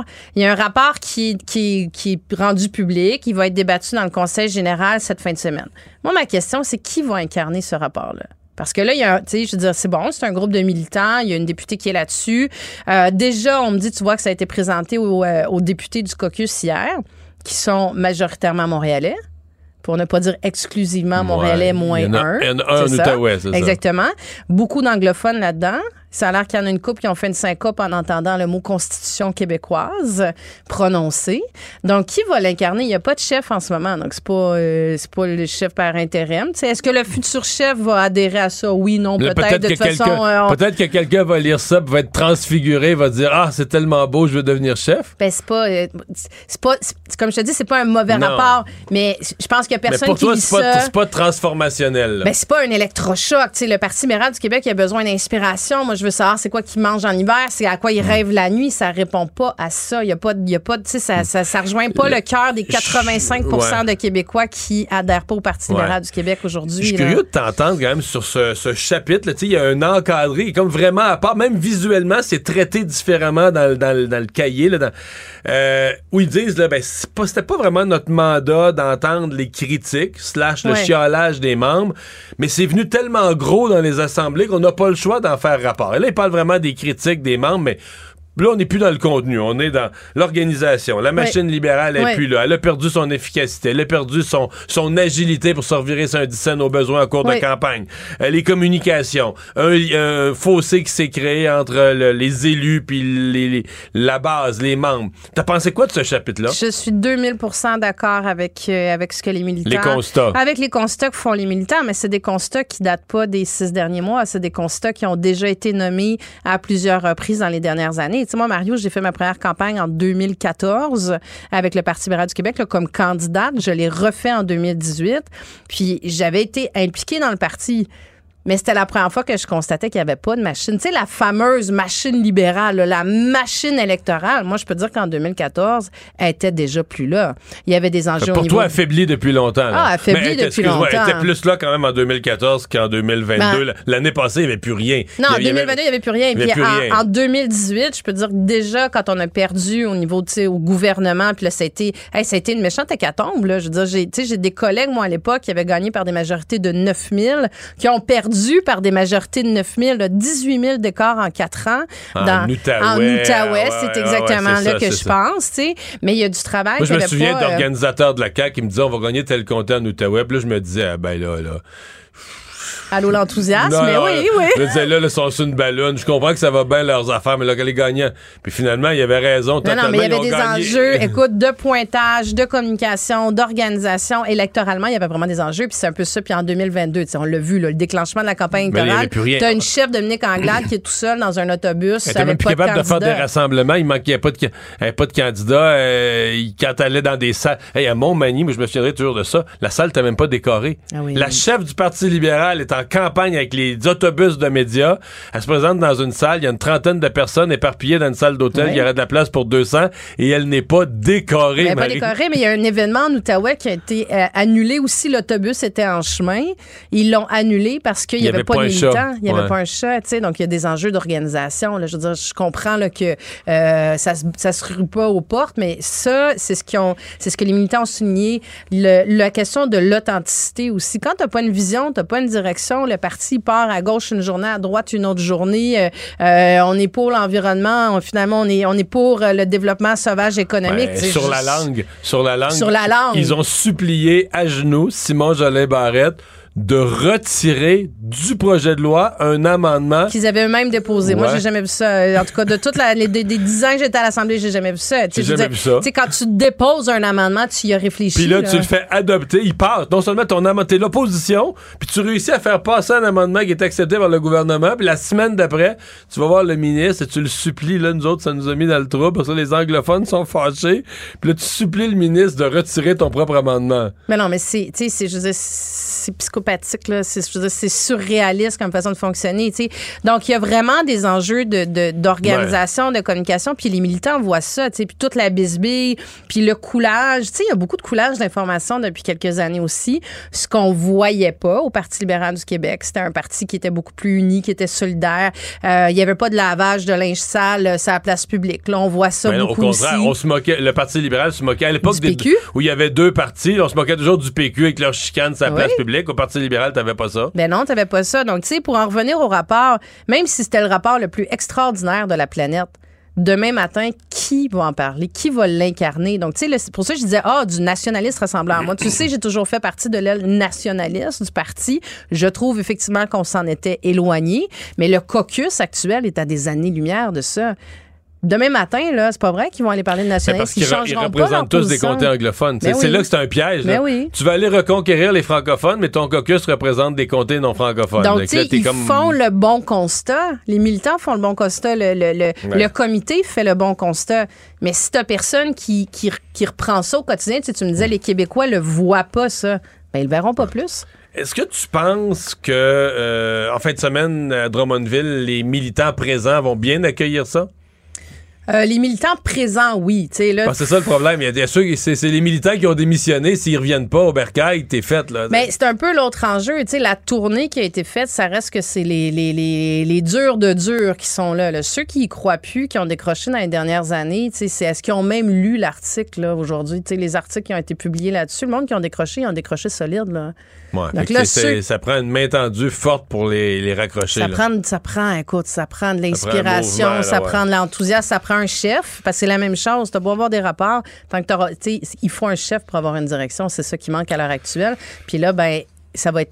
qui est rendu public. Il va être débattu dans le Conseil général cette fin de semaine. Moi, ma question, c'est qui va incarner ce rapport-là? Parce que là, il y a, tu sais, je veux dire, c'est bon, c'est un groupe de militants, il y a une députée qui est là-dessus. Déjà, on me dit, tu vois, que ça a été présenté aux députés du caucus hier, qui sont majoritairement montréalais, pour ne pas dire exclusivement montréalais moins un. Il y en a un en Outaouais, c'est ça. Exactement. Beaucoup d'anglophones là-dedans. Ça a l'air qu'il y en a une couple qui ont fait une syncope en entendant le mot Constitution québécoise prononcé. Donc, qui va l'incarner? Il n'y a pas de chef en ce moment. Donc, c'est pas le chef par intérim. T'sais, est-ce que le futur chef va adhérer à ça? Oui, non, peut-être. De toute façon, peut-être que quelqu'un va lire ça, va être transfiguré, va dire « Ah, c'est tellement beau, je veux devenir chef. » Ben, c'est pas comme je te dis, c'est pas un mauvais rapport. Mais je pense qu'il y a personne qui lit ça. C'est pas transformationnel. Ben, c'est pas un électrochoc. T'sais, le Parti libéral du Québec, il a besoin d'inspiration. Moi, je veux savoir c'est quoi qu'il mange en hiver, c'est à quoi il rêve la nuit, ça répond pas à ça. Il y a pas tu sais, ça rejoint pas le cœur des 85% de Québécois qui adhèrent pas au Parti libéral du Québec aujourd'hui. Je suis curieux de t'entendre quand même sur ce chapitre. Tu sais, il y a un encadré, comme vraiment à part, même visuellement, c'est traité différemment dans le cahier, là, où ils disent, là, ben, c'était pas vraiment notre mandat d'entendre les critiques / le chiolage des membres, mais c'est venu tellement gros dans les assemblées qu'on n'a pas le choix d'en faire rapport. Et là, il parle vraiment des critiques des membres, mais là, on n'est plus dans le contenu. On est dans l'organisation. La machine libérale n'est plus là. Elle a perdu son efficacité. Elle a perdu son agilité pour se revirer sur un dissent aux besoins en cours de campagne. Les communications. Un fossé qui s'est créé entre les élus puis la base, les membres. T'as pensé quoi de ce chapitre-là? Je suis 2000% d'accord avec ce que les militants... Les constats. Avec les constats que font les militants, mais c'est des constats qui datent pas des 6 derniers mois. C'est des constats qui ont déjà été nommés à plusieurs reprises dans les dernières années. Tu sais, moi, Mario, j'ai fait ma première campagne en 2014 avec le Parti libéral du Québec là, comme candidate. Je l'ai refait en 2018. Puis j'avais été impliquée dans le parti. Mais c'était la première fois que je constatais qu'il n'y avait pas de machine. Tu sais, la fameuse machine libérale, là, la machine électorale, moi, je peux dire qu'en 2014, elle était déjà plus là. Il y avait des enjeux pour au niveau... toi, affaiblie depuis longtemps. Là. Ah, affaiblie depuis longtemps. Elle était plus là quand même en 2014 qu'en 2022. L'année passée, il n'y avait plus rien. Non, en 2022, il n'y avait plus rien. Puis en 2018, je peux dire que déjà, quand on a perdu au niveau, tu sais, au gouvernement, puis là, ça a été une méchante hécatombe, là. Je veux dire, j'ai des collègues, moi, à l'époque, qui avaient gagné par des majorités de 9 000, qui ont perdu par des majorités de 9 000, là, 18 000 d'écart en 4 ans. En Outaouais, c'est exactement là que je pense. Tu sais. Mais il y a du travail. Moi, je me souviens d'organisateurs de la CAQ qui me disaient on va gagner tel comté en Outaouais. Puis là, je me disais, là. Allô, l'enthousiasme, mais oui. Je disais, là, ils sont sur une ballonne. Je comprends que ça va bien leurs affaires, mais là, qu'elle est gagnante. Puis finalement, il y avait raison. Non, mais il y avait des enjeux, écoute, de pointage, de communication, d'organisation. Électoralement, il y avait vraiment des enjeux. Puis c'est un peu ça. Puis en 2022, on l'a vu, là, le déclenchement de la campagne électorale. Tu as une chef, Dominique Anglade, qui est tout seul dans un autobus. Elle était même plus capable de faire des rassemblements. Il manquait pas de candidats. Quand elle allait dans des salles. À Montmagny, mais je me souviendrai toujours de ça, la salle n'était même pas décorée. Ah oui. La chef du Parti libéral est en campagne avec les autobus de médias. Elle se présente dans une salle. Il y a une trentaine de personnes éparpillées dans une salle d'hôtel. Il y aurait de la place pour 200 et elle n'est pas décorée. Elle n'est pas décorée, mais il y a un événement en Outaouais qui a été annulé aussi. L'autobus était en chemin. Ils l'ont annulé parce qu'il n'y avait pas de militants. Il n'y avait pas un chat. Donc, il y a des enjeux d'organisation. Là. Je veux dire, je comprends là, que ça se rue pas aux portes, mais ça, c'est ce que les militants ont souligné. La question de l'authenticité aussi. Quand tu n'as pas une vision, tu n'as pas une direction, le parti part à gauche une journée, à droite une autre journée. On est pour l'environnement. Finalement, on est pour le développement sauvage économique. Sur la langue, ils ont supplié à genoux Simon Jolin-Barrette de retirer du projet de loi un amendement qu'ils avaient eux-mêmes déposé. Moi, j'ai jamais vu ça. En tout cas, de toutes des 10 ans que j'étais à l'Assemblée, j'ai jamais vu ça. J'ai jamais vu ça. Quand tu déposes un amendement, tu y as réfléchi. Puis là, tu le fais adopter, il part. Non seulement t'es l'opposition, puis tu réussis à faire passer un amendement qui est accepté par le gouvernement, puis la semaine d'après, tu vas voir le ministre et tu le supplies. Là, nous autres, ça nous a mis dans le trou, parce que les anglophones sont fâchés. Puis là, tu supplies le ministre de retirer ton propre amendement. Mais non, mais c'est psychopathique. Là. C'est surréaliste comme façon de fonctionner. T'sais. Donc, il y a vraiment des enjeux d'organisation, de communication, puis les militants voient ça, puis toute la bisbille, puis le coulage. Il y a beaucoup de coulage d'informations depuis quelques années aussi. Ce qu'on voyait pas au Parti libéral du Québec, c'était un parti qui était beaucoup plus uni, qui était solidaire. Il n'y avait pas de lavage de linge sale sur la place publique. Là, on voit ça beaucoup aussi. Au contraire, on se moquait, le Parti libéral se moquait à l'époque où il y avait deux partis. On se moquait toujours du PQ avec leur chicane sur la place publique. Au Parti libéral, t'avais pas ça. Ben non, t'avais pas ça. Donc, tu sais, pour en revenir au rapport, même si c'était le rapport le plus extraordinaire de la planète, demain matin, qui va en parler? Qui va l'incarner? Donc, tu sais, c'est pour ça que je disais, du nationaliste ressemblant à moi. Tu sais, j'ai toujours fait partie de l'aile nationaliste du parti. Je trouve effectivement qu'on s'en était éloigné, mais le caucus actuel est à des années-lumière de ça. Demain matin, là, c'est pas vrai qu'ils vont aller parler de nationalisme. Ils représentent tous des comtés anglophones. C'est là que c'est un piège. Là. Tu vas aller reconquérir les francophones, mais ton caucus représente des comtés non francophones. Donc, tu sais, font le bon constat. Les militants font le bon constat. Le comité fait le bon constat. Mais si t'as personne qui reprend ça au quotidien, tu me disais, les Québécois le voient pas, ça. Ben, ils le verront pas plus. Est-ce que tu penses que en fin de semaine, à Drummondville, les militants présents vont bien accueillir ça? Les militants présents, oui. Là, c'est ça le problème. Il y a ceux, c'est les militants qui ont démissionné. S'ils reviennent pas au bercail, t'es faite. Mais c'est un peu l'autre enjeu. La tournée qui a été faite, ça reste que c'est les durs de durs qui sont là. Ceux qui y croient plus, qui ont décroché dans les dernières années, c'est est-ce qu'ils ont même lu l'article là, aujourd'hui? Les articles qui ont été publiés là-dessus, le monde qui ont décroché, ils ont décroché solide. Là. Ouais, donc là, ça prend une main tendue forte pour les raccrocher. Ça prend de l'inspiration, ça prend de l'enthousiasme, ça prend un chef, parce que c'est la même chose. Tu as beau avoir des rapports, tant que il faut un chef pour avoir une direction. C'est ça qui manque à l'heure actuelle. Puis là, ça va être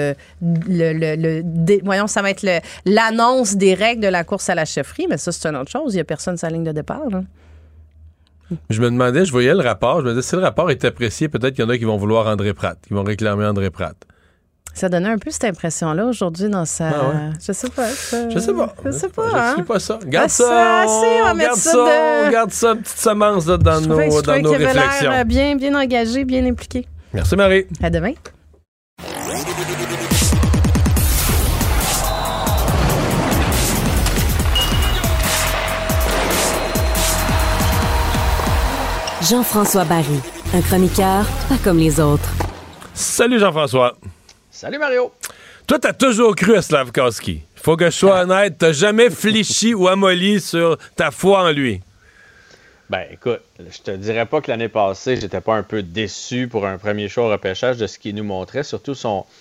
ça va être l'annonce des règles de la course à la chefferie, mais ça, c'est une autre chose. Il n'y a personne sur la ligne de départ, là. Je me demandais, je voyais le rapport, je me disais, si le rapport est apprécié, peut-être qu'il y en a qui vont vouloir André Pratt, qui vont réclamer André Pratt. Ça donnait un peu cette impression-là aujourd'hui dans sa... Ah ouais. Je sais pas. Je sais pas. Je sais pas. Je suis pas ça. Garde ça. On garde ça, petite semence là, dans nos réflexions. Il avait l'air bien engagé, bien impliqué. Merci Marie. À demain. Jean-François Barry, un chroniqueur pas comme les autres. Salut Jean-François. Salut Mario. Toi, t'as toujours cru à Slavkovski. Faut que je sois honnête, t'as jamais fléchi ou amolli sur ta foi en lui. Ben, écoute, je te dirais pas que l'année passée, j'étais pas un peu déçu pour un premier show au repêchage de ce qu'il nous montrait, surtout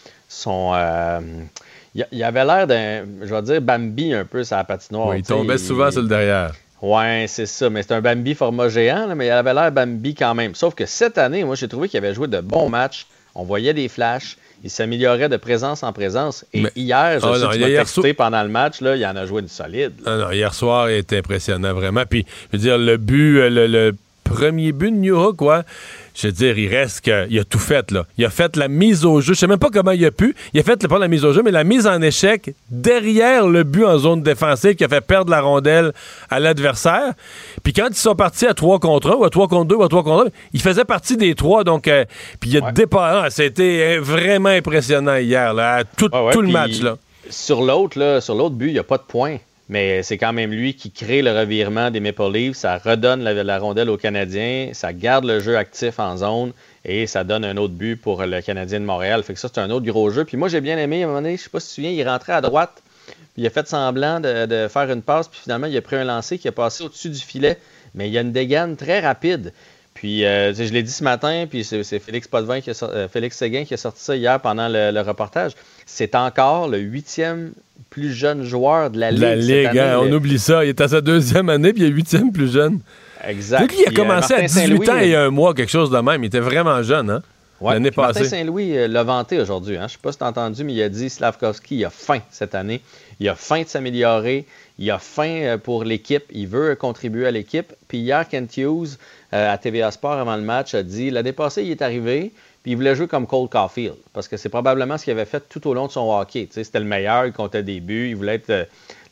il avait l'air d'un, je vais dire, Bambi un peu sur la patinoire. Oui, il tombait souvent sur le derrière. Ouais, c'est ça, mais c'est un Bambi format géant, là, mais il avait l'air Bambi quand même. Sauf que cette année, moi, j'ai trouvé qu'il avait joué de bons matchs. On voyait des flashs. Il s'améliorait de présence en présence. Et hier, je sais que tu m'as texté pendant le match, là, il en a joué une solide. Non, hier soir, il était impressionnant, vraiment. Puis, je veux dire, le but, le premier but de Newhook, quoi. Je veux dire, il a tout fait, là. Il a fait la mise au jeu. Je sais même pas comment il a pu. Il a fait, pas la mise au jeu, mais la mise en échec derrière le but en zone défensive qui a fait perdre la rondelle à l'adversaire. Puis quand ils sont partis à 3 contre 1, ou à 3 contre 2, ou à 3 contre 1, il faisait partie des 3. Donc, puis il a dépassé. C'était vraiment impressionnant hier, là, tout le match, là. Sur l'autre but, il n'y a pas de point. Mais c'est quand même lui qui crée le revirement des Maple Leafs. Ça redonne la rondelle aux Canadiens. Ça garde le jeu actif en zone. Et ça donne un autre but pour le Canadien de Montréal. Fait que ça, c'est un autre gros jeu. Puis moi, j'ai bien aimé, à un moment donné, je sais pas si tu te souviens, il rentrait à droite. Puis il a fait semblant de faire une passe. Puis finalement, il a pris un lancer qui a passé au-dessus du filet. Mais il y a une dégaine très rapide. Puis, je l'ai dit ce matin, puis c'est Félix Séguin qui a sorti ça hier pendant le reportage. C'est encore le 8e plus jeune joueur de la Ligue. La Ligue, on oublie ça. Il est à sa 2e année, puis il est 8e plus jeune. Exact. Lui, il a commencé à 18 ans et un mois, quelque chose de même. Il était vraiment jeune, hein? Ouais, l'année passée. Martin Saint-Louis l'a vanté aujourd'hui. Hein? Je ne sais pas si tu as entendu, mais il a dit Slavkovski, il a faim cette année. Il a faim de s'améliorer. Il a faim pour l'équipe. Il veut contribuer à l'équipe. Puis hier, Kent Hughes, à TVA Sport, avant le match, a dit l'année passée, il est arrivé, puis il voulait jouer comme Cole Caulfield. Parce que c'est probablement ce qu'il avait fait tout au long de son hockey. Tu sais, c'était le meilleur, il comptait des buts. Il voulait être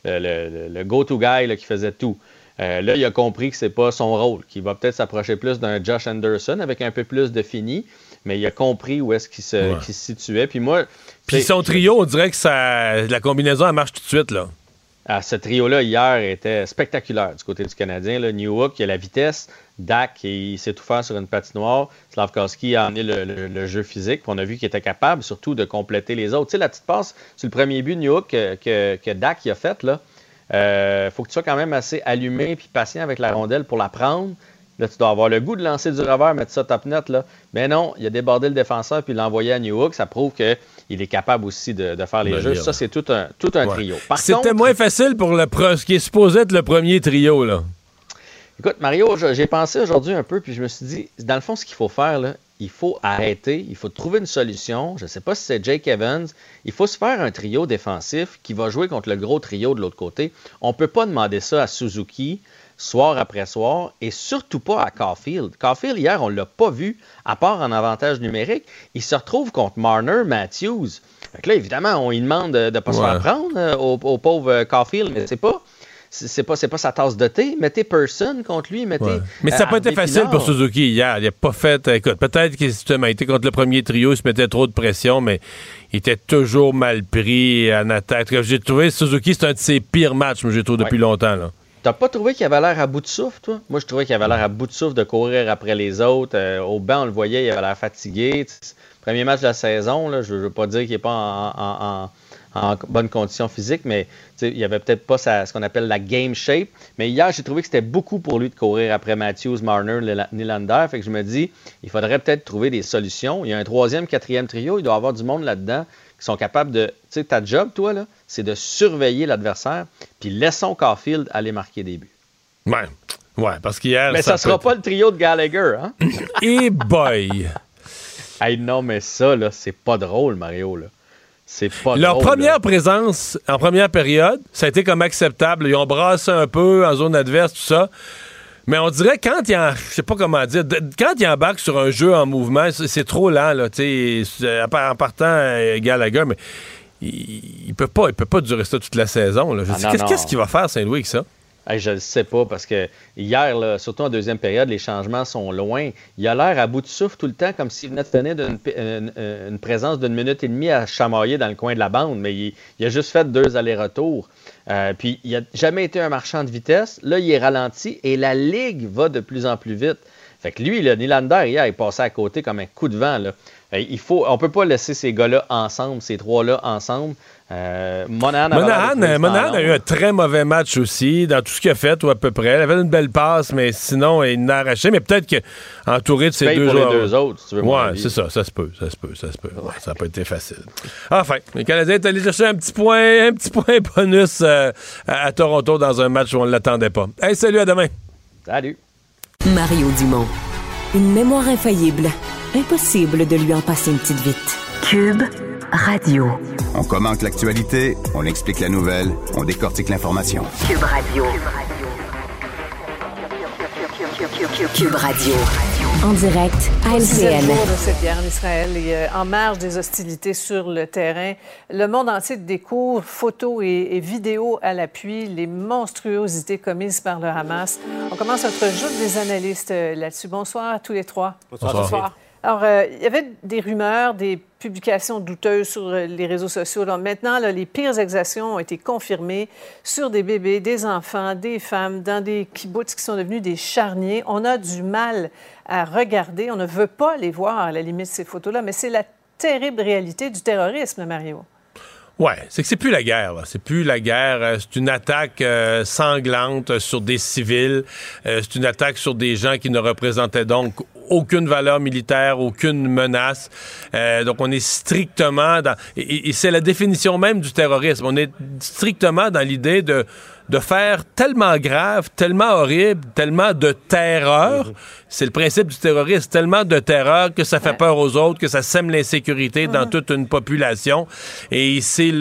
le go-to guy là, qui faisait tout. Là, il a compris que c'est pas son rôle, qu'il va peut-être s'approcher plus d'un Josh Anderson avec un peu plus de fini. Mais il a compris où est-ce qu'il se situait. Puis moi... Puis son trio, on dirait que la combinaison, elle marche tout de suite, là. Ce trio-là, hier, était spectaculaire du côté du Canadien. Newhook, il a la vitesse. Dak, il sait tout faire sur une patinoire. Slavkovski en est le jeu physique. Puis on a vu qu'il était capable, surtout, de compléter les autres. Tu sais, la petite passe sur le premier but de Newhook que Dak a fait, là, faut que tu sois quand même assez allumé et patient avec la rondelle pour la prendre. Là, tu dois avoir le goût de lancer du revers, mettre ça top net. Là. Mais non, il a débordé le défenseur puis l'envoyé à Newhook. Ça prouve qu'il est capable aussi de faire les jeux. Ça, c'est tout un trio. C'était moins facile pour ce qui est supposé être le premier trio, là. Écoute, Mario, j'ai pensé aujourd'hui un peu, puis je me suis dit, dans le fond, ce qu'il faut faire, là, il faut arrêter, il faut trouver une solution. Je ne sais pas si c'est Jake Evans. Il faut se faire un trio défensif qui va jouer contre le gros trio de l'autre côté. On ne peut pas demander ça à Suzuki soir après soir, et surtout pas à Caulfield. Caulfield, hier, on ne l'a pas vu, à part en avantage numérique. Il se retrouve contre Marner, Matthews. Fait que là, évidemment, on lui demande de ne pas se faire prendre au pauvre Caulfield, mais c'est pas sa tasse de thé. Mettez Person contre lui, mettez... Mais ça n'a pas été facile pour Suzuki hier. Il n'a pas fait... Écoute, peut-être qu'il était contre le premier trio, il se mettait trop de pression, mais il était toujours mal pris en attaque. J'ai trouvé Suzuki, c'est un de ses pires matchs, j'ai trouvé depuis longtemps, là. T'as pas trouvé qu'il avait l'air à bout de souffle, toi? Moi, je trouvais qu'il avait l'air à bout de souffle de courir après les autres. Au banc, on le voyait, il avait l'air fatigué. Premier match de la saison, là, je veux pas dire qu'il n'est pas en bonne condition physique, mais il n'y avait peut-être pas ce qu'on appelle la game shape. Mais hier, j'ai trouvé que c'était beaucoup pour lui de courir après Matthews, Marner, Nylander. Fait que je me dis, il faudrait peut-être trouver des solutions. Il y a un 3e, 4e trio, il doit y avoir du monde là-dedans qui sont capables de... Tu sais, ta job, toi, là, c'est de surveiller l'adversaire, puis laissons Caulfield aller marquer des buts. Ouais, parce qu'hier... Mais ça sera pas le trio de Gallagher, hein? Et boy! Hey, non, mais ça, là, c'est pas drôle, Mario, là. C'est pas Leur drôle, première présence en première période, ça a été comme acceptable. Ils ont brassé un peu en zone adverse, tout ça. Mais on dirait quand il je sais pas comment dire, quand il embarque sur un jeu en mouvement, c'est trop lent, là, tu sais, en partant Gallagher, mais il peut pas durer ça toute la saison, là. Qu'est-ce qu'il va faire, Saint-Louis, avec ça? Hey, je ne sais pas, parce que hier, là, surtout en deuxième période, les changements sont loin. Il a l'air à bout de souffle tout le temps, comme s'il venait de finir une présence d'une minute et demie à chamailler dans le coin de la bande, mais il a juste fait 2 allers-retours. Puis, il n'a jamais été un marchand de vitesse. Là, il est ralenti et la Ligue va de plus en plus vite. Fait que lui, Nylander, hier, il passait à côté comme un coup de vent, là. On peut pas laisser ces gars-là ensemble, ces 3-là ensemble. Monahan a eu un très mauvais match aussi, dans tout ce qu'il a fait, ou à peu près. Il avait une belle passe, mais sinon, il n'a arraché. Mais peut-être qu'entouré de ces 2 joueurs... les 2 autres, si tu veux. Ouais, c'est ça. Ça se peut. Ouais, ça n'a pas été facile. Enfin, les Canadiens est allé chercher un petit point bonus à Toronto dans un match où on ne l'attendait pas. Hey, salut, à demain. Salut. Mario Dumont. Une mémoire infaillible. Impossible de lui en passer une petite vite. Cube Radio. On commente l'actualité, on explique la nouvelle, on décortique l'information. Cube Radio. Cube Radio. En direct à LCN. Jour de cette guerre en Israël et en marge des hostilités sur le terrain, le monde entier découvre, photos et vidéos à l'appui, les monstruosités commises par le Hamas. On commence notre joute des analystes là-dessus. Bonsoir à tous les 3. Bonsoir. Alors, il y avait des rumeurs, des publications douteuses sur les réseaux sociaux. Alors, maintenant, les pires exactions ont été confirmées sur des bébés, des enfants, des femmes, dans des kibboutz qui sont devenus des charniers. On a du mal à regarder. On ne veut pas les voir, à la limite, ces photos-là, mais c'est la terrible réalité du terrorisme, Mario. Ouais, c'est que c'est plus la guerre, là. C'est plus la guerre. C'est une attaque sanglante sur des civils. C'est une attaque sur des gens qui ne représentaient donc aucune valeur militaire, aucune menace. Donc, on est strictement dans... Et c'est la définition même du terrorisme. On est strictement dans l'idée de faire tellement grave, tellement horrible, tellement de terreur. C'est le principe du terrorisme, tellement de terreur que ça fait peur aux autres, que ça sème l'insécurité dans toute une population. Et c'est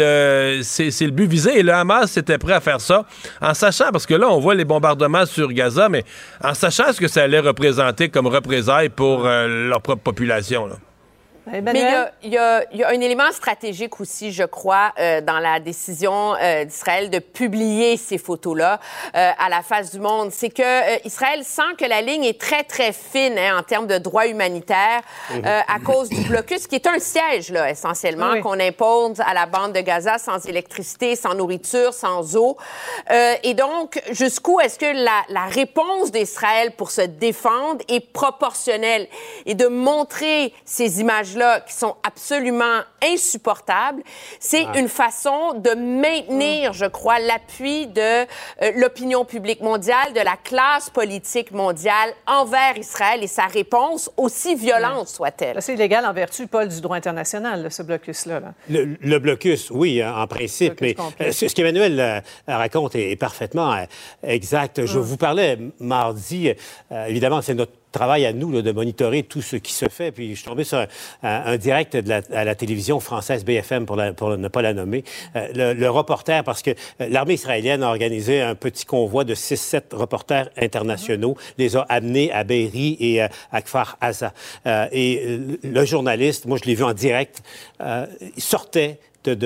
le but visé. Et le Hamas était prêt à faire ça en sachant, parce que là, on voit les bombardements sur Gaza, mais en sachant ce que ça allait représenter comme représailles pour leur propre population, là. Mais il y a un élément stratégique aussi, je crois, dans la décision d'Israël de publier ces photos-là à la face du monde. C'est que Israël sent que la ligne est très, très fine en termes de droits humanitaires à cause du blocus, qui est un siège, là, essentiellement, qu'on impose à la bande de Gaza sans électricité, sans nourriture, sans eau. Et donc, jusqu'où est-ce que la réponse d'Israël pour se défendre est proportionnelle? Et de montrer ces images-là qui sont absolument insupportables, c'est une façon de maintenir, je crois, l'appui de l'opinion publique mondiale, de la classe politique mondiale envers Israël et sa réponse, aussi violente soit-elle. C'est illégal en vertu, Paul, du droit international, là, ce blocus-là. Là. Le blocus, oui, en principe, mais ce qu'Emmanuel raconte est parfaitement exact. Je vous parlais mardi, évidemment, c'est notre travail à nous là, de monitorer tout ce qui se fait. Puis je suis tombé sur un direct à la télévision française BFM, pour ne pas la nommer. Le reporter, parce que l'armée israélienne a organisé un petit convoi de 6-7 reporters internationaux, les a amenés à Be'eri et à Kfar Aza. Et le journaliste, moi je l'ai vu en direct, il sortait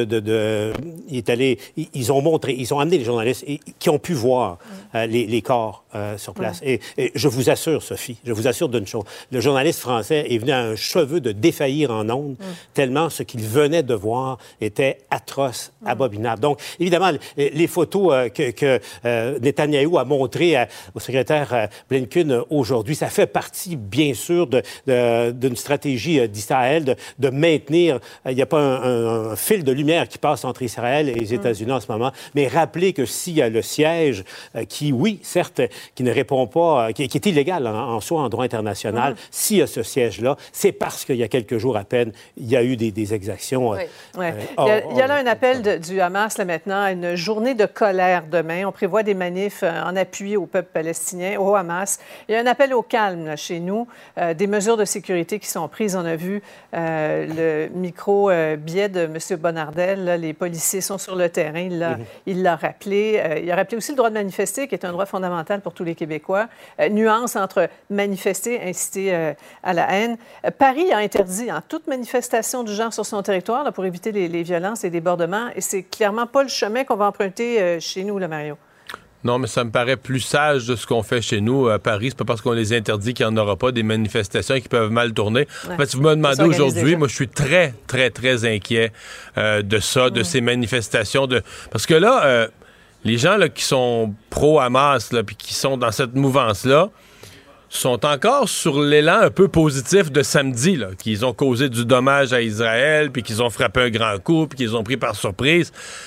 ils ont amené les journalistes qui ont pu voir les corps sur place. Et je vous assure, Sophie, je vous assure d'une chose, le journaliste français est venu à un cheveu de défaillir en ondes, tellement ce qu'il venait de voir était atroce, abominable. Donc, évidemment, les photos que Netanyahou a montrées au secrétaire Blinken aujourd'hui, ça fait partie, bien sûr, d'une stratégie d'Israël de maintenir, il n'y a pas un fil de lumière qui passe entre Israël et les États-Unis en ce moment, mais rappelez que s'il y a le siège qui, oui, certes, qui ne répond pas, qui est illégal en soi en droit international, s'il y a ce siège-là, c'est parce qu'il y a quelques jours à peine, il y a eu des exactions. Il y a là un appel du Hamas là, maintenant à une journée de colère demain. On prévoit des manifs en appui au peuple palestinien, au Hamas. Il y a un appel au calme là, chez nous, des mesures de sécurité qui sont prises. On a vu le micro-biais de M. Bonaparte Bonnardel. Là, les policiers sont sur le terrain. Il l'a rappelé. Il a rappelé aussi le droit de manifester, qui est un droit fondamental pour tous les Québécois. Nuance entre manifester, inciter à la haine. Paris a interdit toute manifestation du genre sur son territoire là, pour éviter les violences et les débordements. Et c'est clairement pas le chemin qu'on va emprunter chez nous, là, Mario. Non, mais ça me paraît plus sage de ce qu'on fait chez nous à Paris. C'est pas parce qu'on les interdit qu'il n'y en aura pas des manifestations qui peuvent mal tourner. Ouais. En fait, si vous me demandez aujourd'hui, moi, je suis très, très, très inquiet de ça, de ces manifestations. Parce que là, les gens là, qui sont pro-Hamas puis qui sont dans cette mouvance-là sont encore sur l'élan un peu positif de samedi, là, qu'ils ont causé du dommage à Israël, puis qu'ils ont frappé un grand coup, puis qu'ils ont pris par surprise.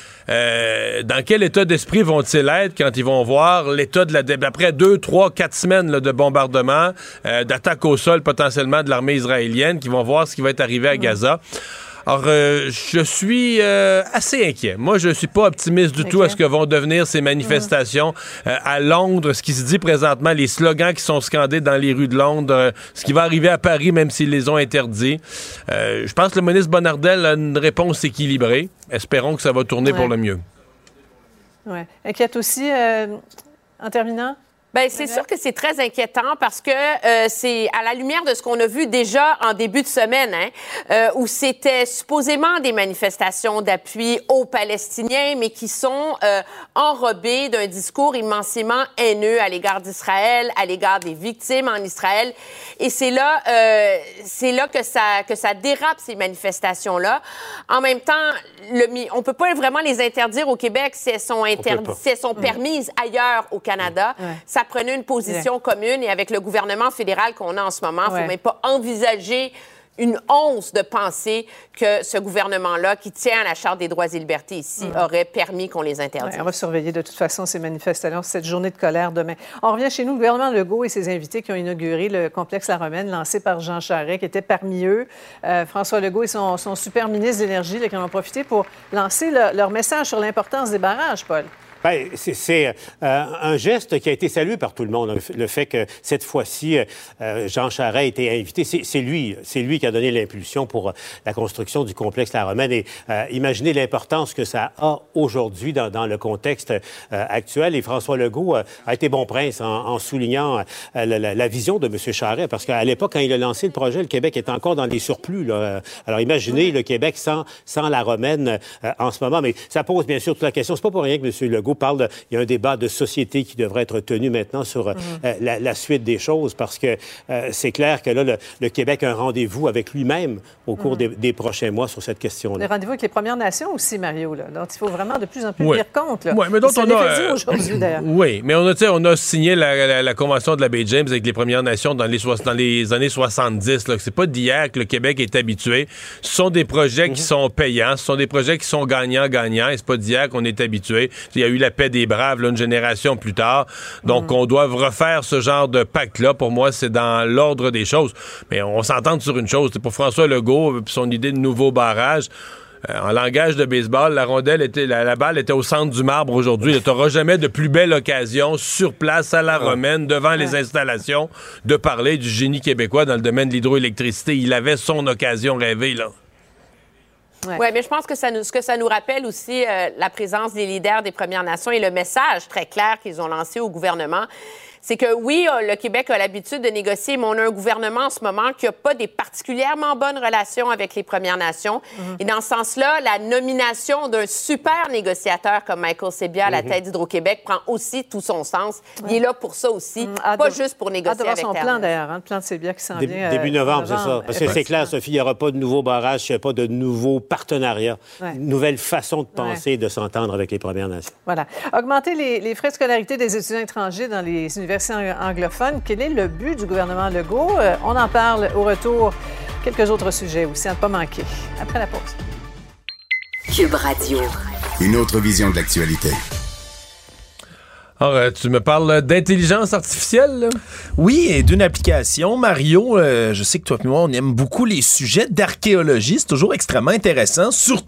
Dans quel état d'esprit vont-ils être quand ils vont voir l'état après 2, 3, 4 semaines là, de bombardement, d'attaque au sol potentiellement de l'armée israélienne, qui vont voir ce qui va être arrivé à Gaza. Alors, je suis assez inquiet. Moi, je suis pas optimiste du tout à ce que vont devenir ces manifestations à Londres, ce qui se dit présentement, les slogans qui sont scandés dans les rues de Londres, ce qui va arriver à Paris, même s'ils les ont interdits. Je pense que le ministre Bonnardel a une réponse équilibrée. Espérons que ça va tourner pour le mieux. Oui. Inquiète aussi, en terminant? Bien, c'est sûr que c'est très inquiétant parce que c'est à la lumière de ce qu'on a vu déjà en début de semaine, où c'était supposément des manifestations d'appui aux Palestiniens, mais qui sont enrobées d'un discours immensément haineux à l'égard d'Israël, à l'égard des victimes en Israël. Et c'est là que ça dérape, ces manifestations-là. En même temps, on peut pas vraiment les interdire au Québec si elles sont permises ailleurs au Canada. Ça prenait une position commune et avec le gouvernement fédéral qu'on a en ce moment, il ne faut même pas envisager une once de penser que ce gouvernement-là, qui tient à la Charte des droits et libertés ici, aurait permis qu'on les interdise. On va surveiller de toute façon ces manifestations, cette journée de colère demain. On revient chez nous, le gouvernement Legault et ses invités qui ont inauguré le complexe La Romaine, lancé par Jean Charest, qui était parmi eux. François Legault et son super ministre de l'Énergie qui en ont profité pour lancer leur message sur l'importance des barrages, Paul. Bien, c'est un geste qui a été salué par tout le monde. Le fait que cette fois-ci, Jean Charest a été invité, c'est lui qui a donné l'impulsion pour la construction du complexe La Romaine. Et imaginez l'importance que ça a aujourd'hui dans le contexte actuel. Et François Legault a été bon prince en soulignant la vision de M. Charest. Parce qu'à l'époque, quand il a lancé le projet, le Québec était encore dans des surplus, là. Alors imaginez le Québec sans La Romaine en ce moment. Mais ça pose bien sûr toute la question. C'est pas pour rien que M. Legault parle il y a un débat de société qui devrait être tenu maintenant sur la suite des choses, parce que c'est clair que là, le Québec a un rendez-vous avec lui-même au cours des prochains mois sur cette question-là. Le rendez-vous avec les Premières Nations aussi, Mario, là, dont il faut vraiment de plus en plus tenir compte. Oui, mais d'autres, aujourd'hui, d'ailleurs. Oui, mais on a signé la convention de la baie James avec les Premières Nations dans les années 70. Là. C'est pas d'hier que le Québec est habitué. Ce sont des projets qui sont payants, ce sont des projets qui sont gagnants-gagnants, et c'est pas d'hier qu'on est habitué. Il y a eu la paix des braves, là, une génération plus tard. Donc, on doit refaire ce genre de pacte-là. Pour moi, c'est dans l'ordre des choses. Mais on s'entend sur une chose. C'est pour François Legault, son idée de nouveau barrage. En langage de baseball, la balle était au centre du marbre aujourd'hui. Tu n'auras jamais de plus belle occasion sur place à La Romaine, devant les installations, de parler du génie québécois dans le domaine de l'hydroélectricité. Il avait son occasion rêvée, là. Oui, mais je pense que ce que ça nous rappelle aussi la présence des leaders des Premières Nations et le message très clair qu'ils ont lancé au gouvernement. C'est que oui, le Québec a l'habitude de négocier, mais on a un gouvernement en ce moment qui n'a pas des particulièrement bonnes relations avec les Premières Nations. Et dans ce sens-là, la nomination d'un super négociateur comme Michael Sebia à la tête d'Hydro-Québec prend aussi tout son sens. Il est là pour ça aussi, pas juste pour négocier avec son plan, d'ailleurs, le plan de Sebia qui s'en vient. Début novembre, c'est ça. Parce que c'est clair, Sophie, il n'y aura pas de nouveau barrage, il n'y a pas de nouveau partenariat, une nouvelle façon de penser et de s'entendre avec les Premières Nations. Voilà. Augmenter les frais de scolarité des étudiants étrangers dans les universités anglophones. Quel est le but du gouvernement Legault? On en parle au retour. Quelques autres sujets aussi à ne pas manquer. Après la pause. Cube Radio. Une autre vision de l'actualité. Alors, tu me parles d'intelligence artificielle, là? Oui, et d'une application. Mario, je sais que toi et moi, on aime beaucoup les sujets d'archéologie. C'est toujours extrêmement intéressant, surtout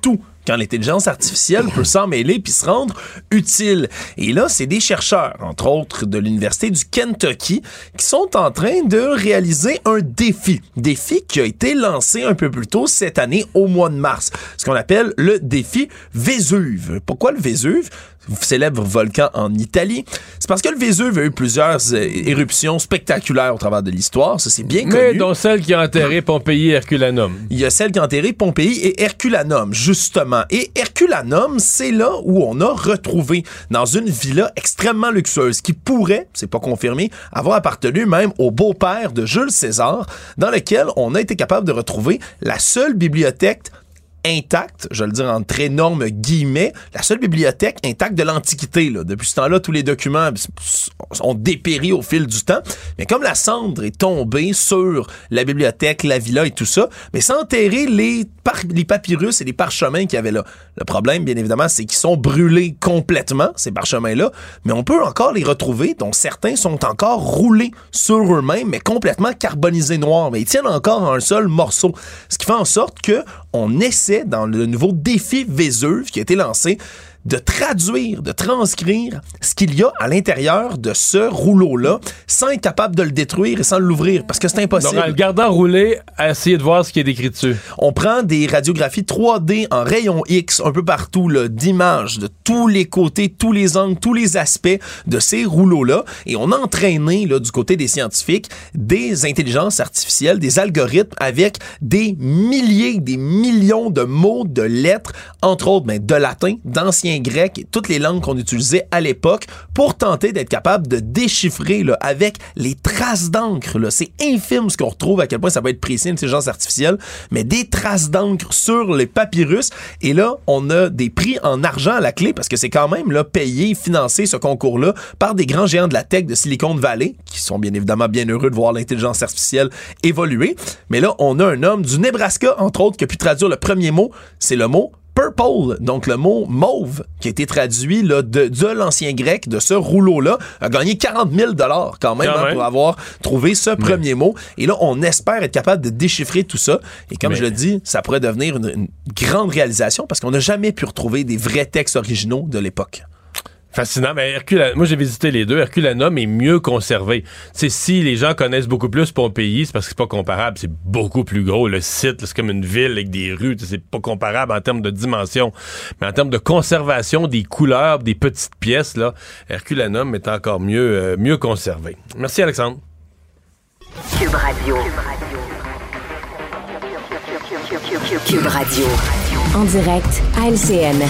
quand l'intelligence artificielle peut s'en mêler puis se rendre utile. Et là, c'est des chercheurs, entre autres de l'Université du Kentucky, qui sont en train de réaliser un défi. Défi qui a été lancé un peu plus tôt cette année, au mois de mars. Ce qu'on appelle le défi Vésuve. Pourquoi le Vésuve? Célèbre volcan en Italie. C'est parce que le Vésuve a eu plusieurs éruptions spectaculaires au travers de l'histoire. Ça, c'est bien connu. Mais dont celle qui a enterré Pompéi et Herculanum. Il y a celle qui a enterré Pompéi et Herculanum, justement. Et Herculanum, c'est là où on a retrouvé, dans une villa extrêmement luxueuse, qui pourrait, c'est pas confirmé, avoir appartenu même au beau-père de Jules César, dans lequel on a été capable de retrouver la seule bibliothèque intacte, je vais le dire en très énormes guillemets, la seule bibliothèque intacte de l'Antiquité. Là. Depuis ce temps-là, tous les documents ont dépéri au fil du temps. Mais comme la cendre est tombée sur la bibliothèque, la villa et tout ça, mais sans enterrer les papyrus et les parchemins qu'il y avait là. Le problème, bien évidemment, c'est qu'ils sont brûlés complètement, ces parchemins-là, mais on peut encore les retrouver, dont certains sont encore roulés sur eux-mêmes, mais complètement carbonisés noirs. Mais ils tiennent encore un seul morceau. Ce qui fait en sorte que on essaie, dans le nouveau défi Vésuve qui a été lancé, de traduire, de transcrire ce qu'il y a à l'intérieur de ce rouleau-là sans être capable de le détruire et sans l'ouvrir, parce que c'est impossible. Donc, en le gardant roulé, essayer de voir ce qui est décrit dessus. On prend des radiographies 3D en rayon X un peu partout, là, d'images de tous les côtés, tous les angles, tous les aspects de ces rouleaux-là, et on a entraîné, là, du côté des scientifiques, des intelligences artificielles, des algorithmes avec des milliers, des millions de mots, de lettres, entre autres, de latin, d'ancien grec et toutes les langues qu'on utilisait à l'époque pour tenter d'être capable de déchiffrer là, avec les traces d'encre. Là. C'est infime ce qu'on retrouve, à quel point ça va être précis, l'intelligence artificielle, mais des traces d'encre sur les papyrus. Et là, on a des prix en argent à la clé parce que c'est quand même là, payé, financé ce concours-là par des grands géants de la tech de Silicon Valley qui sont bien évidemment bien heureux de voir l'intelligence artificielle évoluer. Mais là, on a un homme du Nebraska, entre autres, qui a pu traduire le premier mot, c'est le mot purple, donc le mot mauve, qui a été traduit là, de l'ancien grec, de ce rouleau-là, a gagné 40 000 quand même pour avoir trouvé ce premier mot. Et là, on espère être capable de déchiffrer tout ça. Et comme je le dis, ça pourrait devenir une grande réalisation parce qu'on n'a jamais pu retrouver des vrais textes originaux de l'époque. Fascinant. Mais moi, j'ai visité les deux. Herculanum est mieux conservé. C'est si les gens connaissent beaucoup plus Pompéi, c'est parce que c'est pas comparable. C'est beaucoup plus gros. Le site, là, c'est comme une ville avec des rues. C'est pas comparable en termes de dimension. Mais en termes de conservation des couleurs, des petites pièces, là, Herculanum est encore mieux conservé. Merci, Alexandre. Cube Radio. Cube Radio. En direct à LCN.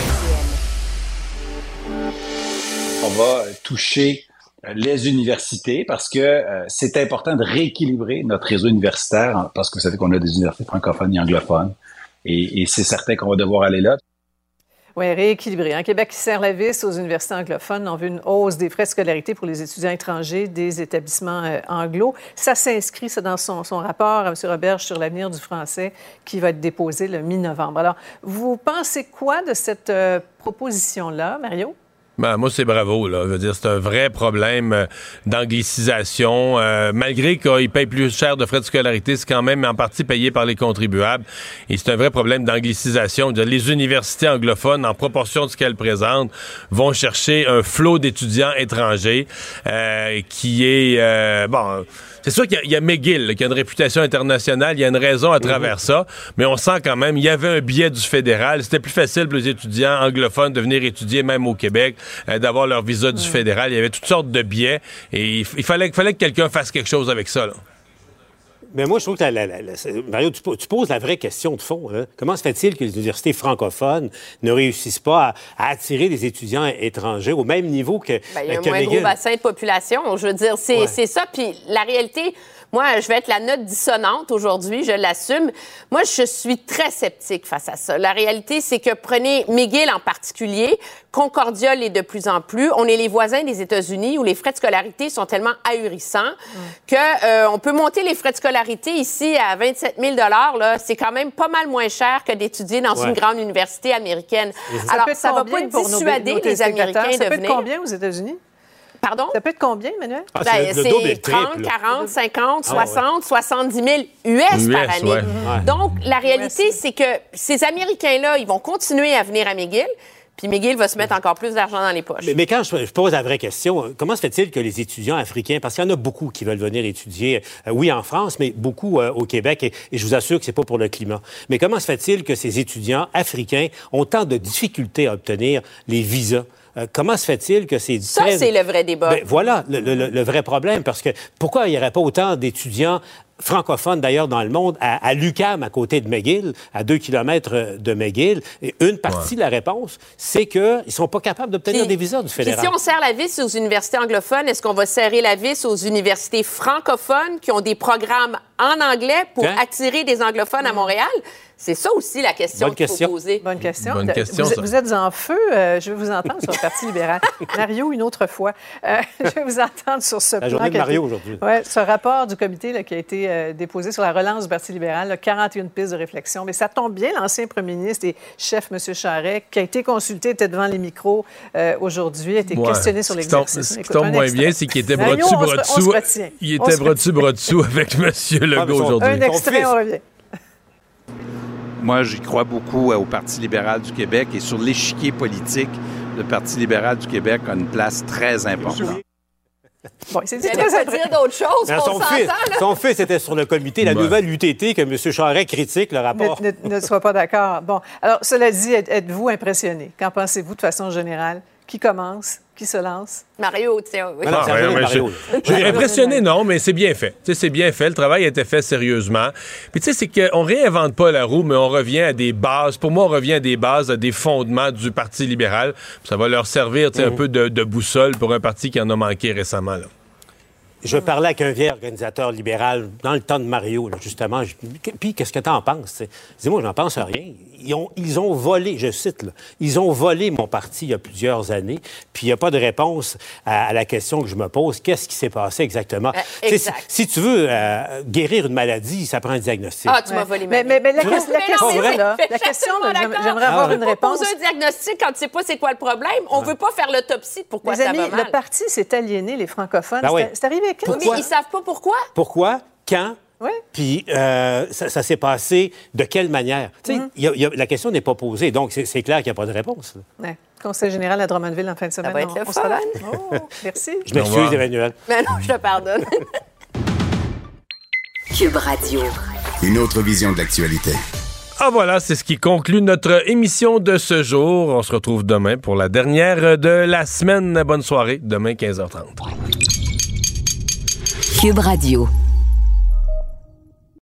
On va toucher les universités parce que c'est important de rééquilibrer notre réseau universitaire parce que vous savez qu'on a des universités francophones et anglophones et c'est certain qu'on va devoir aller là. Oui, rééquilibrer. Un Québec qui serre la vis aux universités anglophones. On veut une hausse des frais de scolarité pour les étudiants étrangers des établissements anglo. Ça s'inscrit dans son rapport à M. Roberge sur l'avenir du français qui va être déposé le mi-novembre. Alors, vous pensez quoi de cette proposition-là, Mario? Ben, moi, c'est bravo, là. Je veux dire, c'est un vrai problème d'anglicisation. Malgré qu'ils payent plus cher de frais de scolarité, c'est quand même en partie payé par les contribuables. Et c'est un vrai problème d'anglicisation. Les universités anglophones, en proportion de ce qu'elles présentent, vont chercher un flot d'étudiants étrangers qui est... c'est sûr qu'il y a McGill, là, qui a une réputation internationale. Il y a une raison à travers ça. Mais on sent quand même, il y avait un biais du fédéral. C'était plus facile pour les étudiants anglophones de venir étudier, même au Québec, d'avoir leur visa du fédéral. Il y avait toutes sortes de biais. Et il fallait que quelqu'un fasse quelque chose avec ça, là. Mais moi, je trouve que, Mario, tu poses la vraie question de fond. Hein? Comment se fait-il que les universités francophones ne réussissent pas à attirer des étudiants étrangers au même niveau que il y a un moins gros bassin de population. Je veux dire, c'est ça. Puis la réalité... Moi, je vais être la note dissonante aujourd'hui, je l'assume. Moi, je suis très sceptique face à ça. La réalité, c'est que prenez McGill en particulier, Concordia l'est de plus en plus. On est les voisins des États-Unis où les frais de scolarité sont tellement ahurissants que on peut monter les frais de scolarité ici à 27 000 là. C'est quand même pas mal moins cher que d'étudier dans une grande université américaine. Alors, ça va pas dissuader les Américains de venir. Ça peut être combien aux États-Unis? Pardon? Ça peut être combien, Emmanuel? C'est 30, 40, 50, 60, 70 000 US par année. Ouais. Donc, la réalité, c'est que ces Américains-là, ils vont continuer à venir à McGill. Puis McGill va se mettre encore plus d'argent dans les poches. Mais quand je pose la vraie question, comment se fait-il que les étudiants africains, parce qu'il y en a beaucoup qui veulent venir étudier, oui, en France, mais beaucoup au Québec, et je vous assure que c'est pas pour le climat. Mais comment se fait-il que ces étudiants africains ont tant de difficultés à obtenir les visas? Comment se fait-il que c'est... Ça, c'est le vrai débat. Ben, voilà le vrai problème, parce que pourquoi il n'y aurait pas autant d'étudiants francophones, d'ailleurs, dans le monde, à l'UQAM, à côté de McGill, à 2 kilomètres de McGill? Et une partie de la réponse, c'est qu'ils ne sont pas capables d'obtenir des visas du fédéral. Si on serre la vis aux universités anglophones, est-ce qu'on va serrer la vis aux universités francophones qui ont des programmes en anglais pour attirer des anglophones à Montréal? C'est ça aussi la question qu'il faut poser. Bonne question. Bonne question, vous êtes en feu. Je vais vous entendre sur le Parti libéral. Mario, une autre fois. Je vais vous entendre sur ce plan. La journée de Mario aujourd'hui. Oui, ce rapport du comité là, qui a été déposé sur la relance du Parti libéral, là, 41 pistes de réflexion. Mais ça tombe bien, l'ancien premier ministre et chef, M. Charest, qui a été consulté, était devant les micros aujourd'hui, a été questionné sur l'exercice. Ce qui tombe moins bien, c'est qu'il était bras dessus, bras dessous. Il était bras dessus, bras dessous avec M. Legault aujourd'hui. Un extrait, on revient. Moi, j'y crois beaucoup au Parti libéral du Québec et sur l'échiquier politique, le Parti libéral du Québec a une place très importante. Bon, c'est très dire d'autres choses. Son fils était sur le comité, la nouvelle UTT que M. Charest critique le rapport. Ne soit pas d'accord. Bon, alors, cela dit, êtes-vous impressionné? Qu'en pensez-vous de façon générale? Qui commence? Qui se lance? Mario, tiens. Oui. Je suis impressionné, non, mais c'est bien fait. C'est bien fait. Le travail a été fait sérieusement. Puis tu sais, c'est qu'on réinvente pas la roue, mais on revient à des bases. Pour moi, on revient à des bases, à des fondements du Parti libéral. Ça va leur servir un peu de boussole pour un parti qui en a manqué récemment. Là. Je parlais avec un vieil organisateur libéral dans le temps de Mario, là, justement. Puis, qu'est-ce que tu en penses? Dis-moi, j'en pense à rien. Ils ont volé, je cite, là, ils ont volé mon parti il y a plusieurs années, puis il n'y a pas de réponse à la question que je me pose. Qu'est-ce qui s'est passé exactement? Si tu veux guérir une maladie, ça prend un diagnostic. Ah, tu m'as volé ma vie. Mais la question, j'aimerais avoir une réponse. On peut poser un diagnostic quand tu ne sais pas c'est quoi le problème. On ne veut pas faire l'autopsie de pourquoi ça va mal. Le parti s'est aliéné, les francophones. C'est arrivé quand? Oui, mais ils ne savent pas pourquoi. Pourquoi? Quand? Oui. Puis ça s'est passé de quelle manière? La question n'est pas posée, donc c'est clair qu'il n'y a pas de réponse. Ouais. Conseil général à Drummondville en fin de semaine. Ça va être le fun. Oh, merci. Je m'excuse, Emmanuel. Mais non, je te pardonne. Cube Radio. Une autre vision de l'actualité. Ah voilà, c'est ce qui conclut notre émission de ce jour. On se retrouve demain pour la dernière de la semaine. Bonne soirée, demain 15h30. Cube Radio.